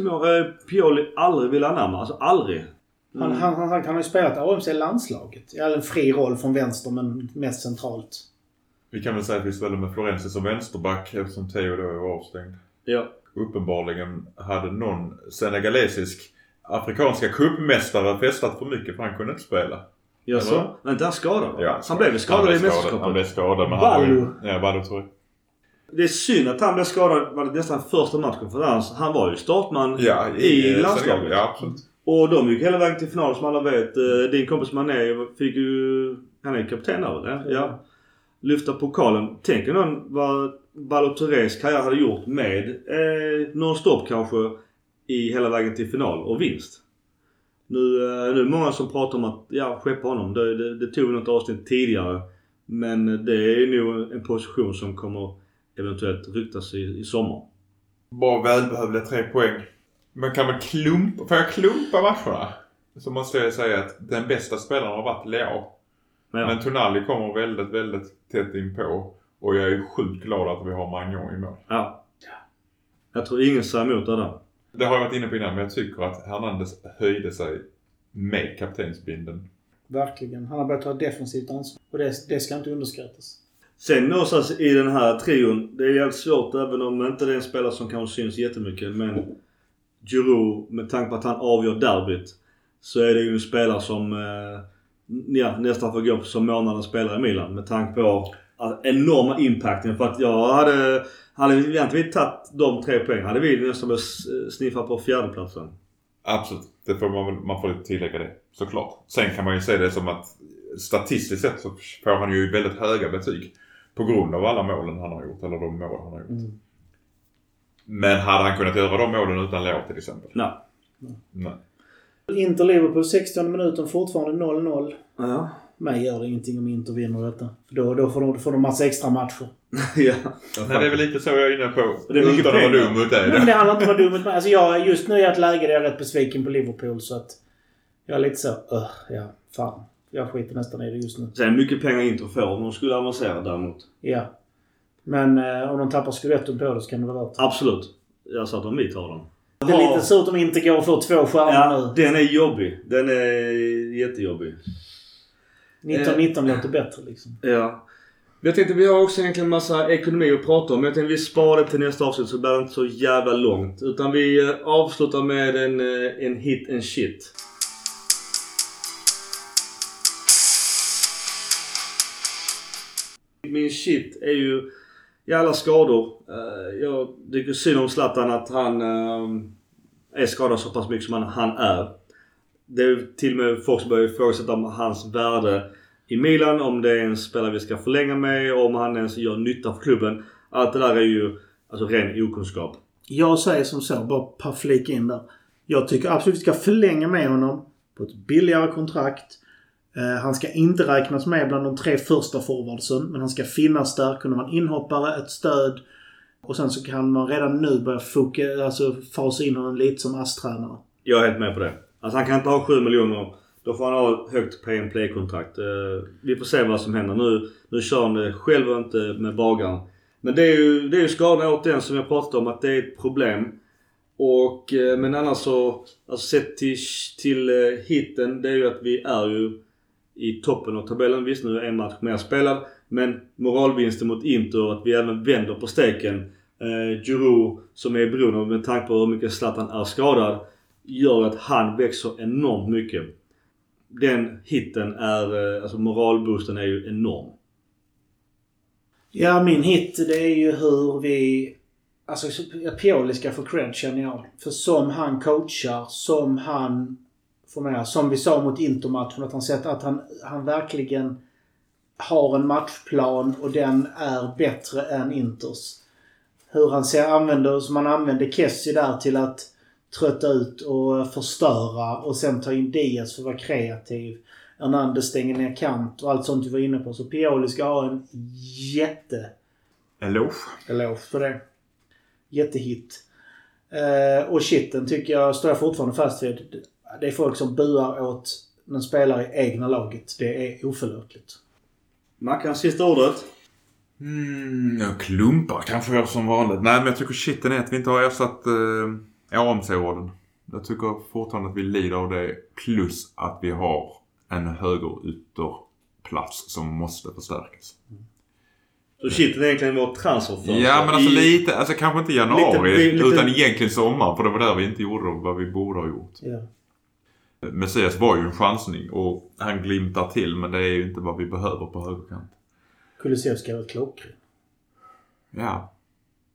[SPEAKER 1] Pioli aldrig vill anamma. Alltså aldrig.
[SPEAKER 2] Han har ju spelat AMC-landslaget. I en fri roll från vänster, men mest centralt.
[SPEAKER 3] Vi kan väl säga att vi ställer med Florenzi som vänsterback eftersom Theo då är avstängd.
[SPEAKER 1] Ja.
[SPEAKER 3] Uppenbarligen hade någon senegalesisk afrikanska cupmästare festat för mycket för han kunde inte spela.
[SPEAKER 1] Ja, så? Men inte han skadad?
[SPEAKER 3] Ja,
[SPEAKER 1] han blev skadad i mästerskapet.
[SPEAKER 3] Han blev skadad, men
[SPEAKER 2] Ballo.
[SPEAKER 3] Ballo tror jag.
[SPEAKER 1] Det är synd att han blev skadad, var det nästan första matchen för han var ju startman i landslaget.
[SPEAKER 3] Ja, absolut.
[SPEAKER 1] Och de gick hela vägen till final som alla vet. Din kompis Mané fick ju, han är kapten av det. Ja. Lyfta pokalen. Tänker någon vad Balotellis karriär hade gjort med non-stop kanske i hela vägen till final och vinst. Nu är det många som pratar om att skeppa honom. Det tog vi något avsnitt tidigare. Men det är nog en position som kommer eventuellt ryktas i sommar.
[SPEAKER 3] Bara välbehövliga 3 poäng. Man kan väl får jag klumpa matcherna? Så måste jag säga att den bästa spelaren har varit Leao. Men Tonali kommer väldigt, väldigt tätt in på. Och jag är sjukt glad att vi har Magnon i mål.
[SPEAKER 1] Ja. Jag tror ingen säger emot det där.
[SPEAKER 3] Det har jag varit inne på innan, men jag tycker att Hernandez höjde sig med kaptensbindeln.
[SPEAKER 2] Verkligen. Han har börjat ta defensivt ansvar. Och det ska inte underskattas.
[SPEAKER 1] Sen någonstans i den här trion, det är jävligt svårt även om inte det är en spelare som kanske syns jättemycket. Men Giroud, med tanke på att han avgör derbyt, så är det ju en spelare som nästan får gå som månadens spelare i Milan. Med tanke på enorma impacten. För att hade vi egentligen tagit de 3 poäng hade vi nästan börjat sniffa på 4:e platsen.
[SPEAKER 3] Absolut, det får man får tillägga det, såklart. Sen kan man ju säga det som att statistiskt sett så får han ju väldigt höga betyg på grund av alla målen han har gjort, eller de mål han har gjort. Mm. Men hade han kunnat göra de målen utan Leao till exempel? Nej.
[SPEAKER 2] Inter Liverpool 60 minuten fortfarande 0-0.
[SPEAKER 1] Ja.
[SPEAKER 2] Men gör det ingenting om Inter vinner detta. För då får de massa extra matcher.
[SPEAKER 1] Ja.
[SPEAKER 3] Nej, det är väl lite så jag är inne på.
[SPEAKER 1] Det är mycket pengar.
[SPEAKER 3] Dum mot dig.
[SPEAKER 2] Men det handlar inte om att vara dum mot mig. Alltså just nu är jag i ett läge där jag är rätt besviken på Liverpool. Så att jag är lite så, fan. Jag skiter nästan i det just nu.
[SPEAKER 1] Sen mycket pengar Inter får om de skulle avancera däremot.
[SPEAKER 2] Ja. Men om de tappar Scudetto på det så kan det vara värt.
[SPEAKER 1] Absolut. Jag sa att de tar dem.
[SPEAKER 2] Det är lite så att de inte går och får 2 stjärnor nu.
[SPEAKER 1] Den är jobbig. Den är jättejobbig.
[SPEAKER 2] 19 låter bättre liksom.
[SPEAKER 1] Ja. Jag tänkte vi har också egentligen en massa ekonomi att prata om. Jag tänkte vi sparar det till nästa avsnitt så blir det inte så jävla långt. Utan vi avslutar med en hit and shit. Min shit är ju alla skador. Jag tycker synd om Zlatan att han är skadad så pass mycket som han är. Det är till och med folk som börjar ifrågasätta om hans värde i Milan, om det är en spelare vi ska förlänga med, om han ens gör nytta för klubben. Allt det där är ju alltså ren okunskap.
[SPEAKER 2] Jag säger som så, bara flika in där. Jag tycker absolut vi ska förlänga med honom på ett billigare kontrakt. Han ska inte räknas med bland de 3 första forwardsen, men han ska finnas där, kunna vara en inhoppare, ett stöd. Och sen så kan man redan nu börja fasa in honom lite som ASS-tränare.
[SPEAKER 1] Jag är helt med på det. Alltså han kan inte ha 7 miljoner. Då får han ha ett högt pay and play-kontrakt. Vi får se vad som händer. Nu kör han det själv och inte med bagaren. Men det är ju skadan åt den som jag pratade om att det är ett problem. Och men annars så alltså sett till hitten, det är ju att vi är ju i toppen av tabellen. Visst, nu är en match mer spelad. Men moralvinsten mot Inter, att vi även vänder på steken. Giroud som är beroende med tanke på hur mycket Zlatan är skadad, gör att han växer enormt mycket. Den hitten är, alltså moralboosten är ju enorm.
[SPEAKER 2] Ja, min hit det är ju hur vi, alltså Pioli ska få cred känner jag. För som han coachar, som han får med, som vi sa mot Intermatchen, att han sett att han verkligen har en matchplan och den är bättre än Inters. Hur han använder Kessie där till att trötta ut och förstöra och sen ta in Diaz för att vara kreativ. Hernandez stänger ner kant och allt sånt vi var inne på. Så Pioli ska ha en eloge för det. Jättehit. Och shitten tycker jag står jag fortfarande fast vid. Det är folk som buar åt en spelare i egna laget. Det är oförlåtligt.
[SPEAKER 1] Mackan, sista ordet.
[SPEAKER 3] Jag klumpar kanske jag som vanligt. Nej, men jag tycker shitten är att vi inte har ersatt AMC-orden. Jag tycker fortfarande att vi lider av det. Plus att vi har en höger ytterplats som måste förstärkas.
[SPEAKER 1] Så shitten är egentligen vår transferfönster.
[SPEAKER 3] Ja, men alltså lite, alltså kanske inte januari utan egentligen sommar. För det var där vi inte gjorde vad vi borde ha gjort.
[SPEAKER 2] Ja.
[SPEAKER 3] Messias var ju en chansning och han glimtar till, men det är ju inte vad vi behöver på högerkant.
[SPEAKER 2] Kulusevski var klockren.
[SPEAKER 3] Ja,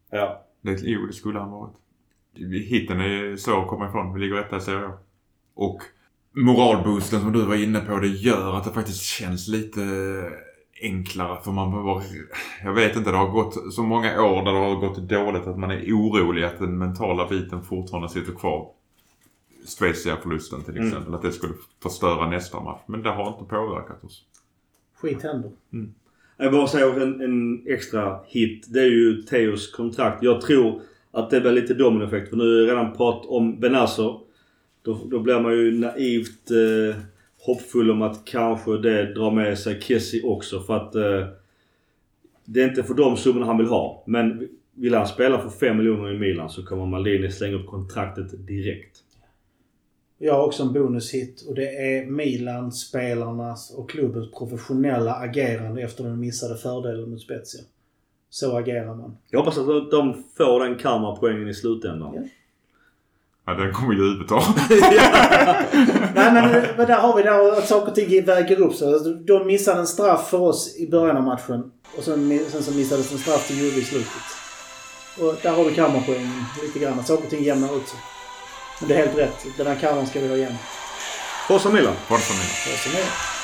[SPEAKER 1] Ja.
[SPEAKER 3] Det skulle han varit. Hitten är så att komma ifrån. Vi ligger rätt där, säger jag. Och moralboosten som du var inne på, det gör att det faktiskt känns lite enklare. För man behöver, jag vet inte, det har gått så många år där det har gått dåligt att man är orolig att den mentala biten fortfarande sitter kvar. Spezia-förlusten till exempel. Att det skulle förstöra nästa match. Men det har inte påverkat oss.
[SPEAKER 2] Skit händer.
[SPEAKER 1] Jag bara säger en extra hit. Det är ju Theos kontrakt. Jag tror att det blir lite dominoeffekt. För nu är det redan prat om Benazzo. Då blir man ju naivt hoppfull om att kanske det drar med sig Kessie också. För att det är inte för de summorna han vill ha. Men vill han spela för 5 miljoner i Milan så kommer Maldini slänga upp kontraktet direkt.
[SPEAKER 2] Jag har också en bonushit och det är Milan-spelarnas och klubbens professionella agerande efter den missade fördelen mot Spezia. Så agerar man.
[SPEAKER 1] Jag hoppas att de får den karma-poängen i slutändan.
[SPEAKER 2] Ja.
[SPEAKER 3] Ja, den kommer ju utbetala.
[SPEAKER 2] Nej, men där har vi där att saker och ting väger upp. Så de missade en straff för oss i början av matchen. Och sen så missades en straff till Juve i slutet. Och där har vi karma-poängen lite grann. Att saker och ting jämnar ut sig. Men det är helt rätt. Den här karman ska vi ha igen.
[SPEAKER 1] Forza Milan.
[SPEAKER 3] Forza Milan.
[SPEAKER 2] Forza Milan.